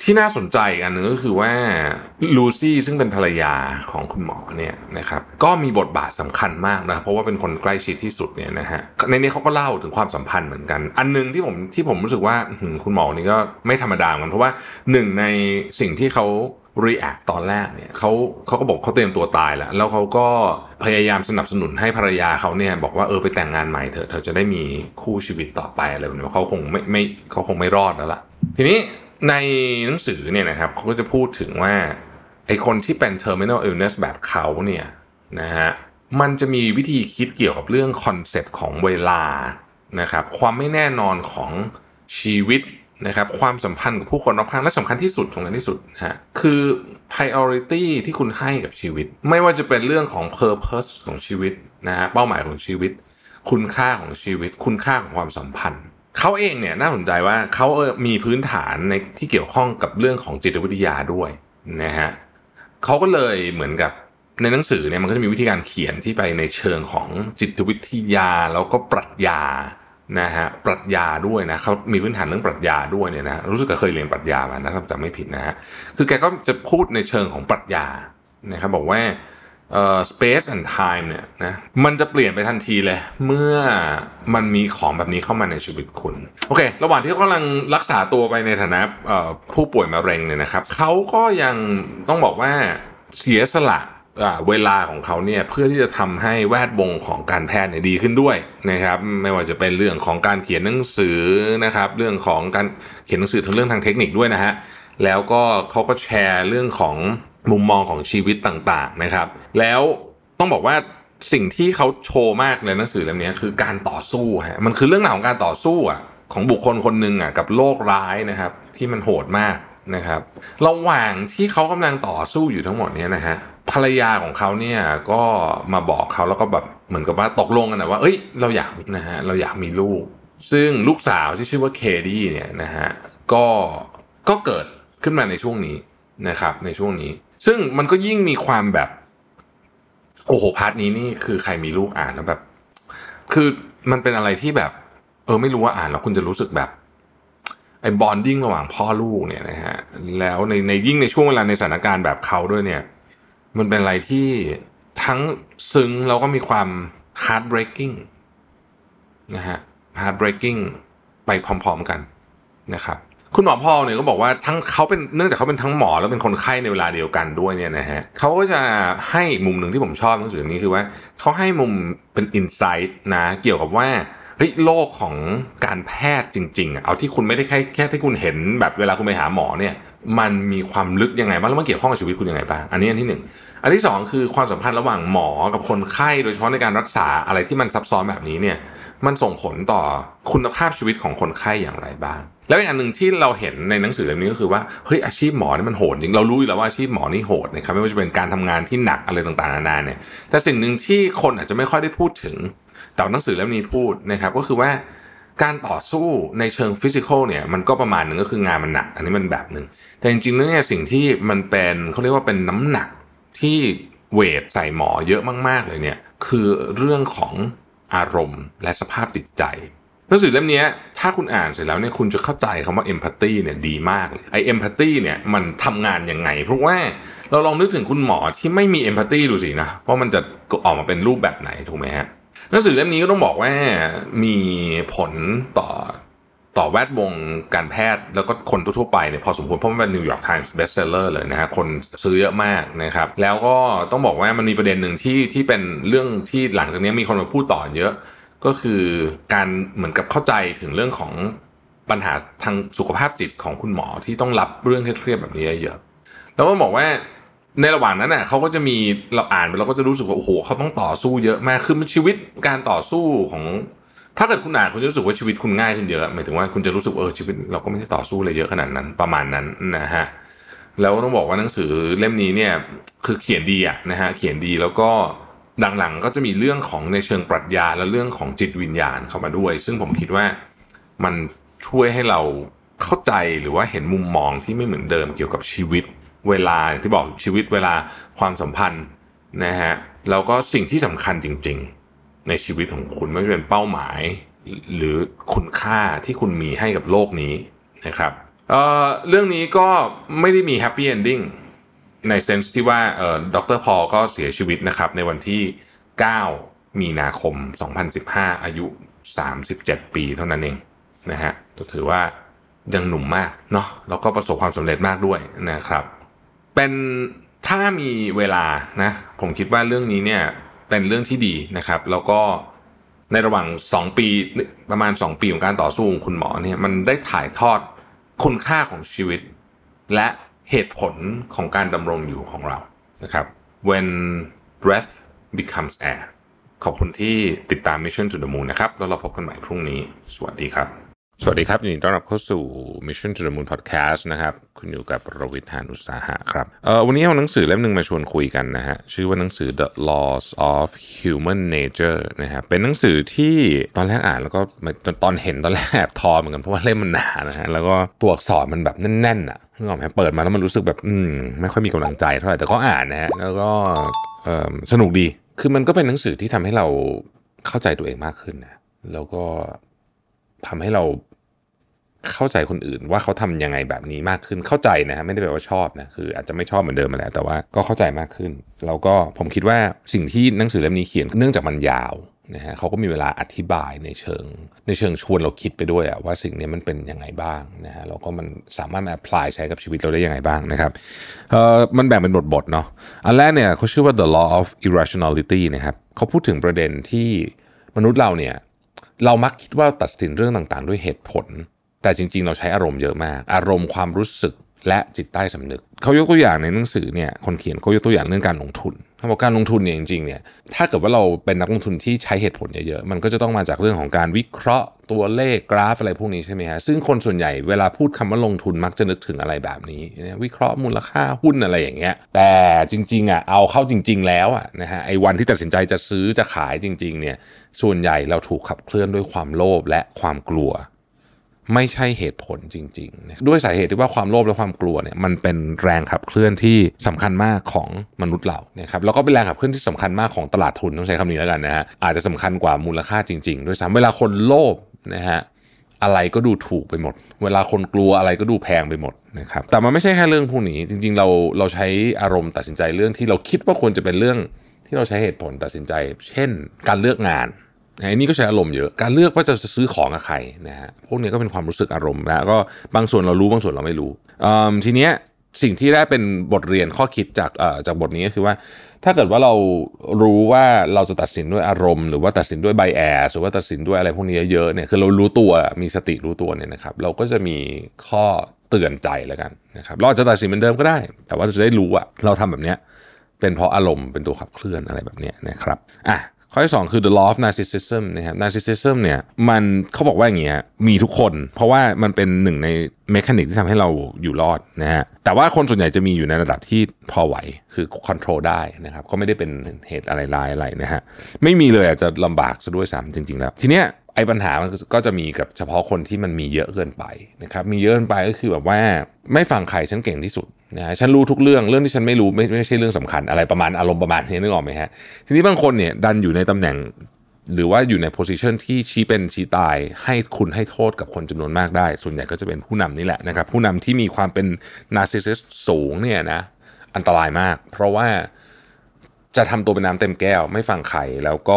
ที่น่าสนใจอันนึงก็คือว่าลูซี่ซึ่งเป็นภรรยาของคุณหมอเนี่ยนะครับก็มีบทบาทสำคัญมากนะเพราะว่าเป็นคนใกล้ชิดที่สุดเนี่ยนะฮะในนี้เขาก็เล่าถึงความสัมพันธ์เหมือนกันอันนึงที่ผมรู้สึกว่าคุณหมอนี่ก็ไม่ธรรมดาเหมือนกันเพราะว่าหนึ่งในสิ่งที่เขาreact ตอนแรกเนี่ยเขาก็บอกเขาเตรียมตัวตายแล้วเขาก็พยายามสนับสนุนให้ภรรยาเขาเนี่ยบอกว่าไปแต่งงานใหม่เธอจะได้มีคู่ชีวิตต่อไปอะไรแบบนี้เขาคงไม่รอดแล้วล่ะทีนี้ในหนังสือเนี่ยนะครับเขาก็จะพูดถึงว่าไอ้คนที่เป็น terminal illness แบบเขาเนี่ยนะฮะมันจะมีวิธีคิดเกี่ยวกับเรื่องคอนเซปต์ของเวลานะครับความไม่แน่นอนของชีวิตนะครับความสัมพันธ์กับผู้คนรอบข้างและสำคัญที่สุดนะฮะคือ priority ที่คุณให้กับชีวิตไม่ว่าจะเป็นเรื่องของ purpose ของชีวิตนะฮะเป้าหมายของชีวิตคุณค่าของชีวิตคุณค่าของความสัมพันธ์เขาเองเนี่ยน่าสนใจว่าเขามีพื้นฐานในที่เกี่ยวข้องกับเรื่องของจิตวิทยาด้วยนะฮะเขาก็เลยเหมือนกับในหนังสือเนี่ยมันก็จะมีวิธีการเขียนที่ไปในเชิงของจิตวิทยาแล้วก็ปรัชญานะฮะปรัชญาด้วยนะเขามีพื้นฐานเรื่องปรัชญาด้วยเนี่ยนะรู้สึกเคยเรียนปรัชญามานะถ้าจำไม่ผิดนะฮะคือแกก็จะพูดในเชิงของปรัชญานะครับบอกว่าspace and time เนี่ยนะมันจะเปลี่ยนไปทันทีเลยเมื่อมันมีของแบบนี้เข้ามาในชีวิตคุณโอเคระหว่างที่เขากำลังรักษาตัวไปในฐานะผู้ป่วยมะเร็งเนี่ยนะครับเขาก็ยังต้องบอกว่าเสียสละเวลาของเขาเนี่ยเพื่อที่จะทำให้แวดวงของการแพทย์เนี่ยดีขึ้นด้วยนะครับไม่ว่าจะเป็นเรื่องของการเขียนหนังสือนะครับเรื่องของการเขียนหนังสือทั้งเรื่องทางเทคนิคด้วยนะฮะแล้วก็เขาก็แชร์เรื่องของมุมมองของชีวิตต่างๆนะครับแล้วต้องบอกว่าสิ่งที่เขาโชว์มากในหนังสือเล่มนี้คือการต่อสู้ฮะมันคือเรื่องราวของการต่อสู้ของบุคคลคนหนึ่งกับโรคร้ายนะครับที่มันโหดมากนะครับระหว่างที่เขากำลังต่อสู้อยู่ทั้งหมดนี้นะฮะภรรยาของเขาเนี่ยก็มาบอกเขาแล้วก็แบบเหมือนกับว่าตกลงกันนะว่าเอ้ยเราอยากมีลูกซึ่งลูกสาวที่ชื่อว่าเคดี้เนี่ยนะฮะก็เกิดขึ้นมาในช่วงนี้นะครับในช่วงนี้ซึ่งมันก็ยิ่งมีความแบบโอ้โหพาร์ทนี้นี่คือใครมีลูกอ่านแล้วแบบคือมันเป็นอะไรที่แบบไม่รู้ว่าอ่านแล้วคุณจะรู้สึกแบบไอ้บอนดิ้งระหว่างพ่อลูกเนี่ยนะฮะแล้วในยิ่งในช่วงเวลาในสถานการณ์แบบเขาด้วยเนี่ยมันเป็นอะไรที่ทั้งซึ้งแล้วก็มีความ heartbreaking นะฮะ heartbreaking ไปพร้อมๆกันนะครับคุณหมอพอลเนี่ยก็บอกว่าเนื่องจากเขาเป็นทั้งหมอแล้วเป็นคนไข้ในเวลาเดียวกันด้วยเนี่ยนะฮะเขาก็จะให้มุมหนึ่งที่ผมชอบหนังสือนี้คือว่าเขาให้มุมเป็นอินไซต์นะเกี่ยวกับว่าเฮ้ยโลกของการแพทย์จริงๆเอาที่คุณไม่ได้แค่ที่คุณเห็นแบบเวลาคุณไปหาหมอเนี่ยมันมีความลึกยังไงบ้างแล้วมันเกี่ยวข้องกับชีวิตคุณยังไงบ้างอันที่หนึ่งอันที่สองคือความสัมพันธ์ระหว่างหมอกับคนไข้โดยเฉพาะในการรักษาอะไรที่มันซับซ้อนแบบนี้เนี่ยมันส่งผลต่อคุณภาพชีวิตของคนไข้อย่างไรบ้างแล้วอีกอันหนึ่งที่เราเห็นในหนังสือเล่มนี้ก็คือว่าเฮ้ยอาชีพหมอนี่มันโหดจริงเรารู้อยู่แล้วว่าอาชีพหมอนี่โหดนะครับไม่ว่าจะเป็นการทำงานที่หนักอะไรต่างๆนานาเนี่ยแต่สิ่งหนึ่งที่คนอาจจะไม่ค่อยได้พูดถึงแต่หนังสือเล่มนี้พูดนะครับก็คือว่าการต่อสู้ในเชิงฟิสิกอลเนี่ยมันก็ประมาณหนึ่งก็คืองานมันหนักอันนี้มันแบบหนึ่งแต่จริงๆแล้วเนี่ยสิ่งที่มันเป็นเขาเรียกว่าเป็นน้ำหนักที่เวทใส่หมอเยอะมากๆเลยเนี่ยคือเรื่องของอารมณ์และสภาพจิตใจหนังสือเล่มนี้ถ้าคุณอ่านเสร็จแล้วเนี่ยคุณจะเข้าใจคำว่า empathy เนี่ยดีมากเลยไอ้ empathy เนี่ยมันทำงานยังไงเพราะว่าเราลองนึกถึงคุณหมอที่ไม่มี empathy ดูสินะว่ามันจะออกมาเป็นรูปแบบไหนถูกไหมฮะหนังสือเล่มนี้ก็ต้องบอกว่ามีผลต่อแวดวงการแพทย์แล้วก็คนทั่วไปเนี่ยพอสมควรเพราะมันเป็น New York Times bestseller เลยนะฮะคนซื้อเยอะมากนะครับแล้วก็ต้องบอกว่ามันมีประเด็นหนึ่งที่เป็นเรื่องที่หลังจากนี้มีคนมาพูดต่อเยอะก็คือการเหมือนกับเข้าใจถึงเรื่องของปัญหาทางสุขภาพจิตของคุณหมอที่ต้องรับเรื่องเครียดๆแบบนี้เยอะแล้วก็บอกว่าในระหว่างนั้นน่ะเขาก็จะมีเราอ่านไปเราก็จะรู้สึกว่าโอ้โหเขาต้องต่อสู้เยอะมากคือมันชีวิตการต่อสู้ของถ้าเกิดคุณอ่านคุณจะรู้สึกว่าชีวิตคุณง่ายขึ้นเยอะหมายถึงว่าคุณจะรู้สึกชีวิตเราก็ไม่ได้ต่อสู้อะไรเยอะขนาดนั้นประมาณนั้นนะฮะแล้วต้องบอกว่าหนังสือเล่มนี้เนี่ยคือเขียนดีนะฮะเขียนดีแล้วก็หลังๆก็จะมีเรื่องของในเชิงปรัชญาและเรื่องของจิตวิญญาณเข้ามาด้วยซึ่งผมคิดว่ามันช่วยให้เราเข้าใจหรือว่าเห็นมุมมองที่ไม่เหมือนเดิมเกี่ยวกับชีวิตเวลาที่บอกชีวิตเวลาความสัมพันธ์นะฮะแล้วก็สิ่งที่สำคัญจริงๆในชีวิตของคุณไม่ว่าจะเป็นเป้าหมายหรือคุณค่าที่คุณมีให้กับโลกนี้นะครับเรื่องนี้ก็ไม่ได้มีแฮปปี้เอนดิ้งในเซนส์ที่ว่าดร.พอลก็เสียชีวิตนะครับในวันที่9มีนาคม2015อายุ37ปีเท่านั้นเองนะฮะถือว่ายังหนุ่มมากเนาะแล้วก็ประสบความสำเร็จมากด้วยนะครับเป็นถ้ามีเวลานะผมคิดว่าเรื่องนี้เนี่ยเป็นเรื่องที่ดีนะครับแล้วก็ในระหว่าง2ปีประมาณ2ปีของการต่อสู้ของคุณหมอเนี่ยมันได้ถ่ายทอดคุณค่าของชีวิตและเหตุผลของการดำรงอยู่ของเรานะครับ When breath becomes air ขอบคุณที่ติดตาม Mission to the Moon นะครับแล้วเราพบกันใหม่พรุ่งนี้สวัสดีครับสวัสดีครับยินดีต้อนรับเข้าสู่ Mission to the Moon Podcast นะครับคุณอยู่กับรวิทย์ หาญอุตสาหะครับวันนี้เอาหนังสือเล่มนึงมาชวนคุยกันนะฮะชื่อว่าหนังสือ The Laws of Human Nature นะครับเป็นหนังสือที่ตอนแรกอ่านแล้วก็ตอนเห็นตอนแรกแอบทอเหมือนกันเพราะว่าเล่มมันหนานะฮะแล้วก็ตัวอักษรมันแบบแน่นๆอ่ะนึกออกไหมเปิดมาแล้วมันรู้สึกแบบไม่ค่อยมีกำลังใจเท่าไหร่แต่ก็อ่านนะฮะแล้วก็สนุกดีคือมันก็เป็นหนังสือที่ทำให้เราเข้าใจตัวเองมากขึ้นนะแล้วก็ทำให้เราเข้าใจคนอื่นว่าเขาทำยังไงแบบนี้มากขึ้นเข้าใจนะฮะไม่ได้แปลว่าชอบนะคืออาจจะไม่ชอบเหมือนเดิมมาแล้วแต่ว่าก็เข้าใจมากขึ้นแล้วก็ผมคิดว่าสิ่งที่หนังสือเล่มนี้เขียนเนื่องจากมันยาวนะฮะเขาก็มีเวลาอธิบายในเชิงชวนเราคิดไปด้วยว่าสิ่งนี้มันเป็นยังไงบ้างนะฮะแล้วก็มันสามารถมา apply ใช้กับชีวิตเราได้ยังไงบ้างนะครับมันแบ่งเป็นบทๆเนาะอันแรกเนี่ยเขาชื่อว่า The Law of Irrationality นะครับเขาพูดถึงประเด็นที่มนุษย์เราเนี่ยเรามักคิดว่าตัดสินเรื่องต่างๆด้วยเหตุผลแต่จริงๆเราใช้อารมณ์เยอะมากอารมณ์ความรู้สึกและจิตใต้สำนึกเขายกตัวอย่างในหนังสือเนี่ยคนเขียนเขายกตัวอย่างเรื่องการลงทุนเขาบอกการลงทุนเนี่ยจริงๆเนี่ยถ้าเกิดว่าเราเป็นนักลงทุนที่ใช้เหตุผลเยอะๆมันก็จะต้องมาจากเรื่องของการวิเคราะห์ตัวเลขกราฟอะไรพวกนี้ใช่ไหมฮะซึ่งคนส่วนใหญ่เวลาพูดคำว่าลงทุนมักจะนึกถึงอะไรแบบนี้วิเคราะห์มูลค่าหุ้นอะไรอย่างเงี้ยแต่จริงๆเอาเข้าจริงๆแล้วนะฮะไอ้วันที่ตัดสินใจจะซื้อจะขายจริงๆเนี่ยส่วนใหญ่เราถูกขับเคลื่อนด้วยความโลภและความกลัวไม่ใช่เหตุผลจริงๆด้วยสาเหตุที่ว่าความโลภและความกลัวเนี่ยมันเป็นแรงขับเคลื่อนที่สำคัญมากของมนุษย์เรานะครับแล้วก็เป็นแรงขับเคลื่อนที่สำคัญมากของตลาดทุนต้องใช้คำนี้แล้วกันนะฮะอาจจะสำคัญกว่ามูลค่าจริงๆด้วยซ้ำเวลาคนโลภนะฮะอะไรก็ดูถูกไปหมดเวลาคนกลัวอะไรก็ดูแพงไปหมดนะครับแต่มันไม่ใช่แค่เรื่องพวกนี้จริงๆเราใช้อารมณ์ตัดสินใจเรื่องที่เราคิดว่าควรจะเป็นเรื่องที่เราใช้เหตุผลตัดสินใจเช่นการเลือกงานอันนี้ก็ใช้อารมณ์เยอะการเลือกว่าจะซื้อของกับใครนะฮะพวกนี้ก็เป็นความรู้สึกอารมณ์แล้วก็บางส่วนเรารู้บางส่วนเราไม่รู้ทีเนี้ยสิ่งที่ได้เป็นบทเรียนข้อคิดจากบทนี้ก็คือว่าถ้าเกิดว่าเรารู้ว่าเราจะตัดสินด้วยอารมณ์หรือว่าตัดสินด้วยไบแอสหรือว่าตัดสินด้วยอะไรพวกนี้เยอะเนี่ยคือเรารู้ตัวมีสติรู้ตัวเนี่ยนะครับเราก็จะมีข้อเตือนใจแล้วกันนะครับเราจะตัดสินเหมือนเดิมก็ได้แต่ว่าเราจะได้รู้ว่าเราทำแบบเนี้ยเป็นเพราะอารมณ์เป็นตัวขับเคลื่อนอะไรแบบเนี้ยนะครับข้อที่2คือ the law of narcissism นะครับ narcissism เนี่ยมันเขาบอกว่าอย่างเงี้ยมีทุกคนเพราะว่ามันเป็นหนึ่งในเมคานิกที่ทำให้เราอยู่รอดนะฮะแต่ว่าคนส่วนใหญ่จะมีอยู่ในระดับที่พอไหวคือ control ได้นะครับก็ไม่ได้เป็นเหตุอะไรร้ายอะไรนะฮะไม่มีเลยอาจจะลำบากซะด้วยซ้ำจริงๆแล้วทีเนี้ยไอ้ปัญหามันก็จะมีกับเฉพาะคนที่มันมีเยอะเกินไปนะครับมีเยอะเกินไปก็คือแบบว่าไม่ฟังใครฉันเก่งที่สุดนะฉันรู้ทุกเรื่องที่ฉันไม่รู้ไม่ใช่เรื่องสำคัญอะไรประมาณอารมณ์ประมาณนี้นึกออกไหมฮะทีนี้บางคนเนี่ยดันอยู่ในตำแหน่งหรือว่าอยู่ในโพสิชันที่ชี้เป็นชี้ตายให้คุณให้โทษกับคนจำนวนมากได้ส่วนใหญ่ก็จะเป็นผู้นำนี่แหละนะครับผู้นำที่มีความเป็นนาร์ซิสซิสสูงเนี่ยนะอันตรายมากเพราะว่าจะทำตัวเป็นน้ำเต็มแก้วไม่ฟังใครแล้วก็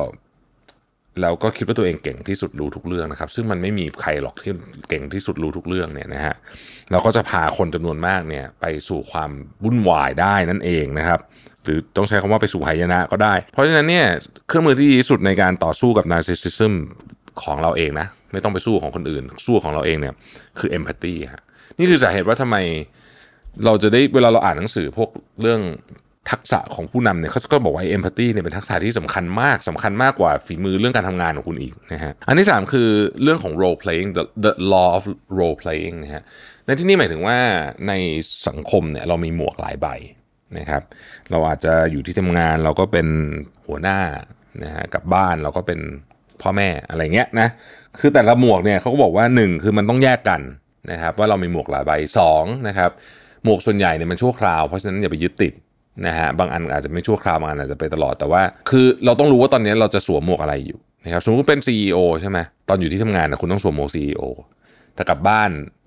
คิดว่าตัวเองเก่งที่สุดรู้ทุกเรื่องนะครับซึ่งมันไม่มีใครหรอกที่เก่งที่สุดรู้ทุกเรื่องเนี่ยนะฮะเราก็จะพาคนจำนวนมากเนี่ยไปสู่ความวุ่นวายได้นั่นเองนะครับหรือต้องใช้คำว่าไปสู่หายนะก็ได้เพราะฉะนั้นเนี่ยเครื่องมือที่ดีที่สุดในการต่อสู้กับ narcissism ของเราเองนะไม่ต้องไปสู้ของคนอื่นสู้ของเราเองเนี่ยคือ empathy ฮะนี่คือสาเหตุว่าทำไมเราจะได้เวลาเราอ่านหนังสือพวกเรื่องทักษะของผู้นำเนี่ยเขาก็บอกว่า empathy เนี่ยเป็นทักษะที่สำคัญมากกว่าฝีมือเรื่องการทำงานของคุณอีกนะฮะอันที่3คือเรื่องของ role playing the law of role playing นะฮะในที่นี้หมายถึงว่าในสังคมเนี่ยเรามีหมวกหลายใบนะครับเราอาจจะอยู่ที่ทำงานเราก็เป็นหัวหน้านะฮะกับบ้านเราก็เป็นพ่อแม่อะไรเงี้ยนะคือแต่ละหมวกเนี่ยเขาก็บอกว่า1คือมันต้องแยกกันนะครับว่าเรามีหมวกหลายใบ2นะครับหมวกส่วนใหญ่เนี่ยมันชั่วคราวเพราะฉะนั้นอย่าไปยึดติดนะฮะบางอันอาจจะไม่ชั่วคราวบางอันอาจจะไปตลอดแต่ว่าคือเราต้องรู้ว่าตอนนี้เราจะสวมหมวกอะไรอยู่นะครับสมมติเป็น CEO ใช่ไหมตอนอยู่ที่ทำงานนะคุณต้องสวมหมวก CEO แต่กลับบ้าน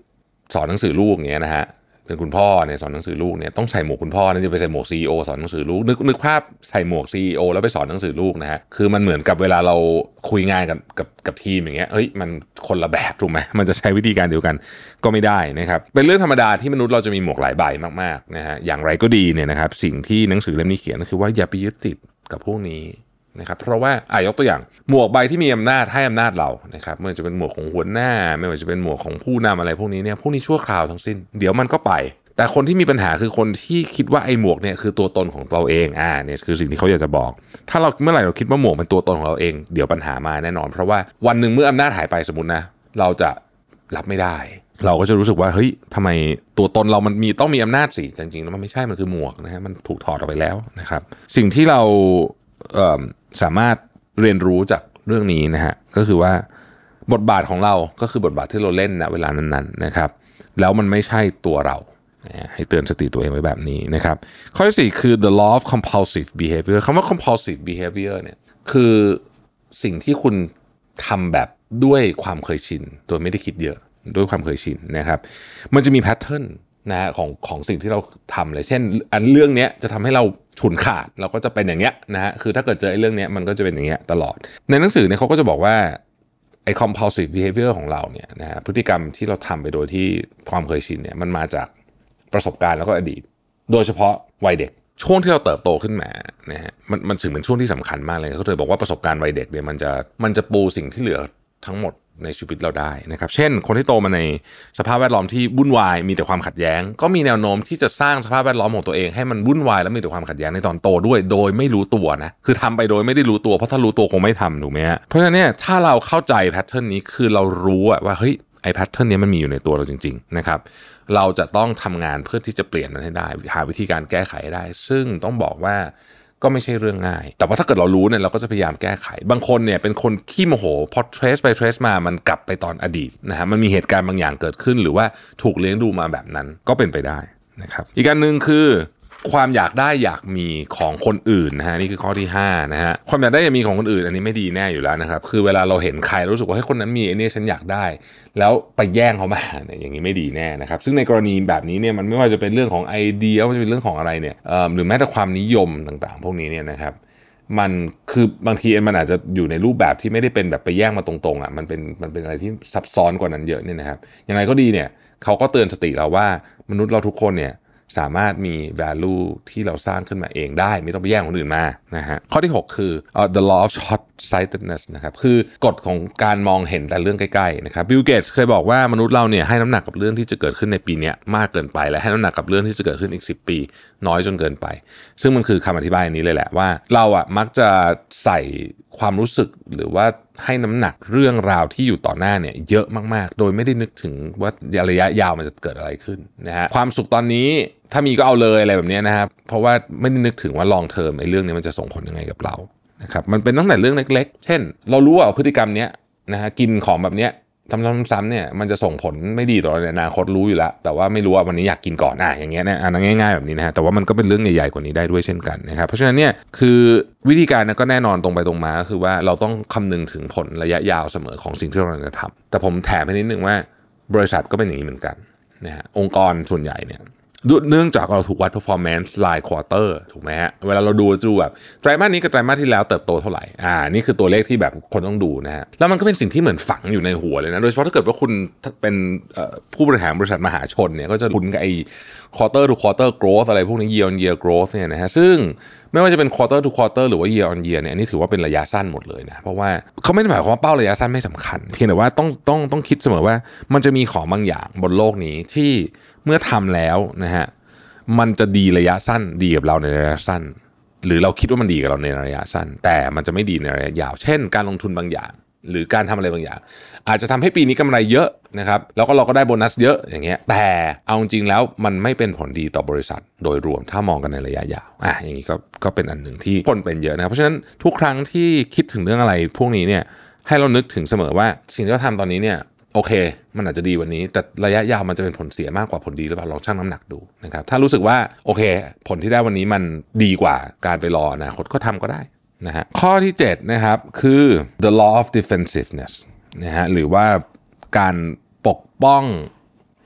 สอนหนังสือลูกอย่างเงี้ยนะฮะเป็นคุณพ่อเนี่ยสอนหนังสือลูกเนี่ยต้องใส่หมวกคุณพ่อนะจะไปใส่หมวก CEO สอนหนังสือลูกนึกภาพใส่หมวก CEO แล้วไปสอนหนังสือลูกนะฮะคือมันเหมือนกับเวลาเราคุยงานกับทีมอย่างเงี้ยเฮ้ยมันคนละแบบถูกไหมมันจะใช้วิธีการเดียวกันก็ไม่ได้นะครับเป็นเรื่องธรรมดาที่มนุษย์เราจะมีหมวกหลายใบมากๆนะฮะอย่างไรก็ดีเนี่ยนะครับสิ่งที่หนังสือเล่มนี้เขียนก็คือว่าอย่าไปยึดติดกับพวกนี้นะครับเพราะว่ายกตัวอย่างหมวกใบที่มีอำนาจให้อำนาจเรานะครับไม่ว่าจะเป็นหมวกของหัวหน้าไม่ว่าจะเป็นหมวกของผู้นำอะไรพวกนี้เนี่ยพวกนี้ชั่วคราวทั้งสิ้นเดี๋ยวมันก็ไปแต่คนที่มีปัญหาคือคนที่คิดว่าไอ้หมวกเนี่ยคือตัวตนของเราเองเนี่ยคือสิ่งที่เขาอยากจะบอกถ้าเราเมื่อไหร่เราคิดว่าหมวกเป็นตัวตนของเราเองเดี๋ยวปัญหามาแน่นอนเพราะว่าวันหนึ่งเมื่ออำนาจหายไปสมมตินะเราจะรับไม่ได้เราก็จะรู้สึกว่าเฮ้ยทำไมตัวตนเรามันต้องมีอำนาจสิจริงๆแล้วมันไม่ใช่มันคือหมวกนะฮะมันถูกถอดออกไปแล้วนะครับสิ่งที่เราสามารถเรียนรู้จากเรื่องนี้นะฮะก็คือว่าบทบาทของเราก็คือบทบาทที่เราเล่นณเวลานั้นๆนะครับแล้วมันไม่ใช่ตัวเราให้เตือนสติตัวเองไว้แบบนี้นะครับข้อที่4คือ the law of compulsive behavior คำว่า compulsive behavior เนี่ยคือสิ่งที่คุณทำแบบด้วยความเคยชินโดยไม่ได้คิดเยอะด้วยความเคยชินนะครับมันจะมีแพทเทิร์นนะฮะของสิ่งที่เราทำเลยเช่นอันเรื่องนี้จะทำให้เราฉุนขาดเราก็จะเป็นอย่างเงี้ยนะฮะคือถ้าเกิดเจอไอ้เรื่องนี้มันก็จะเป็นอย่างเงี้ยตลอดในหนังสือเนี่ยเขาก็จะบอกว่าไอ้ compulsive behavior ของเราเนี่ยนะฮะพฤติกรรมที่เราทำไปโดยที่ความเคยชินเนี่ยมันมาจากประสบการณ์แล้วก็อดีตโดยเฉพาะวัยเด็กช่วงที่เราเติบโตขึ้นมานะฮะมันถึงเป็นช่วงที่สำคัญมากเลยเขาเลยบอกว่าประสบการณ์วัยเด็กเนี่ยมันจะปูสิ่งที่เหลือทั้งหมดในชีวิตเราได้นะครับเช่นคนที่โตมาในสภาพแวดล้อมที่วุ่นวายมีแต่ความขัดแย้งก็มีแนวโน้มที่จะสร้างสภาพแวดล้อมของตัวเองให้มันวุ่นวายและมีแต่ความขัดแย้งในตอนโตด้วยโดยไม่รู้ตัวนะคือทำไปโดยไม่ได้รู้ตัวเพราะถ้ารู้ตัวคงไม่ทำถูกไหมฮะเพราะฉะนั้นเนี่ยถ้าเราเข้าใจแพทเทิร์นนี้คือเรารู้ว่าเฮ้ยไอ้แพทเทิร์นนี้มันมีอยู่ในตัวเราจริงๆนะครับเราจะต้องทำงานเพื่อที่จะเปลี่ยนมันให้ได้หาวิธีการแก้ไขให้ได้ซึ่งต้องบอกว่าก็ไม่ใช่เรื่องง่ายแต่ว่าถ้าเกิดเรารู้เนี่ยเราก็จะพยายามแก้ไขบางคนเนี่ยเป็นคนขี้โมโหพอเทรสไปเทรสมามันกลับไปตอนอดีตนะฮะมันมีเหตุการณ์บางอย่างเกิดขึ้นหรือว่าถูกเลี้ยงดูมาแบบนั้นก็เป็นไปได้นะครับอีกอันนึงคือความอยากได้อยากมีของคนอื่นนะฮะนี่คือข้อที่5นะฮะความอยากได้อยากมีของคนอื่นอันนี้ไม่ดีแน่อยู่แล้วนะครับคือเวลาเราเห็นใครรู้สึกว่าให้คนนั้นมีไอ้นี่ฉันอยากได้แล้วไปแย่งเขามาเนี่ยอย่างนี้ไม่ดีแน่นะครับซึ่งในกรณีแบบนี้เนี่ยมันไม่ว่าจะเป็นเรื่องของไอเดียว่าจะเป็นเรื่องของอะไรเนี่ยหรือแม้แต่ความนิยมต่างๆพวกนี้เนี่ยนะครับมันคือบางทีมันอาจจะอยู่ในรูปแบบที่ไม่ได้เป็นแบบไปแย่งมาตรงๆอ่ะมันเป็นอะไรที่ซับซ้อนกว่านั้นเยอะเนี่ยนะครับอย่างไรก็ดีเนี่ยเขาก็เตือนสติเราว่ามนุษย์เราทุกคนเนี่ยสามารถมี value ที่เราสร้างขึ้นมาเองได้ไม่ต้องไปแย่งคนอื่นมานะฮะข้อที่6คือthe law of short-sightedness นะครับคือกฎของการมองเห็นแต่เรื่องใกล้ๆนะครับบิลเกตส์เคยบอกว่ามนุษย์เราเนี่ยให้น้ำหนักกับเรื่องที่จะเกิดขึ้นในปีนี้มากเกินไปและให้น้ำหนักกับเรื่องที่จะเกิดขึ้นอีก10 ปีน้อยจนเกินไปซึ่งมันคือคำอธิบายนี้เลยแหละว่าเราอ่ะมักจะใส่ความรู้สึกหรือว่าให้น้ำหนักเรื่องราวที่อยู่ต่อหน้าเนี่ยเยอะมากๆโดยไม่ได้นึกถึงว่าระยะยาวมันจะเกิดอะไรขึ้นนะฮะความสุขตอนนี้ถ้ามีก็เอาเลยอะไรแบบนี้นะครับเพราะว่าไม่ได้นึกถึงว่า long term ไอ้เรื่องนี้มันจะส่งผลยังไงกับเรานะครับมันเป็นตั้งแต่เรื่องเล็กๆเช่นเรารู้ว่าพฤติกรรมเนี้ยนะฮะกินของแบบเนี้ยซ้ำๆเนี่ยมันจะส่งผลไม่ดีต่อเราในอนาคตรู้อยู่แล้วแต่ว่าไม่รู้ว่าวันนี้อยากกินก่อนอย่างเงี้ยนะอันนั้นง่ายๆแบบนี้นะฮะแต่ว่ามันก็เป็นเรื่องใหญ่ๆกว่านี้ได้ด้วยเช่นกันนะครับเพราะฉะนั้นเนี่ยคือวิธีการก็แน่นอนตรงไปตรงมาก็คือว่าเราต้องคำนึงถึงผลระยะยาวเสมอของสิ่งที่เราจะทำแต่ผมแถมให้นิดนึงว่าบริษัทก็เป็นอย่างนี้เหมือนกันนะฮะองค์กรส่วนใหญ่เนี่ยเนื่องจากเราถูกวัด performance ราย quarter ถูกไหมฮะเวลาเราดูแบบไตรมาสนี้กับไตรมาสที่แล้วเติบโตเท่าไหร่นี่คือตัวเลขที่แบบคนต้องดูนะฮะแล้วมันก็เป็นสิ่งที่เหมือนฝังอยู่ในหัวเลยนะโดยเฉพาะถ้าเกิดว่าคุณเป็นผู้บริหารบริษัทมหาชนเนี่ยก็จะคุ้นกับไอ้ quarter to quarter growth อะไรพวกนี้ year on year growth เนี่ยนะฮะซึ่งไม่ว่าจะเป็น quarter to quarter หรือว่า year on year เนี่ยอันนี้ถือว่าเป็นระยะสั้นหมดเลยนะเพราะว่าเขาไม่ได้หมายความว่าเป้าระยะสั้นไม่สำคัญเพียงแต่ว่าต้องคิดเสมอว่ามันจะมีของบางอย่างบนโลกนี้ที่เมื่อทำแล้วนะฮะมันจะดีระยะสั้นดีกับเราในระยะสั้นหรือเราคิดว่ามันดีกับเราในระยะสั้นแต่มันจะไม่ดีในระยะยาวเช่นการลงทุนบางอย่างหรือการทำอะไรบางอย่างอาจจะทำให้ปีนี้กำไรเยอะนะครับแล้วก็เราก็ได้โบนัสเยอะอย่างเงี้ยแต่เอาจริงแล้วมันไม่เป็นผลดีต่อบริษัทโดยรวมถ้ามองกันในระยะยาวอย่างนี้ก็เป็นอันหนึ่งที่คนเป็นเยอะนะเพราะฉะนั้นทุกครั้งที่คิดถึงเรื่องอะไรพวกนี้เนี่ยให้เรานึกถึงเสมอว่าสิ่งที่เราทำตอนนี้เนี่ยโอเคมันอาจจะดีวันนี้แต่ระยะยาวมันจะเป็นผลเสียมากกว่าผลดีหรือเปล่าลองชั่งน้ำหนักดูนะครับถ้ารู้สึกว่าโอเคผลที่ได้วันนี้มันดีกว่าการไปรออนาคตก็ทำก็ได้นะฮะข้อที่7นะครับคือ the law of defensiveness นะฮะหรือว่าการปกป้อง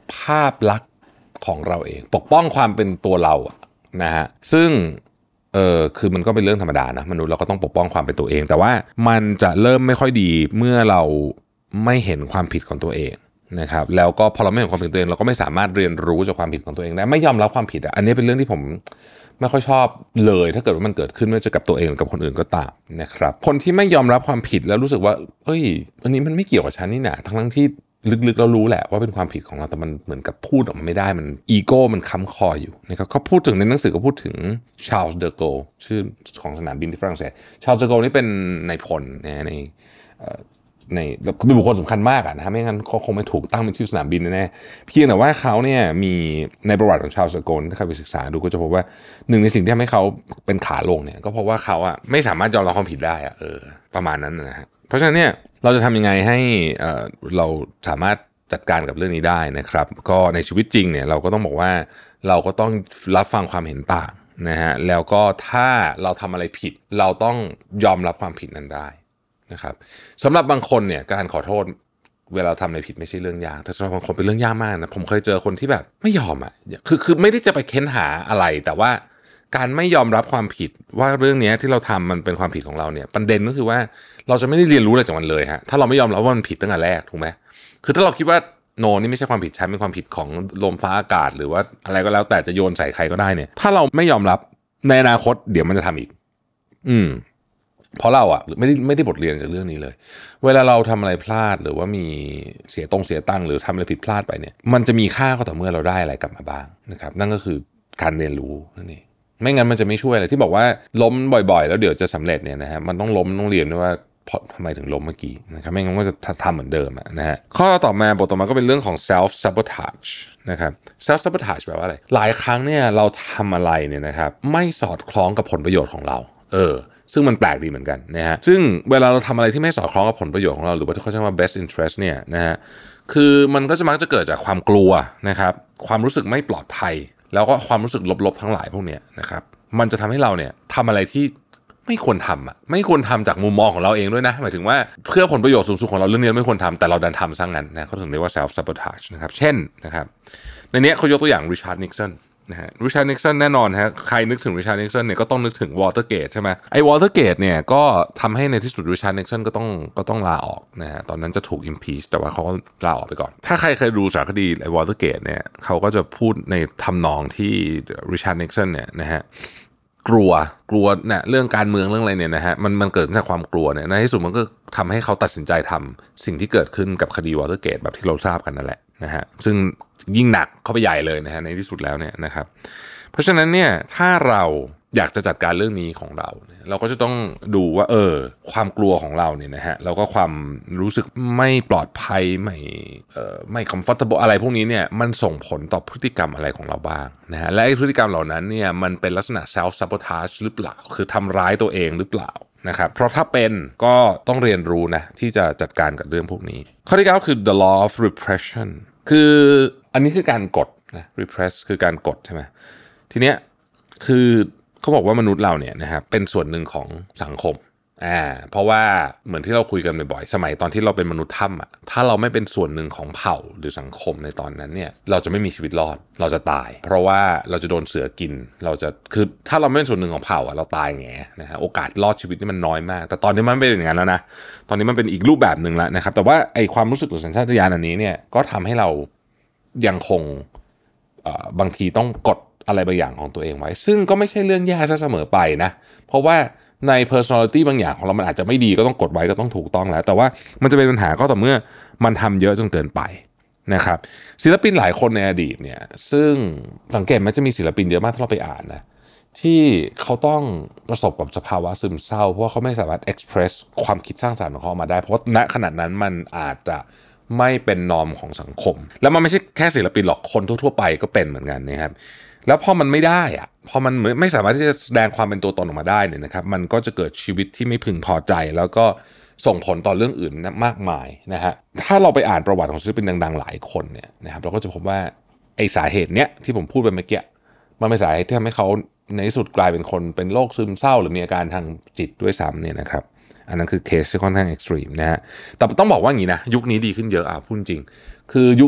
ภาพลักษณ์ของเราเองปกป้องความเป็นตัวเรานะฮะซึ่งคือมันก็เป็นเรื่องธรรมดานะมนุษย์เราก็ต้องปกป้องความเป็นตัวเองแต่ว่ามันจะเริ่มไม่ค่อยดีเมื่อเราไม่เห็นความผิดของตัวเองนะครับแล้วก็พอเราไม่เห็นความผิดตัวเองเราก็ไม่สามารถเรียนรู้จากความผิดของตัวเองได้ไม่ยอมรับความผิดอันนี้เป็นเรื่องที่ผมไม่ค่อยชอบเลยถ้าเกิดว่ามันเกิดขึ้นไม่ว่าจะกับตัวเองหรือกับคนอื่นก็ตามนะครับคนที่ไม่ยอมรับความผิดแล้วรู้สึกว่าเอ้ยอันนี้มันไม่เกี่ยวกับฉันนี่นะทั้งที่ลึกๆเรารู้แหละว่าเป็นความผิดของเราแต่มันเหมือนกับพูดออกมาไม่ได้มันอีโก้มันค้ำคออยู่นะครับเขาพูดถึงในหนังสือก็พูดถึงชาร์ลส์เดอโกชื่อของสนามบินที่ฝรั่งเศสชาร์ลส์เดอโกนี่เป็นนายพลในเป็นบุคคลสำคัญมากนะฮะไม่งั้นเขาคงไม่ถูกตั้งเป็นชื่อสนามบินแน่ๆเพียงแต่ว่าเขาเนี่ยมีในประวัติของชาร์ลส์เดอโกถ้าใครไปศึกษาดูก็จะพบว่าหนึ่งในสิ่งที่ทำให้เขาเป็นขาลงเนี่ยก็เพราะว่าเขาไม่สามารถยอมรับความผิดได้ประมาณนั้นนะฮะเพราะฉะนั้นเนี่ยเราจะทำยังไงให้เราสามารถจัดการกับเรื่องนี้ได้นะครับก็ในชีวิตจริงเนี่ยเราก็ต้องบอกว่าเราก็ต้องรับฟังความเห็นต่างนะฮะแล้วก็ถ้าเราทำอะไรผิดเราต้องยอมรับความผิดนั้นได้นะครับสำหรับบางคนเนี่ยการขอโทษเวลาทำอะไรผิดไม่ใช่เรื่องยากแต่สำหรับบางคนเป็นเรื่องยากมากนะผมเคยเจอคนที่แบบไม่ยอมคือไม่ได้จะไปเค้นหาอะไรแต่ว่าการไม่ยอมรับความผิดว่าเรื่องนี้ที่เราทำมันเป็นความผิดของเราเนี่ยประเด็นก็คือว่าเราจะไม่ได้เรียนรู้อะไรจากมันเลยฮะถ้าเราไม่ยอมรับว่ามันผิดตั้งแต่แรกถูกไหมคือถ้าเราคิดว่าโนนี่ไม่ใช่ความผิดฉันเป็นความผิดของลมฟ้าอากาศหรือว่าอะไรก็แล้วแต่จะโยนใส่ใครก็ได้เนี่ยถ้าเราไม่ยอมรับในอนาคตเดี๋ยวมันจะทำอีกเพราะเราไม่ได้บทเรียนจากเรื่องนี้เลยเวลาเราทำอะไรพลาดหรือว่ามีเสียตังค์หรือทำอะไรผิดพลาดไปเนี่ยมันจะมีค่าก็ต่อเมื่อเราได้อะไรกลับมาบ้างนะครับนั่นก็คือการเรียนรู้นั่นเองไม่งั้นมันจะไม่ช่วยอะไรที่บอกว่าล้มบ่อยๆแล้วเดี๋ยวจะสำเร็จเนี่ยนะฮะมันต้องล้มต้องเรียนด้วยว่าทำไมถึงล้มเมื่อกี้นะครับไม่งั้นก็จะทำเหมือนเดิมนะฮะข้อต่อมาบทต่อมาก็เป็นเรื่องของ self sabotage นะครับ self sabotage แปลว่าอะไรหลายครั้งเนี่ยเราทำอะไรเนี่ยนะครับไม่สอดคล้องกับผลประโยชน์ของเราซึ่งมันแปลกดีเหมือนกันนะฮะซึ่งเวลาเราทำอะไรที่ไม่สอดคล้องกับผลประโยชน์ของเราหรือว่าที่เขาเรียกว่า best interest เนี่ยนะฮะคือมันก็จะมักจะเกิดจากความกลัวนะครับความรู้สึกไม่ปลอดภัยแล้วก็ความรู้สึกลบๆทั้งหลายพวกเนี้ยนะครับมันจะทำให้เราเนี่ยทำอะไรที่ไม่ควรทำไม่ควรทำจากมุมมองของเราเองด้วยนะหมายถึงว่าเพื่อผลประโยชน์สูงสุดของเราเรื่องนี้ไม่ควรทำแต่เราดันทำซะงั้นนะเขาถึงเรียกว่า self sabotage นะครับเช่นนะครับในนี้เขายกตัวอย่าง Richard Nixonนะฮะริชาร์ด นิกสันแน่นอนฮะใครนึกถึงริชาร์ด นิกสันเนี่ยก็ต้องนึกถึงวอเตอร์เกตใช่ไหมไอ้วอเตอร์เกตเนี่ยก็ทำให้ในที่สุดริชาร์ด นิกสันก็ต้องลาออกนะฮะตอนนั้นจะถูก impeach แต่ว่าเขาก็ลาออกไปก่อนถ้าใครเคยดูสารคดีไอ้วอเตอร์เกตเนี่ยเขาก็จะพูดในทำนองที่ริชาร์ด นิกสันเนี่ยนะฮะกลัวเนี่ยเรื่องการเมืองเรื่องอะไรเนี่ยนะฮะมันเกิดจากความกลัวเนี่ยในที่สุดมันก็ทำให้เขาตัดสินใจทำสิ่งที่เกิดขึ้นกับคดีวอเตอร์เกตแบบที่เราทราบกันนั่นแหละนะฮะซึ่งยิ่งหนักเข้าไปใหญ่เลยนะฮะในที่สุดแล้วเนี่ยนะครับเพราะฉะนั้นเนี่ยถ้าเราอยากจะจัดการเรื่องนี้ของเราเราก็จะต้องดูว่าความกลัวของเราเนี่ยนะฮะแล้วก็ความรู้สึกไม่ปลอดภัยไม่ comfortable อะไรพวกนี้เนี่ยมันส่งผลต่อพฤติกรรมอะไรของเราบ้างนะฮะและพฤติกรรมเหล่านั้นเนี่ยมันเป็นลักษณะ self sabotage หรือเปล่าคือทำร้ายตัวเองหรือเปล่านะครับเพราะถ้าเป็นก็ต้องเรียนรู้นะที่จะจัดการกับเรื่องพวกนี้ข้อที่ 9คือ the law of repression คืออันนี้คือการกดนะ repress คือการกดใช่ไหมทีเนี้ยคือเขาบอกว่ามนุษย์เราเนี่ยนะครับเป็นส่วนหนึ่งของสังคมเพราะว่าเหมือนที่เราคุยกันบ่อยๆสมัยตอนที่เราเป็นมนุษย์ถ้ำถ้าเราไม่เป็นส่วนหนึ่งของเผ่าหรือสังคมในตอนนั้นเนี่ยเราจะไม่มีชีวิตรอดเราจะตายเพราะว่าเราจะโดนเสือกินคือถ้าเราไม่เป็นส่วนหนึ่งของเผ่าเราตายแง่นะฮะโอกาสรอดชีวิตนี่มันน้อยมากแต่ตอนนี้มันไม่เป็นอย่างนั้นแล้วนะตอนนี้มันเป็นอีกรูปแบบหนึ่งแล้วนะครับแต่ว่าไอความรู้สึกหรือสัญชาตญาณอันนี้เนี่ยก็ทำให้เรายังคงบางทีต้องกดอะไรบางอย่างของตัวเองไว้ซึ่งก็ไม่ใช่เรื่องแย่ซะเสมอไปนะเพราะว่าใน personality บางอย่างของเรามันอาจจะไม่ดีก็ต้องกดไว้ก็ต้องถูกต้องแล้วแต่ว่ามันจะเป็นปัญหาก็ต่อเมื่อมันทำเยอะจนเกินไปนะครับศิลปินหลายคนในอดีตเนี่ยซึ่งสังเกตมันจะมีศิลปินเยอะมากถ้าเราไปอ่านนะที่เขาต้องประสบกับสภาวะซึมเศร้าเพราะว่าเขาไม่สามารถ express ความคิดสร้างสรรค์ของเขาออกมาได้เพราะณขณะนั้นมันอาจจะไม่เป็นนอมของสังคมแล้วมันไม่ใช่แค่ศิลปินหรอกคนทั่วๆไปก็เป็นเหมือนกันนะครับแล้วพอมันไม่ได้พอมันไม่สามารถที่จะแสดงความเป็นตัวตนออกมาได้เนี่ยนะครับมันก็จะเกิดชีวิตที่ไม่พึงพอใจแล้วก็ส่งผลต่อเรื่องอื่นมากมายนะฮะถ้าเราไปอ่านประวัติของศิลปินดังๆหลายคนเนี่ยนะครับเราก็จะพบว่าไอ้สาเหตุเนี้ยที่ผมพูดไปเมื่อกี้มันเป็นสาเหตุที่ทำให้เขาในที่สุดกลายเป็นคนเป็นโรคซึมเศร้าหรือมีอาการทางจิตด้วยซ้ำเนี่ยนะครับอันนั้นคือเคสที่ค่อนข้างเอ็กซ์ตรีมนะฮะแต่ต้องบอกว่าอย่างนี้นะยุคนี้ดีขึ้นเยอะพูดจริงคือยุคนี้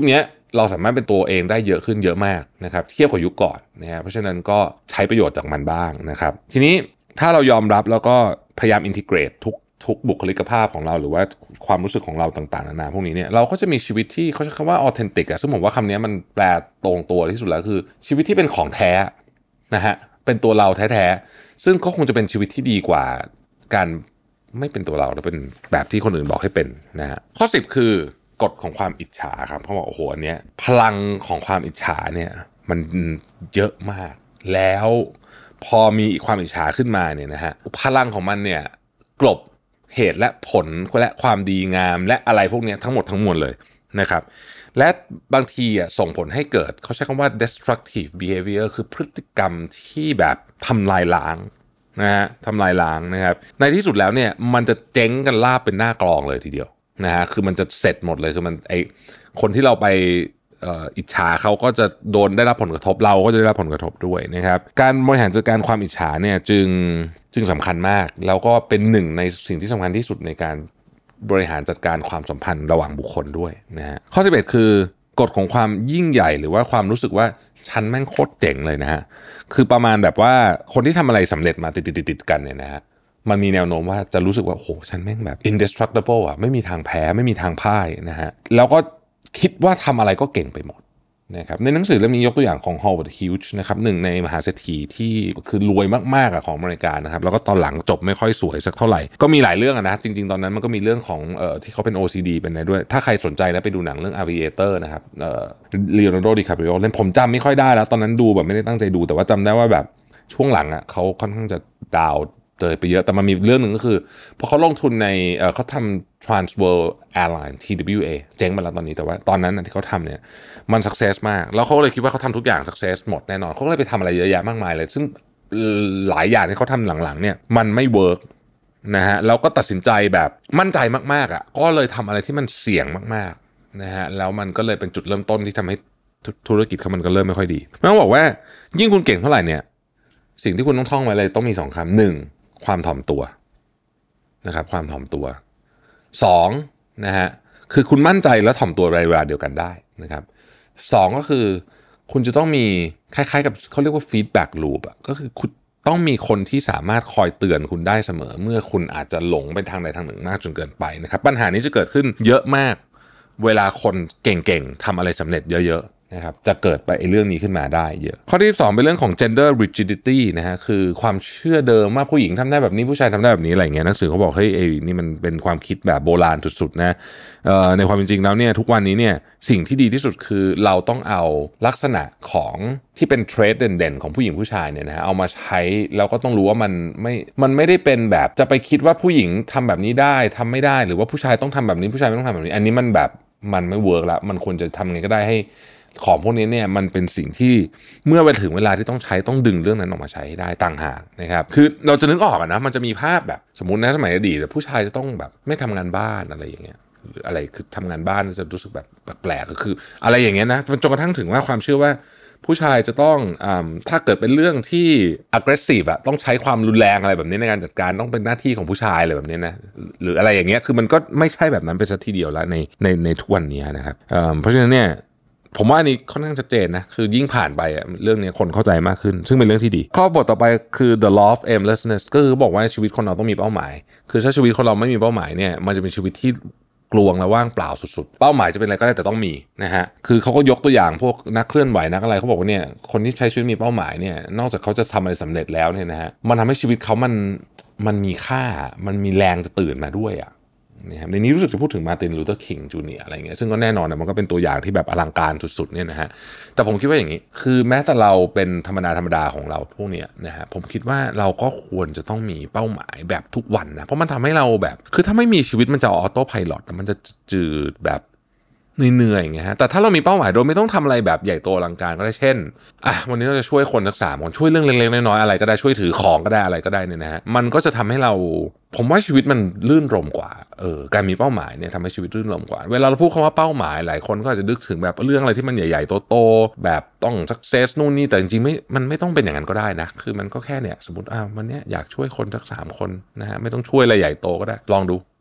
เราสามารถเป็นตัวเองได้เยอะขึ้นเยอะมากนะครับเทียบกับยุคก่อนนะฮะเพราะฉะนั้นก็ใช้ประโยชน์จากมันบ้างนะครับทีนี้ถ้าเรายอมรับแล้วก็พยายามอินทิเกรตทุกบุคลิกภาพของเราหรือว่าความรู้สึกของเราต่างๆนานาพวกนี้เนี่ยเราก็จะมีชีวิตที่เขาใช้คำว่าออเทนติกซึ่งผมว่าคำนี้มันแปลตรงตัวที่สุดแล้วคือชีวิตที่เป็นของแท้นะฮะเป็นตัวเราแท้ๆซึ่งก็คงจะเป็นชีวิตที่ดีกว่าการไม่เป็นตัวเราแล้วเป็นแบบที่คนอื่นบอกให้เป็นนะฮะข้อ10คือกฎของความอิจฉาครับเขาบอกโอ้โหอันเนี้ยพลังของความอิจฉาเนี่ยมันเยอะมากแล้วพอมีความอิจฉาขึ้นมาเนี่ยนะฮะพลังของมันเนี่ยกลบเหตุและผลและความดีงามและอะไรพวกนี้ทั้งหมดทั้งมวลเลยนะครับและบางทีส่งผลให้เกิดเขาใช้คำว่า destructive behavior คือพฤติกรรมที่แบบทำลายล้างนะฮะทำลายล้างนะครับในที่สุดแล้วเนี่ยมันจะเจ๊งกันลาบเป็นหน้ากลองเลยทีเดียวนะฮะคือมันจะเสร็จหมดเลยคือมันคนที่เราไปอิจฉาเขาก็จะโดนได้รับผลกระทบเราก็จะได้รับผลกระทบด้วยนะครับการบริหารจัดการความอิจฉาเนี่ยจึงสำคัญมากแล้วก็เป็นหนึ่งในสิ่งที่สำคัญที่สุดในการบริหารจัดการความสัมพันธ์ระหว่างบุคคลด้วยนะฮะข้อ11คือกฎของความยิ่งใหญ่หรือว่าความรู้สึกว่าฉันแม่งโคตรเจ๋งเลยนะฮะคือประมาณแบบว่าคนที่ทำอะไรสำเร็จมาติดกันเนี่ยนะฮะมันมีแนวโน้มว่าจะรู้สึกว่าโอ้โหฉันแม่งแบบ indestructible ไม่มีทางแพ้ไม่มีทางพ่ายนะฮะแล้วก็คิดว่าทำอะไรก็เก่งไปหมดนะครับในหนังสือเล่มนี้ยกตัวอย่างของ Howard Hughes นะครับหนึ่งในมหาเศรษฐีที่คือรวยมากๆของอเมริกานะครับแล้วก็ตอนหลังจบไม่ค่อยสวยสักเท่าไหร่ก็มีหลายเรื่องนะจริงๆตอนนั้นมันก็มีเรื่องของที่เขาเป็น OCD เป็นอะไรด้วยถ้าใครสนใจนะไปดูหนังเรื่อง Aviator นะครับLeonardo DiCaprio เล่นผมจำไม่ค่อยได้แล้วตอนนั้นดูแบบไม่ได้ตั้งใจดูแต่ว่าจำได้ว่าแบบช่วงหลังเขาค่อนข้างจะดาวไปเยอะแต่มันมีเรื่องหนึ่งก็คือพอเขาลงทุนในเขาทำ Transworld Airline TWA เจ๊งมาแล้วตอนนี้แต่ว่าตอนนั้นที่เขาทำเนี่ยมัน success มากแล้วเขาเลยคิดว่าเขาทำทุกอย่าง success หมดแน่นอนเขาก็เลยไปทำอะไรเยอะแยะมากมายเลยซึ่งหลายอย่างที่เขาทำหลังๆเนี่ยมันไม่ work นะฮะแล้วก็ตัดสินใจแบบมั่นใจมากๆก็เลยทำอะไรที่มันเสี่ยงมากๆนะฮะแล้วมันก็เลยเป็นจุดเริ่มต้นที่ทำให้ธุรกิจเขามันก็เริ่มไม่ค่อยดีต้องบอกว่ายิ่งคุณเก่งเท่าไหร่เนี่ยสิ่งที่คุณต้องท่องไว้เลยต้องมี2 คำ1ความถ่อมตัวนะครับความถ่อมตัว2นะฮะคือคุณมั่นใจและถ่อมตัวในเวลาเดียวกันได้นะครับ2ก็คือคุณจะต้องมีคล้ายๆกับเขาเรียกว่าฟีดแบ็กลูปก็คือคุณต้องมีคนที่สามารถคอยเตือนคุณได้เสมอเมื่อคุณอาจจะหลงไปทางใดทางหนึ่งมากจนเกินไปนะครับปัญหานี้จะเกิดขึ้นเยอะมากเวลาคนเก่งๆทำอะไรสำเร็จเยอะนะครับจะเกิดไปเรื่องนี้ขึ้นมาได้เยอะข้อที่2เป็นเรื่องของ gender rigidity นะฮะคือความเชื่อเดิมว่าผู้หญิงทำได้แบบนี้ผู้ชายทำได้แบบนี้อะไรอย่างเงี้ยหนังสือเขาบอกเฮ้ยนี่มันเป็นความคิดแบบโบราณสุดๆนะในความเป็นจริงแล้วเนี่ยทุกวันนี้เนี่ยสิ่งที่ดีที่สุดคือเราต้องเอาลักษณะของที่เป็นเทรดเด่นๆของผู้หญิงผู้ชายเนี่ยนะฮะเอามาใช้แล้วก็ต้องรู้ว่ามันไม่ได้เป็นแบบจะไปคิดว่าผู้หญิงทำแบบนี้ได้ทำไม่ได้หรือว่าผู้ชายต้องทำแบบนี้ผู้ชายไม่ต้องทำแบบนี้อันนี้มันแบบมันไม่เวิร์กแล้วมันควรจะทำไงก็ได้ให้ของพวกนี้เนี่ยมันเป็นสิ่งที่เมื่อไปถึงเวลาที่ต้องใช้ต้องดึงเรื่องนั้นออกมาใช้ให้ได้ต่างหากนะครับคือเราจะนึกออกนะมันจะมีภาพแบบสมมุตินะสมัยอดีตผู้ชายจะต้องแบบไม่ทำงานบ้านอะไรอย่างเงี้ยหรืออะไรคือทำงานบ้านจะรู้สึกแบบแปลกๆคืออะไรอย่างเงี้ยนะจนกระทั่งถึงว่าความเชื่อว่าผู้ชายจะต้องถ้าเกิดเป็นเรื่องที่ aggressive ต้องใช้ความรุนแรงอะไรแบบนี้ในการจัดการต้องเป็นหน้าที่ของผู้ชายอะไรแบบนี้นะหรืออะไรอย่างเงี้ยคือมันก็ไม่ใช่แบบนั้นไปซะทีเดียวแล้วในทุกวันนี้นะครับเพราะฉะนั้นเนี่ยผมว่าอันนี้ค่อนข้างชัดเจนนะคือยิ่งผ่านไปเรื่องนี้คนเข้าใจมากขึ้นซึ่งเป็นเรื่องที่ดีข้อบทต่อไปคือ the law of aimlessness ก็คือบอกว่าชีวิตคนเราต้องมีเป้าหมายคือถ้าชีวิตคนเราไม่มีเป้าหมายเนี่ยมันจะเป็นชีวิตที่กลวงและว่างเปล่าสุดๆเป้าหมายจะเป็นอะไรก็ได้แต่ต้องมีนะฮะคือเขาก็ยกตัวอย่างพวกนักเคลื่อนไหวนักอะไรเขาบอกว่าเนี่ยคนที่ใช้ชีวิตมีเป้าหมายเนี่ยนอกจากเขาจะทำอะไรสำเร็จแล้วเนี่ยนะฮะมันทำให้ชีวิตเขามันมีค่ามันมีแรงจะตื่นมาด้วยนะครับในนี้รู้สึกจะพูดถึงมาร์ตินลูเทอร์คิงจูเนียร์อะไรเงี้ยซึ่งก็แน่นอนนะมันก็เป็นตัวอย่างที่แบบอลังการสุดๆเนี่ยนะฮะแต่ผมคิดว่าอย่างนี้คือแม้แต่เราเป็นธรรมดาของเราพวกเนี้ยนะฮะผมคิดว่าเราก็ควรจะต้องมีเป้าหมายแบบทุกวันนะเพราะมันทำให้เราแบบคือถ้าไม่มีชีวิตมันจะออโต้ไพลอตมันจะจืดแบบเหนื่อยอย่างเงี้ยฮะแต่ถ้าเรามีเป้าหมายโดยไม่ต้องทำอะไรแบบใหญ่โตอลังการก็ได้เช่นวันนี้เราจะช่วยคนสัก3 คนช่วยเรื่องเล็กๆน้อยๆอะไรก็ได้ช่วยถือของก็ได้อะไรก็ได้เนี่ยนะฮะมันก็จะทำให้เราผมว่าชีวิตมันลื่นรมกว่าการมีเป้าหมายเนี่ยทำให้ชีวิตลื่นรมกว่าเวลาเราพูดคำว่าเป้าหมายหลายคนก็อาจจะนึกถึงแบบเรื่องอะไรที่มันใหญ่ๆโตๆแบบต้อง success นู่นนี่แต่จริงๆมันไม่ต้องเป็นอย่างนั้นก็ได้นะคือมันก็แค่เนี่ยสมมติวันนี้อยากช่วยคนสัก3 คนนะฮะไม่ต้องช่วยอะไรใหญ่โตก็ได้ลองดู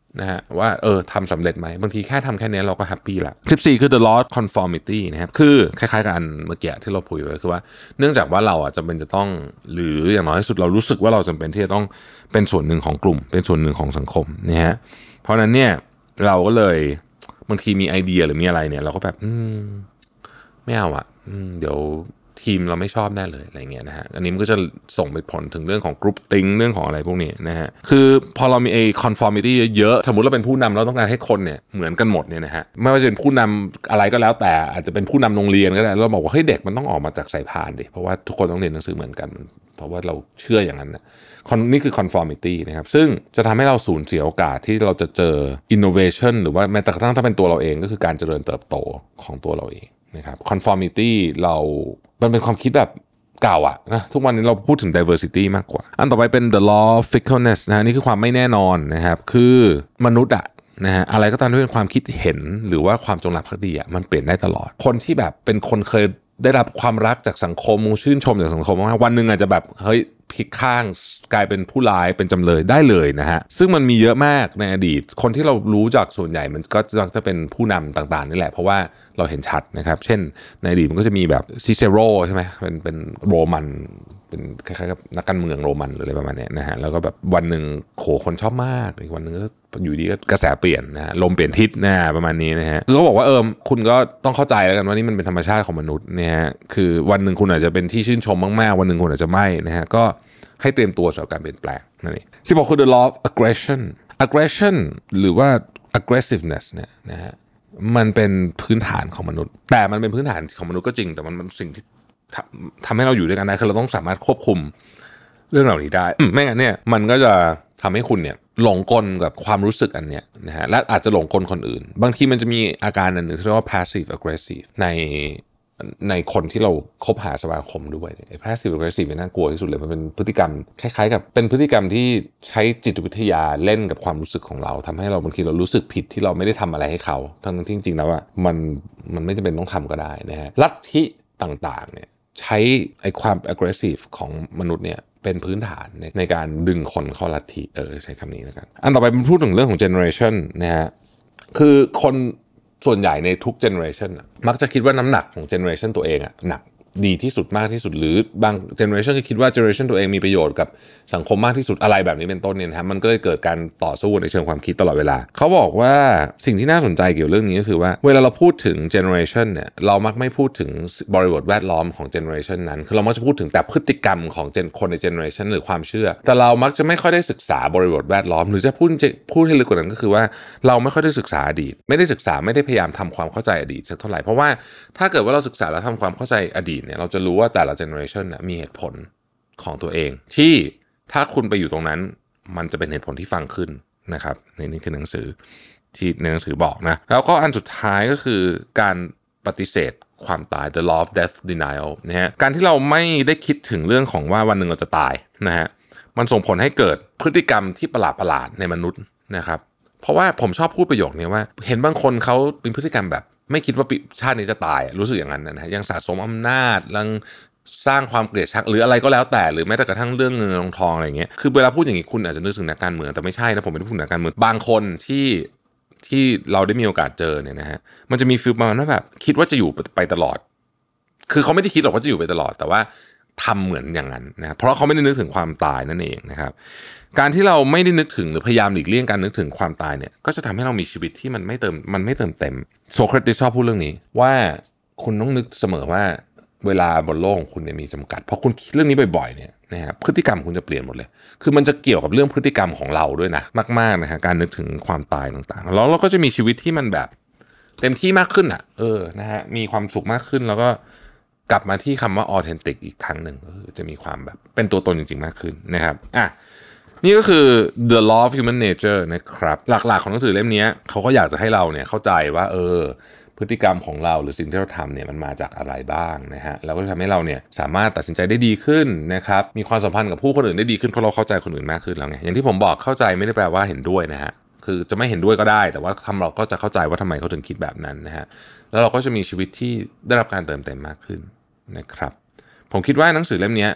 นะฮะว่าทำสำเร็จไหมบางทีแค่ทำแค่นี้เราก็แฮปปี้ละ14คือ the law of conformity นะครับคือคล้ายๆกับอันเมื่อกี้ที่เราพูดไว้คือว่าเนื่องจากว่าเราจำเป็นจะต้องหรืออย่างน้อยที่สุดเรารู้สึกว่าเราจำเป็นที่จะต้องเป็นส่วนหนึ่งของกลุ่มเป็นส่วนหนึ่งของสังคมนะฮะเพราะนั้นเนี่ยเราก็เลยบางทีมีไอเดียหรือมีอะไรเนี่ยเราก็แบบไม่เอาเดี๋ยวทีมเราไม่ชอบแน่เลยอะไรเงี้ยนะฮะอันนี้มันก็จะส่งไปผลถึงเรื่องของกรุ๊ปติ้งเรื่องของอะไรพวกนี้นะฮะคือพอเรามีconformity เยอะสมมุติเราเป็นผู้นำเราต้องการให้คนเนี่ยเหมือนกันหมดเนี่ยนะฮะไม่ว่าจะเป็นผู้นำอะไรก็แล้วแต่อาจจะเป็นผู้นำโรงเรียนก็ได้เราบอกว่าเฮ้ยเด็กมันต้องออกมาจากสายพานดิเพราะว่าทุกคนต้องเรียนหนังสือเหมือนกันเพราะว่าเราเชื่ออย่างนั้นนะนี่คือ conformity นะครับซึ่งจะทำให้เราสูญเสียโอกาสที่เราจะเจอ innovation หรือว่าแม้แต่กระทั่งถ้าเป็นตัวเราเองก็คือการเจริญเติบโตของตัวเราเองนะครับ conformity มันเป็นความคิดแบบเก่าอะนะทุกวันนี้เราพูดถึง diversity มากกว่าอันต่อไปเป็น the law of fickleness นะนี่คือความไม่แน่นอนนะครับคือมนุษย์นะฮะอะไรก็ตามที่เป็นความคิดเห็นหรือว่าความจงรักภักดีมันเปลี่ยนได้ตลอดคนที่แบบเป็นคนเคยได้รับความรักจากสังคมชื่นชมจากสังคมมากวันหนึ่งอาจจะแบบเฮ้ยพลิกข้างกลายเป็นผู้ร้ายเป็นจำเลยได้เลยนะฮะซึ่งมันมีเยอะมากในอดีตคนที่เรารู้จากส่วนใหญ่มันก็จะเป็นผู้นำต่างๆนี่แหละเพราะว่าเราเห็นชัดนะครับเช่นในอดีตมันก็จะมีแบบซิเซโรใช่ไหมเป็นโรมันเป็นคล้ายๆกับนักการเมืองโรมันหรืออะไรประมาณนี้นะฮะแล้วก็แบบวันหนึ่งโขคนชอบมากอีกวันหนึ่งก็อยู่ดีก็กระแสเปลี่ยนนะฮะลมเปลี่ยนทิศนะประมาณนี้นะฮะคือเขาบอกว่าคุณก็ต้องเข้าใจแล้วกันว่านี่มันเป็นธรรมชาติของมนุษย์เนี่ยฮะคือวันหนึ่งคุณอาจจะเป็นที่ชื่นชมมากๆวันหนึ่งคุณอาจจะไม่นะฮะก็ให้เตรียมตัวสำหรับการเปลี่ยนแปลงนั่นเอง16คือ the law of aggression หรือว่า aggressiveness เนี่ยนะฮะมันเป็นพื้นฐานของมนุษย์แต่มันเป็นพื้นฐานของมนุษย์ก็จริงแต่มันสิ่งที่ทำให้เราอยู่ด้วยกันได้คือเราต้องสามารถควบคุมเรื่องเหล่านี้ได้ไม่งั้นเนี่ยมันก็จะทำให้คุณเนี่ยหลงกลกับความรู้สึกอันเนี้ยนะฮะและอาจจะหลงกลคนอื่นบางทีมันจะมีอาการอันหนึ่งที่เรียกว่า passive aggressive ในคนที่เราคบหาสมาคมด้วยไอ้ passive aggressive เนี่ยน่ากลัวที่สุดเลยมันเป็นพฤติกรรมคล้ายๆกับเป็นพฤติกรรมที่ใช้จิตวิทยาเล่นกับความรู้สึกของเราทำให้เราบางทีเรารู้สึกผิดที่เราไม่ได้ทำอะไรให้เขาทั้งที่จริงๆแล้วมันไม่จำเป็นต้องทำก็ได้นะฮะลัทธิต่างๆเนี่ยใช้ไอ้ความ aggressive ของมนุษย์เนี่ยเป็นพื้นฐานในการดึงคนเข้าลัทธิใช้คำนี้แล้วกันอันต่อไปเป็นพูดถึงเรื่องของ generation นะฮะคือคนส่วนใหญ่ในทุก generation มักจะคิดว่าน้ำหนักของ generation ตัวเองหนักดีที่สุดมากที่สุดหรือบาง generation ก็คิดว่า generation ตัวเองมีประโยชน์กับสังคมมากที่สุดอะไรแบบนี้เป็นต้นเนี่ยนะครับมันก็เลยเกิดการต่อสู้ในเชิงความคิดตลอดเวลาเขาบอกว่าสิ่งที่น่าสนใจเกี่ยวกับเรื่องนี้ก็คือว่าเวลาเราพูดถึง generation เนี่ยเรามักไม่พูดถึงบริบทแวดล้อมของ generation นั้นคือเรามักจะพูดถึงแต่พฤติกรรมของคนใน generation หรือความเชื่อแต่เรามักจะไม่ค่อยได้ศึกษาบริบทแวดล้อมหรือจะพูดให้ลึกกว่านั้นก็คือว่าเราไม่ค่อยได้ศึกษาอดีตไม่ได้พยายามทำความเข้าใจอดีตสักเท่าไหร่เพราะว่าถ้าเกิดว่าเราศึกษาและทำความเข้าใจอดีตเนี่ยเราจะรู้ว่าแต่ละ generation มีเหตุผลของตัวเองที่ถ้าคุณไปอยู่ตรงนั้นมันจะเป็นเหตุผลที่ฟังขึ้นนะครับนี่คือหนังสือที่ในหนังสือบอกนะแล้วก็อันสุดท้ายก็คือการปฏิเสธความตาย the law of death denial นะฮะการที่เราไม่ได้คิดถึงเรื่องของว่าวันหนึ่งเราจะตายนะฮะมันส่งผลให้เกิดพฤติกรรมที่ประหลาดในมนุษย์นะครับเพราะว่าผมชอบพูดประโยคนี้ว่าเห็นบางคนเขาเป็นพฤติกรรมแบบไม่คิดว่าชาตินี้จะตายรู้สึกอย่างนั้นนะฮะยังสะสมอำนาจยังสร้างความเกลียดชังหรืออะไรก็แล้วแต่หรือแม้แต่กระทั่งเรื่องเงินทองอะไรอย่างเงี้ยคือเวลาพูดอย่างนี้คุณอาจจะนึกถึงนักการเมืองแต่ไม่ใช่นะผมไม่ได้พูดถึงนักการเมืองบางคนที่เราได้มีโอกาสเจอเนี่ยนะฮะมันจะมีฟีลประมาณว่าแบบคิดว่าจะอยู่ไปตลอดคือเขาไม่ได้คิดหรอกว่าจะอยู่ไปตลอดแต่ว่าทำเหมือนอย่างนั้นนะเพราะเขาไม่ได้นึกถึงความตายนั่นเองนะครับการที่เราไม่ได้นึกถึงหรือพยายามหลีกเลี่ยงการนึกถึงความตายเนี่ยก็จะทำให้เรามีชีวิตที่มันไม่เติมเต็มโซเครติสชอบพูดเรื่องนี้ว่าคุณต้องนึกเสมอว่าเวลาบนโลกของคุณเนี่ยมีจำกัดเพราะคุณคิดเรื่องนี้บ่อยๆเนี่ยนะครับพฤติกรรมคุณจะเปลี่ยนหมดเลยคือมันจะเกี่ยวกับเรื่องพฤติกรรมของเราด้วยนะมากๆนะฮะการนึกถึงความตายต่างๆแล้วเราก็จะมีชีวิตที่มันแบบเต็มที่มากขึ้นนะฮะมีความสุขมากขึ้นแล้วก็กลับมาที่คำว่า authentic อีกครั้งหนึ่งจะมีความแบบเป็นตัวตนจริงๆมากขึ้นนะครับนี่ก็คือ The Law of Human Nature นะครับหลักๆของหนังสือเล่มนี้เขาก็อยากจะให้เราเนี่ยเข้าใจว่าพฤติกรรมของเราหรือสิ่งที่เราทำเนี่ยมันมาจากอะไรบ้างนะฮะแล้วก็ทำให้เราเนี่ยสามารถตัดสินใจได้ดีขึ้นนะครับมีความสัมพันธ์กับผู้คนอื่นได้ดีขึ้นเพราะเราเข้าใจคนอื่นมากขึ้นแล้วไงอย่างที่ผมบอกเข้าใจไม่ได้แปลว่าเห็นด้วยนะฮะคือจะไม่เห็นด้วยก็ได้แต่ว่าเราก็จะเข้าใจว่าทำไมเขาถึงคิดแบบนั้นนะฮะแล้วเราก็จะมีชีวิตที่ได้รับการเติมเต็มมากขึ้นนะครับผมคิดว่าหนังสือเล่มนี้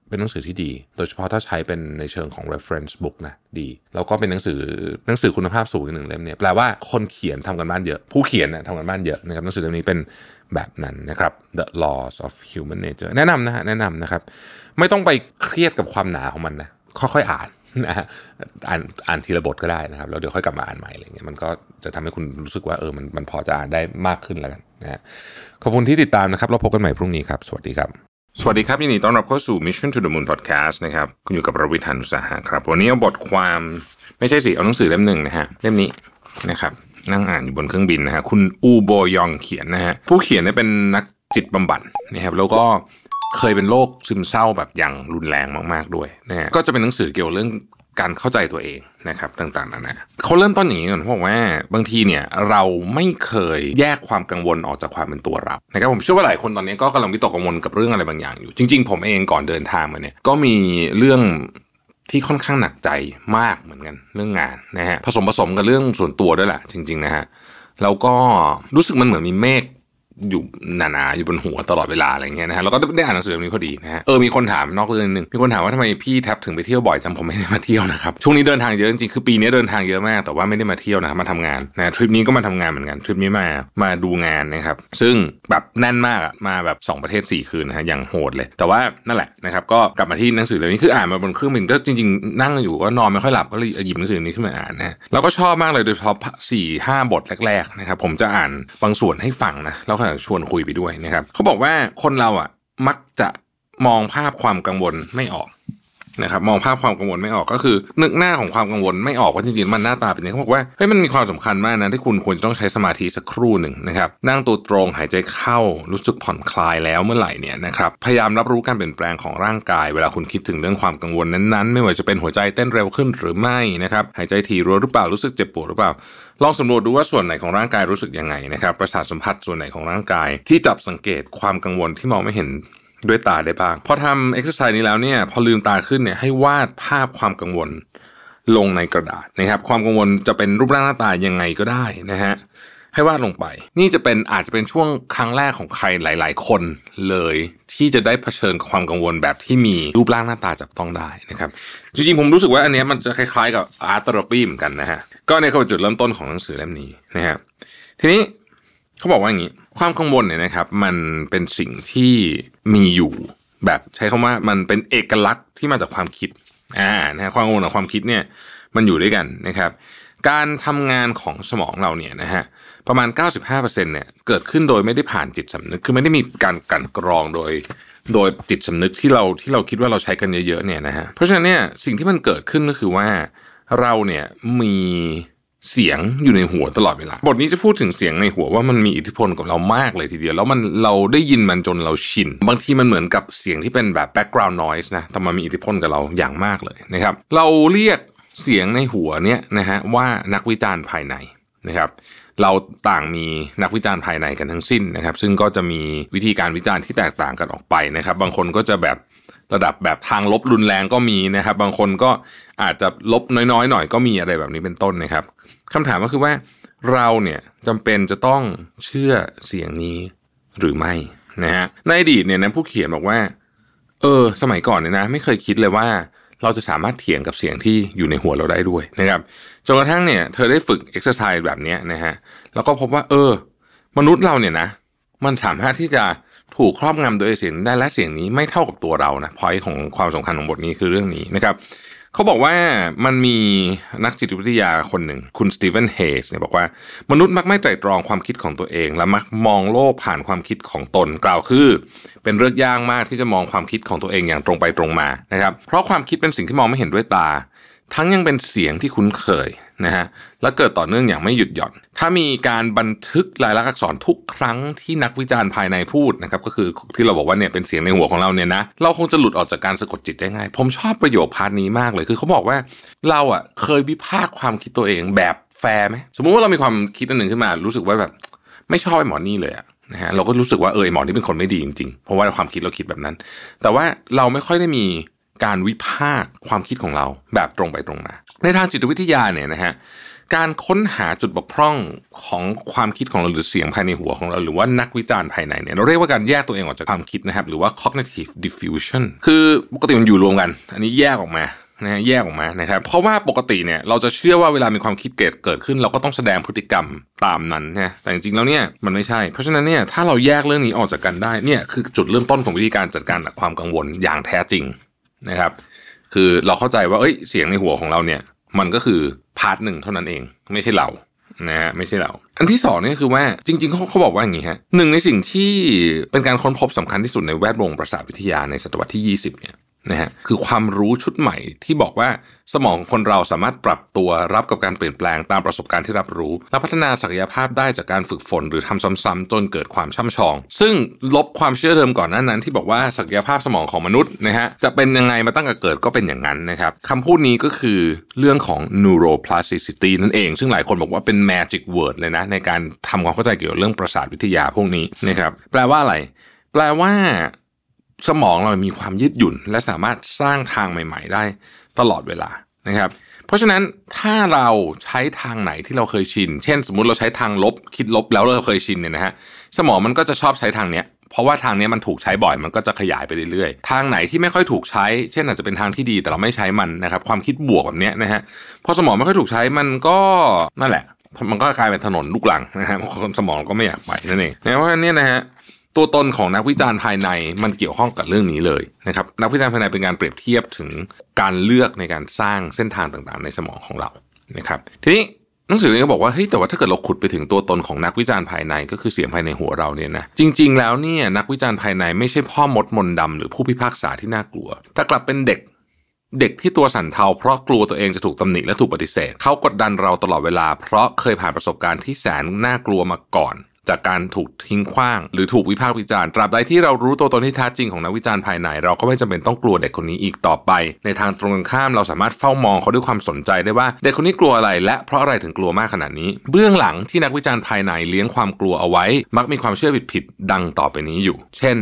เป็นหนังสือที่ดีโดยเฉพาะถ้าใช้เป็นในเชิงของ reference book นะดีแล้วก็เป็นหนังสือคุณภาพสูงอีกหนึ่งเล่มเนี่ยแปลว่าคนเขียนทำกันบ้านเยอะผู้เขียนเนี่ยทำกันบ้านเยอะนะครับหนังสือเล่มนี้เป็นแบบนั้นนะครับ The Laws of Human Nature แนะนำนะครับไม่ต้องไปเครียดกับความหนาของมันนะค่อยๆอ่านนะฮะอ่านทีละบทก็ได้นะครับแล้วเดี๋ยวค่อยกลับมาอ่านใหม่อะไรเงี้ยมันก็จะทำให้คุณรู้สึกว่ามันพอจะอ่านได้มากขึ้นแล้วกันนะฮะขอบคุณที่ติดตามนะครับเราพบกันใหม่พรุ่งนี้ครับสวัสดีครับยินดีต้อนรับเข้าสู่ Mission to the Moon Podcast นะครับคุณอยู่กับประวิทย์ หาญอุตสาหะครับวันนี้เอาบทความไม่ใช่สิเอาหนังสือเล่มหนึ่งนะฮะเล่มนี้นะครับนั่งอ่านอยู่บนเครื่องบินนะฮะคุณอูโบยองเขียนนะฮะผู้เขียนเนี่ยเป็นนักจิตบำบัดนะครับแล้วก็เคยเป็นโรคซึมเศร้าแบบอย่างรุนแรงมากๆด้วยนะฮะก็จะเป็นหนังสือเกี่ยวกับเรื่องการเข้าใจตัวเองนะครับต่างๆนะเขาเริ่มต้นอย่างนี้ก่อนบอกว่าบางทีเนี่ยเราไม่เคยแยกความกังวลออกจากความเป็นตัวเรานะครับผมเชื่อว่าหลายคนตอนนี้ก็กำลังวิตกกังวลกับเรื่องอะไรบางอย่างอยู่จริงๆผมเองก่อนเดินทางมาเนี่ยก็มีเรื่องที่ค่อนข้างหนักใจมากเหมือนกันเรื่องงานนะฮะผสมกับเรื่องส่วนตัวด้วยแหละจริงๆนะฮะแล้วก็รู้สึกมันเหมือนมีเมฆอยู่หนาๆอยู่บนหัวตลอดเวลาอะไรเงี้ยนะฮะแล้วก็ได้อ่านหนังสือเล่มนี้พอดีนะฮะมีคนถามนอกเรื่องนึงมีคนถามว่าทำไมพี่แท็บถึงไปเที่ยวบ่อยจังผมไม่ได้มาเที่ยวนะครับช่วงนี้เดินทางเยอะจริงๆคือปีนี้เดินทางเยอะมากแต่ว่าไม่ได้มาเที่ยวนะครับมาทำงานนะทริปนี้ก็มาทำงานเหมือนกันทริปนี้มาดูงานนะครับซึ่งแบบแน่นมากมาแบบ2ประเทศ4คืนนะฮะอย่างโหดเลยแต่ว่านั่นแหละนะครับก็กลับมาที่หนังสือเล่มนี้คืออ่านมาบนเครื่องบินก็จริงๆนั่งอยู่ก็นอนไม่ค่อยหลับก็เลยหยิบหนังสือนี้ขึ้นมาอ่านนะแล้วก็ชอบมากเลยโดยเฉพาะ 4-5 บทแรกๆนะครับผมจะอ่านบางส่วนให้ฟังนะแล้วก็ชวนคุยไปด้วยนะครับเขาบอกว่าคนเราอ่ะมักจะมองภาพความกังวลไม่ออกนะครับมองภาพความกังวลไม่ออกก็คือนึกหน้าของความกังวลไม่ออกว่าจริงๆมันหน้าตาเป็นยังไงเขาบอกว่าเฮ้ยมันมีความสำคัญมากนะที่คุณควรจะต้องใช้สมาธิสักครู่หนึ่งนะครับนั่งตัวตรงหายใจเข้ารู้สึกผ่อนคลายแล้วเมื่อไหร่เนี่ยนะครับพยายามรับรู้การเปลี่ยนแปลงของร่างกายเวลาคุณคิดถึงเรื่องความกังวลนั้นๆไม่ว่าจะเป็นหัวใจเต้นเร็วขึ้นหรือไม่นะครับหายใจถี่รัวหรือเปล่ารู้สึกเจ็บปวดหรือเปล่าลองสำรวจดูว่าส่วนไหนของร่างกายรู้สึกยังไงนะครับประสาทสัมผัสส่วนไหนของร่างกายที่จับสังเกตความกังวลที่มองไม่เห็นด้วยตาได้บ้างพอทำเอ็กซ์ไซส์นี้แล้วเนี่ยพอลืมตาขึ้นเนี่ยให้วาดภาพความกังวลลงในกระดาษนะครับความกังวลจะเป็นรูปร่างหน้าตายังไงก็ได้นะฮะให้วาดลงไปนี่อาจจะเป็นช่วงครั้งแรกของใครหลายๆคนเลยที่จะได้เผชิญกับความกังวลแบบที่มีรูปร่างหน้าตาจับต้องได้นะครับจริงๆผมรู้สึกว่าอันนี้มันจะคล้ายๆกับอาร์ตเทอราปีเหมือนกันนะฮะก็เนี่ยคือจุดเริ่มต้นของหนังสือเล่มนี้นะครับทีนี้เขาบอกว่าอย่างนี้ความกังวลเนี่ยนะครับมันเป็นสิ่งที่มีอยู่แบบใช้คำว่ามันเป็นเอกลักษณ์ที่มาจากความคิดนะฮะความกังวลกับความคิดเนี่ยมันอยู่ด้วยกันนะครับการทำงานของสมองเราเนี่ยนะฮะประมาณ 95% เนี่ยเกิดขึ้นโดยไม่ได้ผ่านจิตสำนึกคือไม่ได้มีการกลั่นกรองโดยจิตสำนึกที่เราคิดว่าเราใช้กันเยอะๆเนี่ยนะฮะเพราะฉะนั้นเนี่ยสิ่งที่มันเกิดขึ้นก็คือว่าเราเนี่ยมีเสียงอยู่ในหัวตลอดเวลาบทนี้จะพูดถึงเสียงในหัวว่ามันมีอิทธิพลกับเรามากเลยทีเดียวแล้วเราได้ยินมันจนเราชินบางทีมันเหมือนกับเสียงที่เป็นแบบ background noise นะแต่มันมีอิทธิพลกับเราอย่างมากเลยนะครับเราเรียกเสียงในหัวเนี่ยนะฮะว่านักวิจารณ์ภายในนะครับเราต่างมีนักวิจารณ์ภายในกันทั้งสิ้นนะครับซึ่งก็จะมีวิธีการวิจารณ์ที่แตกต่างกันออกไปนะครับบางคนก็จะแบบระดับแบบทางลบรุนแรงก็มีนะครับบางคนก็อาจจะลบน้อยๆหน่อยก็มีอะไรแบบนี้เป็นต้นนะครับคำถามก็คือว่าเราเนี่ยจำเป็นจะต้องเชื่อเสียงนี้หรือไม่นะฮะในอดีตเนี่ยนะผู้เขียนบอกว่าสมัยก่อนเนี่ยนะไม่เคยคิดเลยว่าเราจะสามารถเถียงกับเสียงที่อยู่ในหัวเราได้ด้วยนะครับจนกระทั่งเนี่ยเธอได้ฝึกเอ็กซ์ไซส์แบบนี้นะฮะแล้วก็พบว่ามนุษย์เราเนี่ยนะมันสามารถที่จะถูกครอบงำโดยเสียงได้และเสียงนี้ไม่เท่ากับตัวเรานะพอยต์ของความสำคัญของบทนี้คือเรื่องนี้นะครับเขาบอกว่ามันมีนักจิตวิทยาคนหนึ่งคุณสตีเวนเฮสเนี่ยบอกว่ามนุษย์มักไม่ไตร่ตรองความคิดของตัวเองและมักมองโลกผ่านความคิดของตนกล่าวคือเป็นเรื่องยากมากที่จะมองความคิดของตัวเองอย่างตรงไปตรงมานะครับเพราะความคิดเป็นสิ่งที่มองไม่เห็นด้วยตาทั้งยังเป็นเสียงที่คุ้นเคยนะฮะและเกิดต่อเนื่องอย่างไม่หยุดหย่อนถ้ามีการบันทึกลายลักษณ์อักษรทุกครั้งที่นักวิจารณ์ภายในพูดนะครับก็คือที่เราบอกว่าเนี่ยเป็นเสียงในหัวของเราเนี่ยนะเราคงจะหลุดออกจากการสะกดจิตได้ง่ายผมชอบประโยคพาร์ทนี้มากเลยคือเขาบอกว่าเราเคยวิพากษ์ความคิดตัวเองแบบแฟร์ไหมสมมุติว่าเรามีความคิดอันหนึ่งขึ้นมารู้สึกว่าแบบไม่ชอบไอ้หมอนี่เลยนะฮะเราก็รู้สึกว่าไอ้หมอนี่เป็นคนไม่ดีจริงๆเพราะว่าความคิดเราคิดแบบนั้นแต่ว่าเราไม่ค่อยได้มีการวิพากษ์ความคิดของเราแบบตรงไปตรงมาในทางจิตวิทยาเนี่ยนะฮะการค้นหาจุดบกพร่องของความคิดของเราหรือเสียงภายในหัวของเราหรือว่านักวิจารณ์ภายในเนี่ยเราเรียกว่าการแยกตัวเองออกจากความคิดนะครับหรือว่า cognitive diffusion คือปกติมันอยู่รวมกันอันนี้แยกออกมานะแยกออกมานะครับเพราะว่าปกติเนี่ยเราจะเชื่อว่าเวลามีความคิดเกิดขึ้นเราก็ต้องแสดงพฤติกรรมตามนั้นนะแต่จริงๆแล้วเนี่ยมันไม่ใช่เพราะฉะนั้นเนี่ยถ้าเราแยกเรื่องนี้ออกจากกันได้เนี่ยคือจุดเริ่มต้นของวิธีการจัดการกับความกังวลอย่างแท้จริงนะครับคือเราเข้าใจว่าเสียงในหัวของเราเนี่ยมันก็คือพาร์ทหนึ่งเท่านั้นเองไม่ใช่เรานะฮะไม่ใช่เราอันที่สองนี่คือว่าจริงๆเขาบอกว่าอย่างนี้ฮะหนึ่งในสิ่งที่เป็นการค้นพบสำคัญที่สุดในแวดวงประสาทวิทยาในศตวรรษที่20เนี่ยนะฮะคือความรู้ชุดใหม่ที่บอกว่าสมองของคนเราสามารถปรับตัวรับกับการเปลี่ยนแปลงตามประสบการณ์ที่รับรู้และพัฒนาศักยภาพได้จากการฝึกฝนหรือทำซ้ำๆจนเกิดความช่ำชองซึ่งลบความเชื่อเดิมก่อนหน้านั้นที่บอกว่าศักยภาพสมองของมนุษย์นะฮะจะเป็นยังไงมาตั้งแต่เกิดก็เป็นอย่างนั้นนะครับคำพูดนี้ก็คือเรื่องของ neuroplasticity นั่นเองซึ่งหลายคนบอกว่าเป็น magic word เลยนะในการทำความเข้าใจเกี่ยวกับเรื่องประสาทวิทยาพวกนี้นะครับแปลว่าอะไรแปลว่าสมองเรามีความยืดหยุ่นและสามารถสร้างทางใหม่ๆได้ตลอดเวลานะครับเพราะฉะนั้นถ้าเราใช้ทางไหนที่เราเคยชินเช่นสมมุติเราใช้ทางลบคิดลบแล้วเราเคยชินเนี่ยนะฮะสมองมันก็จะชอบใช้ทางเนี้ยเพราะว่าทางนี้มันถูกใช้บ่อยมันก็จะขยายไปเรื่อยๆทางไหนที่ไม่ค่อยถูกใช้เช่นอาจจะเป็นทางที่ดีแต่เราไม่ใช้มันนะครับความคิดบวกแบบนี้นะฮะพอสมองไม่ค่อยถูกใช้มันก็นั่นแหละมันก็กลายเป็นถนนลูกรังนะฮะสมองก็ไม่อยากไปนั่นเองเพราะฉะนั้นเนี่ยนะฮะตัวตนของนักวิจารณ์ภายในมันเกี่ยวข้องกับเรื่องนี้เลยนะครับนักวิจารณ์ภายในเป็นการเปรียบเทียบถึงการเลือกในการสร้างเส้นทางต่างๆในสมองของเรานะครับทีนี้หนังสือนี้ก็บอกว่าเฮ้ยแต่ว่าถ้าเกิดเราขุดไปถึงตัวตนของนักวิจารณ์ภายในก็คือเสียงภายในหัวเราเนี่ยนะจริงๆแล้วเนี่ยนักวิจารณ์ภายในไม่ใช่พ่อมดมนต์ดำหรือผู้พิพากษาที่น่ากลัวแต่กลับเป็นเด็กที่ตัวสั่นเทาเพราะกลัวตัวเองจะถูกตำหนิและถูกปฏิเสธเขากดดันเราตลอดเวลาเพราะเคยผ่านประสบการณ์ที่แสนน่ากลัวมาก่อนจากการถูกทิ้งขว้างหรือถูกวิพากษ์วิจารณ์ตราบใดที่เรารู้ตัวตนที่แท้จริงของนักวิจารณ์ภายในเราก็ไม่จำเป็นต้องกลัวเด็กคนนี้อีกต่อไปในทางตรงกันข้ามเราสามารถเฝ้ามองเขาด้วยความสนใจได้ว่าเด็กคนนี้กลัวอะไรและเพราะอะไรถึงกลัวมากขนาดนี้เบื้องหลังที่นักวิจารณ์ภายในเลี้ยงความกลัวเอาไว้มักมีความเชื่อผิดๆดังต่อไปนี้อยู่เช่น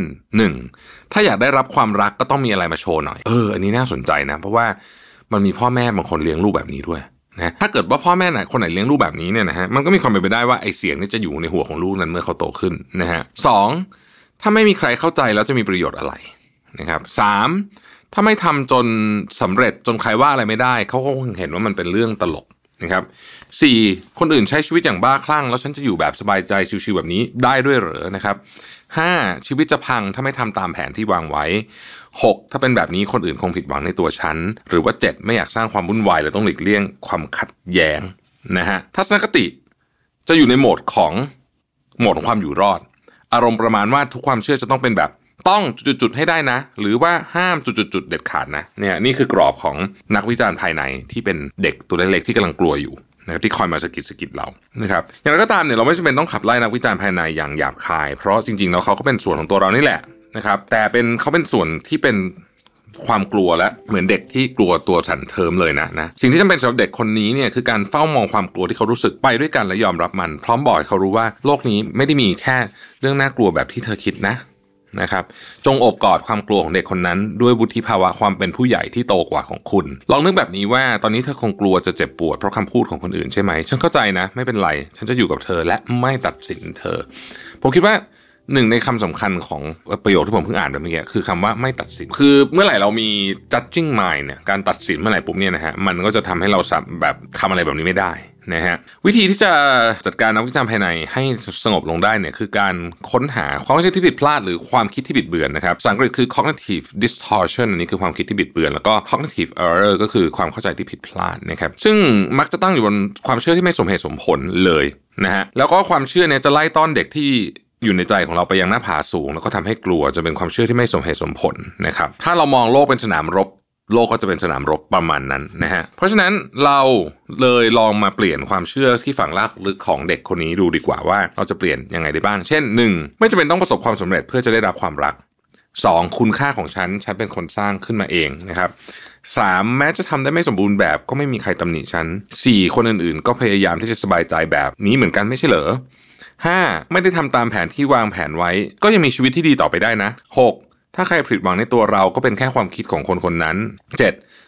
1. ถ้าอยากได้รับความรักก็ต้องมีอะไรมาโชว์หน่อยอันนี้น่าสนใจนะเพราะว่ามันมีพ่อแม่บางคนเลี้ยงลูกแบบนี้ด้วยนะถ้าเกิดว่าพ่อแม่ไหนคนไหนเลี้ยงลูกแบบนี้เนี่ยนะฮะมันก็มีความเป็นไปได้ว่าไอ้เสียงนี่จะอยู่ในหัวของลูกนั้นเมื่อเขาโตขึ้นนะฮะ 2. ถ้าไม่มีใครเข้าใจแล้วจะมีประโยชน์อะไรนะครับ 3. ถ้าไม่ทำจนสำเร็จจนใครว่าอะไรไม่ได้เขาก็คงเห็นว่ามันเป็นเรื่องตลกนะครับ 4. คนอื่นใช้ชีวิตอย่างบ้าคลั่งแล้วฉันจะอยู่แบบสบายใจชิวๆแบบนี้ได้ด้วยเหรอนะครับ 5. ชีวิตจะพังถ้าไม่ทำตามแผนที่วางไว้ 6. ถ้าเป็นแบบนี้คนอื่นคงผิดหวังในตัวฉันหรือว่า 7. ไม่อยากสร้างความวุ่นวายเลยต้องหลีกเลี่ยงความขัดแย้งนะฮะทัศนคติจะอยู่ในโหมดของความอยู่รอดอารมณ์ประมาณว่าทุกความเชื่อจะต้องเป็นแบบต้องจุดๆให้ได้นะหรือว่าห้ามจุดๆเด็ดขาดนะเนี่ยนี่คือกรอบของนักวิจารณ์ภายในที่เป็นเด็กตัวเล็กๆที่กำลังกลัวอยู่นะครับที่คอยมาสะกิดเรานะครับอย่างไรก็ตามเนี่ยเราไม่จำเป็นต้องขับไล่นักวิจารณ์ภายในอย่างหยาบคายเพราะจริงๆแล้วเขาก็เป็นส่วนของตัวเรานี่แหละนะครับแต่เขาเป็นส่วนที่เป็นความกลัวและเหมือนเด็กที่กลัวตัวสั่นเทิมเลยนะสิ่งที่จำเป็นสำหรับเด็กคนนี้เนี่ยคือการเฝ้ามองความกลัวที่เขารู้สึกไปด้วยกันและยอมรับมันพร้อมบอกให้เขารู้ว่าโลกนี้ไม่ได้มีแค่เรื่องน่ากลัวแบบที่เธอคิดนะครับจงโอบกอดความกลัวของเด็กคนนั้นด้วยวุฒิภาวะความเป็นผู้ใหญ่ที่โตกว่าของคุณลองนึกแบบนี้ว่าตอนนี้เธอคงกลัวจะเจ็บปวดเพราะคำพูดของคนอื่นใช่ไหมฉันเข้าใจนะไม่เป็นไรฉันจะอยู่กับเธอและไม่ตัดสินเธอผมคิดว่าหนึ่งในคำสำคัญของประโยคที่ผมเพิ่งอ่านไปเมื่อกี้คือคำว่าไม่ตัดสินคือเมื่อไหร่เรามี judging mind เนี่ยการตัดสินเมื่อไหร่ปุ๊บเนี่ยนะฮะมันก็จะทำให้เราแบบทำอะไรแบบนี้ไม่ได้นะฮะวิธีที่จะจัดการนักวิจารณ์ภายในให้สงบลงได้เนี่ยคือการค้นหาความเข้าใจที่ผิดพลาดหรือความคิดที่บิดเบือนนะครับภาษาอังกฤษคือ cognitive distortion อันนี้คือความคิดที่บิดเบือนแล้วก็ cognitive error ก็คือความเข้าใจที่ผิดพลาดนะครับซึ่งมักจะตั้งอยู่บนความเชื่อที่ไม่สมเหตุสมผลเลยนะฮะแล้วก็ความเชื่อเนี่ยจะไล่ต้อนเด็กที่อยู่ในใจของเราไปยังหน้าผาสูงแล้วก็ทำให้กลัวจะเป็นความเชื่อที่ไม่สมเหตุสมผลนะครับถ้าเรามองโลกเป็นสนามรบโลกก็จะเป็นสนามรบประมาณนั้นนะฮะเพราะฉะนั้นเราเลยลองมาเปลี่ยนความเชื่อที่ฝังรากลึกของเด็กคนนี้ดูดีกว่าว่าเราจะเปลี่ยนยังไงได้บ้างเช่น 1. ไม่จำเป็นต้องประสบความสำเร็จเพื่อจะได้รับความรัก 2. คุณค่าของฉันเป็นคนสร้างขึ้นมาเองนะครับ 3. แม้จะทำได้ไม่สมบูรณ์แบบก็ไม่มีใครตำหนิฉัน 4. คนอื่นๆก็พยายามที่จะสบายใจแบบนี้เหมือนกันไม่ใช่เหรอ 5. ไม่ได้ทำตามแผนที่วางแผนไว้ก็ยังมีชีวิตที่ดีต่อไปได้นะ 6. ถ้าใครผิดหวังในตัวเราก็เป็นแค่ความคิดของคนคนนั้น 7.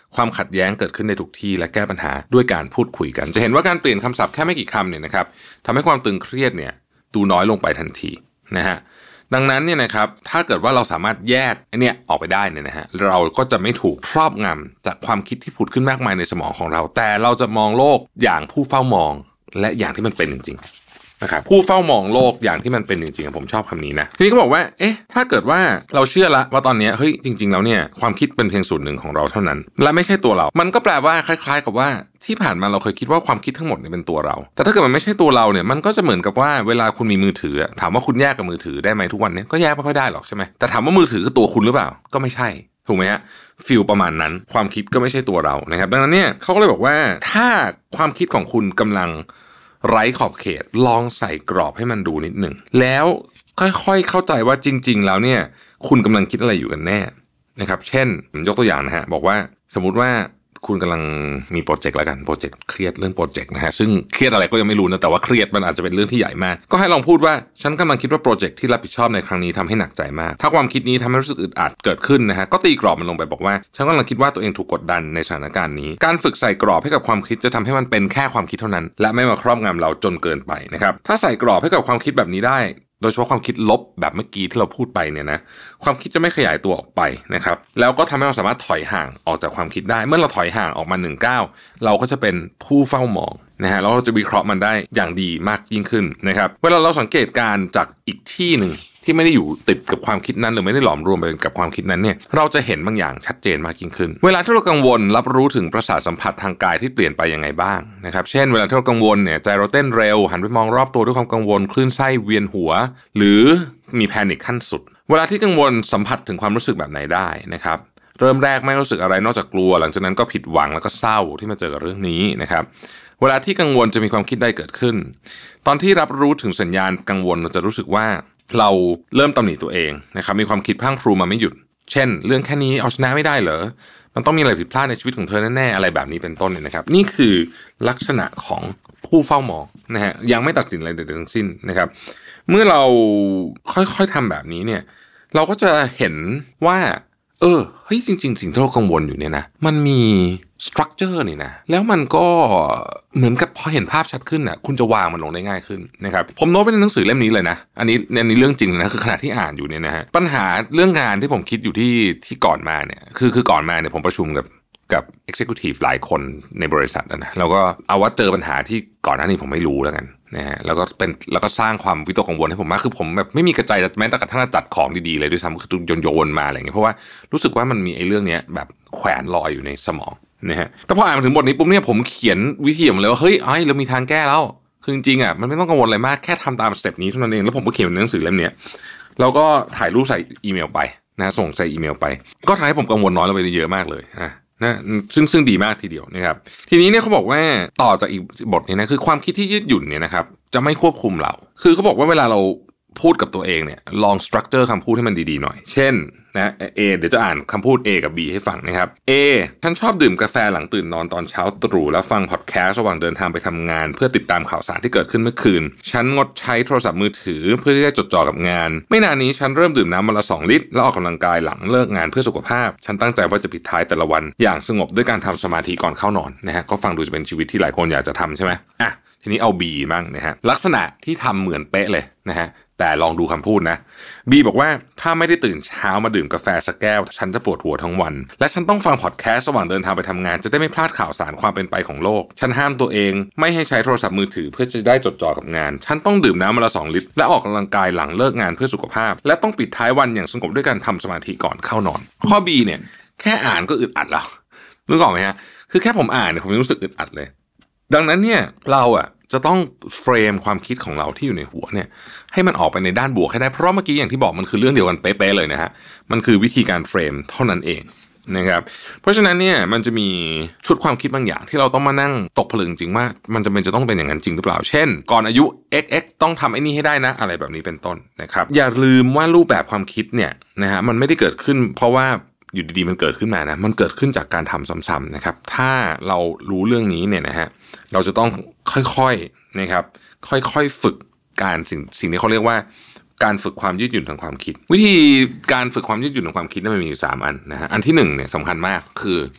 ความขัดแย้งเกิดขึ้นในทุกที่และแก้ปัญหาด้วยการพูดคุยกันจะเห็นว่าการเปลี่ยนคำศัพท์แค่ไม่กี่คำเนี่ยนะครับทำให้ความตึงเครียดเนี่ยดูน้อยลงไปทันทีนะฮะดังนั้นเนี่ยนะครับถ้าเกิดว่าเราสามารถแยกไอ้เนี่ยออกไปได้เนี่ยนะฮะเราก็จะไม่ถูกครอบงำจากความคิดที่ผุดขึ้นมากมายในสมองของเราแต่เราจะมองโลกอย่างผู้เฝ้ามองและอย่างที่มันเป็นจริงๆนะครับผู้เฝ้ามองโลกอย่างที่มันเป็นจริงๆผมชอบคำนี้นะทีนี้ก็บอกว่าถ้าเกิดว่าเราเชื่อละว่าตอนนี้เฮ้ยจริงๆแล้วเนี่ยความคิดเป็นเพียงส่วนหนึ่งของเราเท่านั้นและไม่ใช่ตัวเรามันก็แปลว่าคล้ายๆกับว่าที่ผ่านมาเราเคยคิดว่าความคิดทั้งหมดเนี่ยเป็นตัวเราแต่ถ้าเกิดมันไม่ใช่ตัวเราเนี่ยมันก็จะเหมือนกับว่าเวลาคุณมีมือถือถามว่าคุณแยกกับมือถือได้ไหมทุกวันนี้ก็แยกไม่ค่อยได้หรอกใช่ไหมแต่ถามว่ามือถือคือตัวคุณหรือเปล่าก็ไม่ใช่ถูกไหมฮะฟีลประมาณนั้นความคิดก็ไม่ใช่ตัวเรานะครับดังนั้นเนี่ยเขาก็เลยบอกว่าถ้าความคิดของคุณกำลังไร้ขอบเขตลองใส่กรอบให้มันดูนิดหนึ่งแล้วค่อยๆเข้าใจว่าจริงๆแล้วเนี่ยคุณกำลังคิดอะไรอยู่กันแน่นะครับเช่นผมยกตัวอย่างนะฮะบอกว่าสมมุติว่าคุณกำลังมีโปรเจกต์แล้วกันโปรเจกต์เครียดเรื่องโปรเจกต์นะฮะซึ่งเครียดอะไรก็ยังไม่รู้นะแต่ว่าเครียดมันอาจจะเป็นเรื่องที่ใหญ่มากก็ให้ลองพูดว่าฉันกำลังคิดว่าโปรเจกต์ที่รับผิดชอบในครั้งนี้ทำให้หนักใจมากถ้าความคิดนี้ทำให้รู้สึกอึดอัดเกิดขึ้นนะฮะก็ตีกรอบมันลงไปบอกว่าฉันกำลังคิดว่าตัวเองถูกกดดันในสถานการณ์นี้การฝึกใส่กรอบให้กับความคิดจะทำให้มันเป็นแค่ความคิดเท่านั้นและไม่มาครอบงำเราจนเกินไปนะครับถ้าใส่กรอบให้กับความคิดแบบนี้ได้โดยเฉพาะความคิดลบแบบเมื่อกี้ที่เราพูดไปเนี่ยนะความคิดจะไม่ขยายตัวออกไปนะครับแล้วก็ทำให้เราสามารถถอยห่างออกจากความคิดได้เมื่อเราถอยห่างออกมา1 ก้าวเราก็จะเป็นผู้เฝ้ามองนะฮะแล้วเราจะวิเคราะห์มันได้อย่างดีมากยิ่งขึ้นนะครับเวลาเราสังเกตการจากอีกที่หนึ่งที่ไม่ได้อยู่ติดกับความคิดนั้นหรือไม่ได้หลอมรวมไปกับความคิดนั้นเนี่ยเราจะเห็นบางอย่างชัดเจนมากยิ่งขึ้นเวลาที่เรากังวลรับรู้ถึงประสาทสัมผัสทางกายที่เปลี่ยนไปยังไงบ้างนะครับเช่นเวลาที่เรากังวลเนี่ยใจเราเต้นเร็วหันไปมองรอบตัวด้วยความกังวลคลื่นไส้เวียนหัวหรือมีแพนิคขั้นสุดเวลาที่กังวลสัมผัสถึงความรู้สึกแบบไหนได้นะครับเริ่มแรกไม่รู้สึกอะไรนอกจากกลัวหลังจากนั้นก็ผิดหวังแล้วก็เศร้าที่มาเจอกับเรื่องนี้นะครับเวลาที่กังวลจะมีความคิดใดเกิดขึ้นตอนที่รับรู้ถึงสัญญาณกังวลเราจะรู้สึกว่าเราเริ่มตำหนิตัวเองนะครับมีความคิดพรั่งพรูมาไม่หยุดเช่นเรื่องแค่นี้เอาชนะไม่ได้เหรอมันต้องมีอะไรผิดพลาดในชีวิตของเธอแน่ๆอะไรแบบนี้เป็นต้นเนี่ยนะครับนี่คือลักษณะของผู้เฝ้ามองนะฮะยังไม่ตัดสินอะไรใดๆทั้งสิ้นนะครับเมื่อเราค่อยๆทำแบบนี้เนี่ยเราก็จะเห็นว่าเฮ้ยจริงๆสิ่งที่เรากังวลอยู่เนี่ยนะมันมีสตรัคเจอร์นี่นะแล้วมันก็เหมือนกับพอเห็นภาพชัดขึ้นน่ะคุณจะวางมันลงได้ง่ายขึ้นนะครับผมโน้ตไปในหนังสือเล่มนี้เลยนะอันนี้เรื่องจริงนะคือขณะที่อ่านอยู่เนี่ยนะฮะปัญหาเรื่องงานที่ผมคิดอยู่ที่ก่อนมาเนี่ยคือก่อนมาเนี่ยผมประชุมกับ executive หลายคนในบริษัทนะแล้วก็เอาว่าเจอปัญหาที่ก่อนหน้านี้ผมไม่รู้แล้วกันนะฮะแล้วก็สร้างความวิตกกังวลให้ผมมากคือผมแบบไม่มีกระจายแม้แต่กระทั่งจัดของดีๆเลยด้วยซ้ำคือโยนมาอะไรอย่างเงี้ยเพราะว่ารู้สึกว่ามันมีไอ้เรื่องนี้แบบแขวนลอยอยู่ในสมองนะฮะแต่พออ่านมาถึงบทนี้ปุ๊บเนี่ยผมเขียนวิธีออกมาเลยว่าเฮ้ยเรามีทางแก้แล้วคือจริงๆมันไม่ต้องกังวลอะไรมากแค่ทำตามสเต็ปนี้เท่านั้นเองแล้วผมก็เขียนในหนังสือเล่มนี้แล้วก็ถ่ายรูปใส่อีเมลไปนะส่งใส่อีเมลไปก็ทำให้ผมกังวลน้อยลงไปเยอะมากเลยนะซึ่งดีมากทีเดียวนะครับทีนี้เนี่ยเขาบอกว่าต่อจากอีกบทนี้นะคือความคิดที่ยืดหยุ่นเนี่ยนะครับจะไม่ควบคุมเราคือเขาบอกว่าเวลาเราพูดกับตัวเองเนี่ยลองสตรัคเจอร์คำพูดให้มันดีๆหน่อยเช่นนะเดี๋ยวจะอ่านคำพูด A กับ B ให้ฟังนะครับ A ฉันชอบดื่มกาแฟหลังตื่นนอนตอนเช้าตรู่แล้วฟังพอดแคสต์ระหว่างเดินทางไปทำงานเพื่อติดตามข่าวสารที่เกิดขึ้นเมื่อคืนฉันงดใช้โทรศัพท์มือถือเพื่อที่จะจดจ่อกับงานไม่นานนี้ฉันเริ่มดื่มน้ำวันละ2 ลิตรแล้วออกกำลังกายหลังเลิกงานเพื่อสุขภาพฉันตั้งใจว่าจะปิดท้ายแต่ละวันอย่างสงบด้วยการทำสมาธิก่อนเข้านอนนะฮะก็ฟังดูจะเป็นชีวิตที่หลายคนอยากจะทำใช่ไหมทีนี้เอา B บ้างนะฮะลักษณะที่ทำเหมือนเป๊ะเลยนะฮะแต่ลองดูคำพูดนะ B บอกว่าถ้าไม่ได้ตื่นเช้ามาดื่มกาแฟสักแก้วฉันจะปวดหัวทั้งวันและฉันต้องฟังพอดแคสต์ระหว่างเดินทางไปทำงานจะได้ไม่พลาดข่าวสารความเป็นไปของโลกฉันห้ามตัวเองไม่ให้ใช้โทรศัพท์มือถือเพื่อจะได้จดจ่อกับงานฉันต้องดื่มน้ำวันละ2 ลิตรและออกกำลังกายหลังเลิกงานเพื่อสุขภาพและต้องปิดท้ายวันอย่างสงบด้วยการทำสมาธิก่อนเข้านอนข้อ B เนี่ยแค่อ่านก็อึดอัดแล้วนึกออกไหมฮะคือแค่ผมอ่านเนี่ยผมรู้สึกอึดอัดเลยดังนั้นเนี่ยเราจะต้องเฟรมความคิดของเราที่อยู่ในหัวเนี่ยให้มันออกไปในด้านบวกให้ได้เพราะเมื่อกี้อย่างที่บอกมันคือเรื่องเดียวกันเป๊ะๆเลยนะฮะมันคือวิธีการเฟรมเท่านั้นเองนะครับเพราะฉะนั้นเนี่ยมันจะมีชุดความคิดบางอย่างที่เราต้องมานั่งตกผลึกจริงว่ามันจะเป็นจะต้องเป็นอย่างนั้นจริงหรือเปล่าเช่นก่อนอายุ XX ต้องทำไอ้นี่ให้ได้นะอะไรแบบนี้เป็นต้นนะครับอย่าลืมว่ารูปแบบความคิดเนี่ยนะฮะมันไม่ได้เกิดขึ้นเพราะว่าอยู่ดีๆมันเกิดขึ้นมานะมันเกิดขึ้นจากการทำซ้ำๆนะครับถ้าเรารู้เรื่องนี้เนี่ยนะฮะเราจะต้องค่อยๆนะครับค่อยๆฝึกการสิ่งที่เขาเรียกว่าการฝึกความยืดหยุ่นทางความคิดวิธีการฝึกความยืดหยุ่นทางความคิดนั้นมันมีอยู่3 อันนะฮะอันที่1เนี่ยสำคัญมากคือ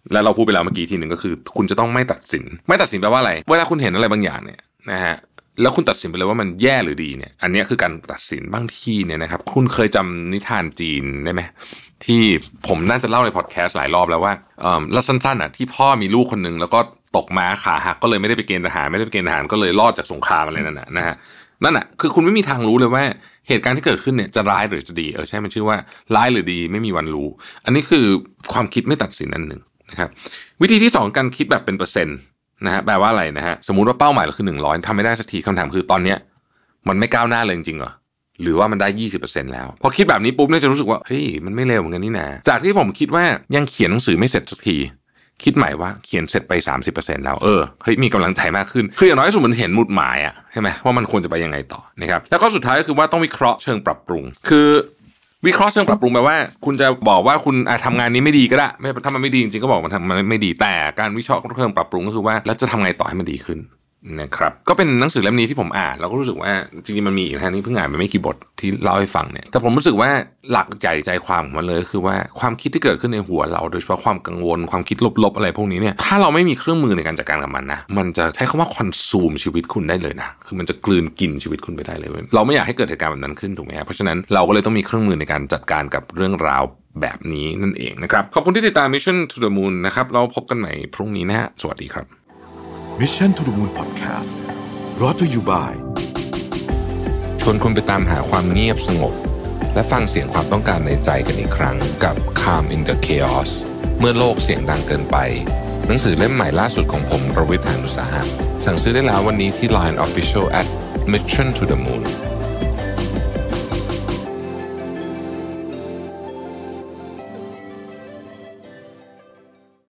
และเราพูดไปแล้วเมื่อกี้ทีนึงก็คือคุณจะต้องไม่ตัดสินแปลว่าอะไรเวลาคุณเห็นอะไรบางอย่างเนี่ยนะฮะแล้วคุณตัดสินไปเลยว่ามันแย่หรือดีเนี่ยอันนี้คือการตัดสินบางทีเนี่ยนะครับคุณเคยจำนิทานจีนได้ไหมที่ผมน่าจะเล่าในพอดแคสต์หลายรอบแล้วว่าแล้วสั้นๆที่พ่อมีลูกคนนึงแล้วก็ตกม้าขาหักก็เลยไม่ได้ไปเกณฑ์ทหารก็เลยรอดจากสงครามอะไรนั่นนะฮะนั่นคือคุณไม่มีทางรู้เลยว่าเหตุการณ์ที่เกิดขึ้นเนี่ยจะร้ายหรือจะดีใช่มันชื่อว่าร้ายหรือดีไม่มีวันรู้อันนี้คือความคิดไม่ตัดสินอันหนึ่งนะครับวิธีที่2การคิดแบบเป็นเปอร์เซ็นต์นะฮะแปลว่าอะไรนะฮะสมมุติว่าเป้าหมายเราคือ100ทำไม่ได้สักทีคำถามคือตอนเนี้ยมันไม่ก้าวหน้าเลยจริงๆเหรอหรือว่ามันได้ 20% แล้วพอคิดแบบนี้ปุ๊บเนี่ยจะรู้สึกว่าเฮ้ยมันไม่เร็วเหมือนกันนี่นะจากที่ผมคิดว่ายังเขียนหนังสือไม่เสร็จสักทีคิดใหม่ว่าเขียนเสร็จไป 30% แล้วเฮ้ยมีกำลังใจมากขึ้นคืออย่างน้อยที่สุดมันเห็นหมุดหมายอะใช่ไหมว่ามันควรจะไปยังไงต่อนะครับแล้วก็สุดท้ายก็คือว่าต้องวิเคราะห์เชิงปรับปรุงคือวิเคราะห์เชิงปรับปรุงแปลว่าคุณจะบอกว่าคุณทำงานนี้ไม่ดีก็ได้ไม่ถ้ามันไม่ดีจริงๆก็บอกมันไม่ดีแต่การวิเคราะห์เชิงปรับปรุงก็คือว่าแล้วจะทำไงต่อให้มันดีขึ้นนะครับก็เป็นหนังสือเล่มนี้ที่ผมอ่านแล้วก็รู้สึกว่าจริงๆมันมีอีกนะนี่เพิ่งอ่านไปไม่กี่บทที่เล่าให้ฟังเนี่ยแต่ผมรู้สึกว่าหลักใหญ่ใจความของมันเลยคือว่าความคิดที่เกิดขึ้นในหัวเราโดยเฉพาะความกังวลความคิดลบๆอะไรพวกนี้เนี่ยถ้าเราไม่มีเครื่องมือในการจัดการกับมันนะมันจะใช้คำว่าคอนซูมชีวิตคุณได้เลยนะคือมันจะกลืนกินชีวิตคุณไปได้เลยเราไม่อยากให้เกิดเหตุการณ์แบบนั้นขึ้นถูกไหมครับเพราะฉะนั้นเราก็เลยต้องมีเครื่องมือในการจัดการกับเรื่องราวแบบนี้นั่นเองนะครับขอบคุณที่ติดตาม Mission to the Moon นะครับเราพบกันใหม่พรุ่งนี้นะฮะสวัสดีครับ Mission to the Moon Podcast brought to you by ชวนคุณไปตามหาความเงียบสงบและฟังเสียงความต้องการในใจกันอีกครั้งกับ Calm in the Chaos เมื่อโลกเสียงดังเกินไปหนังสือเล่มใหม่ล่าสุดของผมรวิทย์ หาญอุตสาหะสั่งซื้อได้แล้ววันนี้ที่ Line Official @Mission to the Moon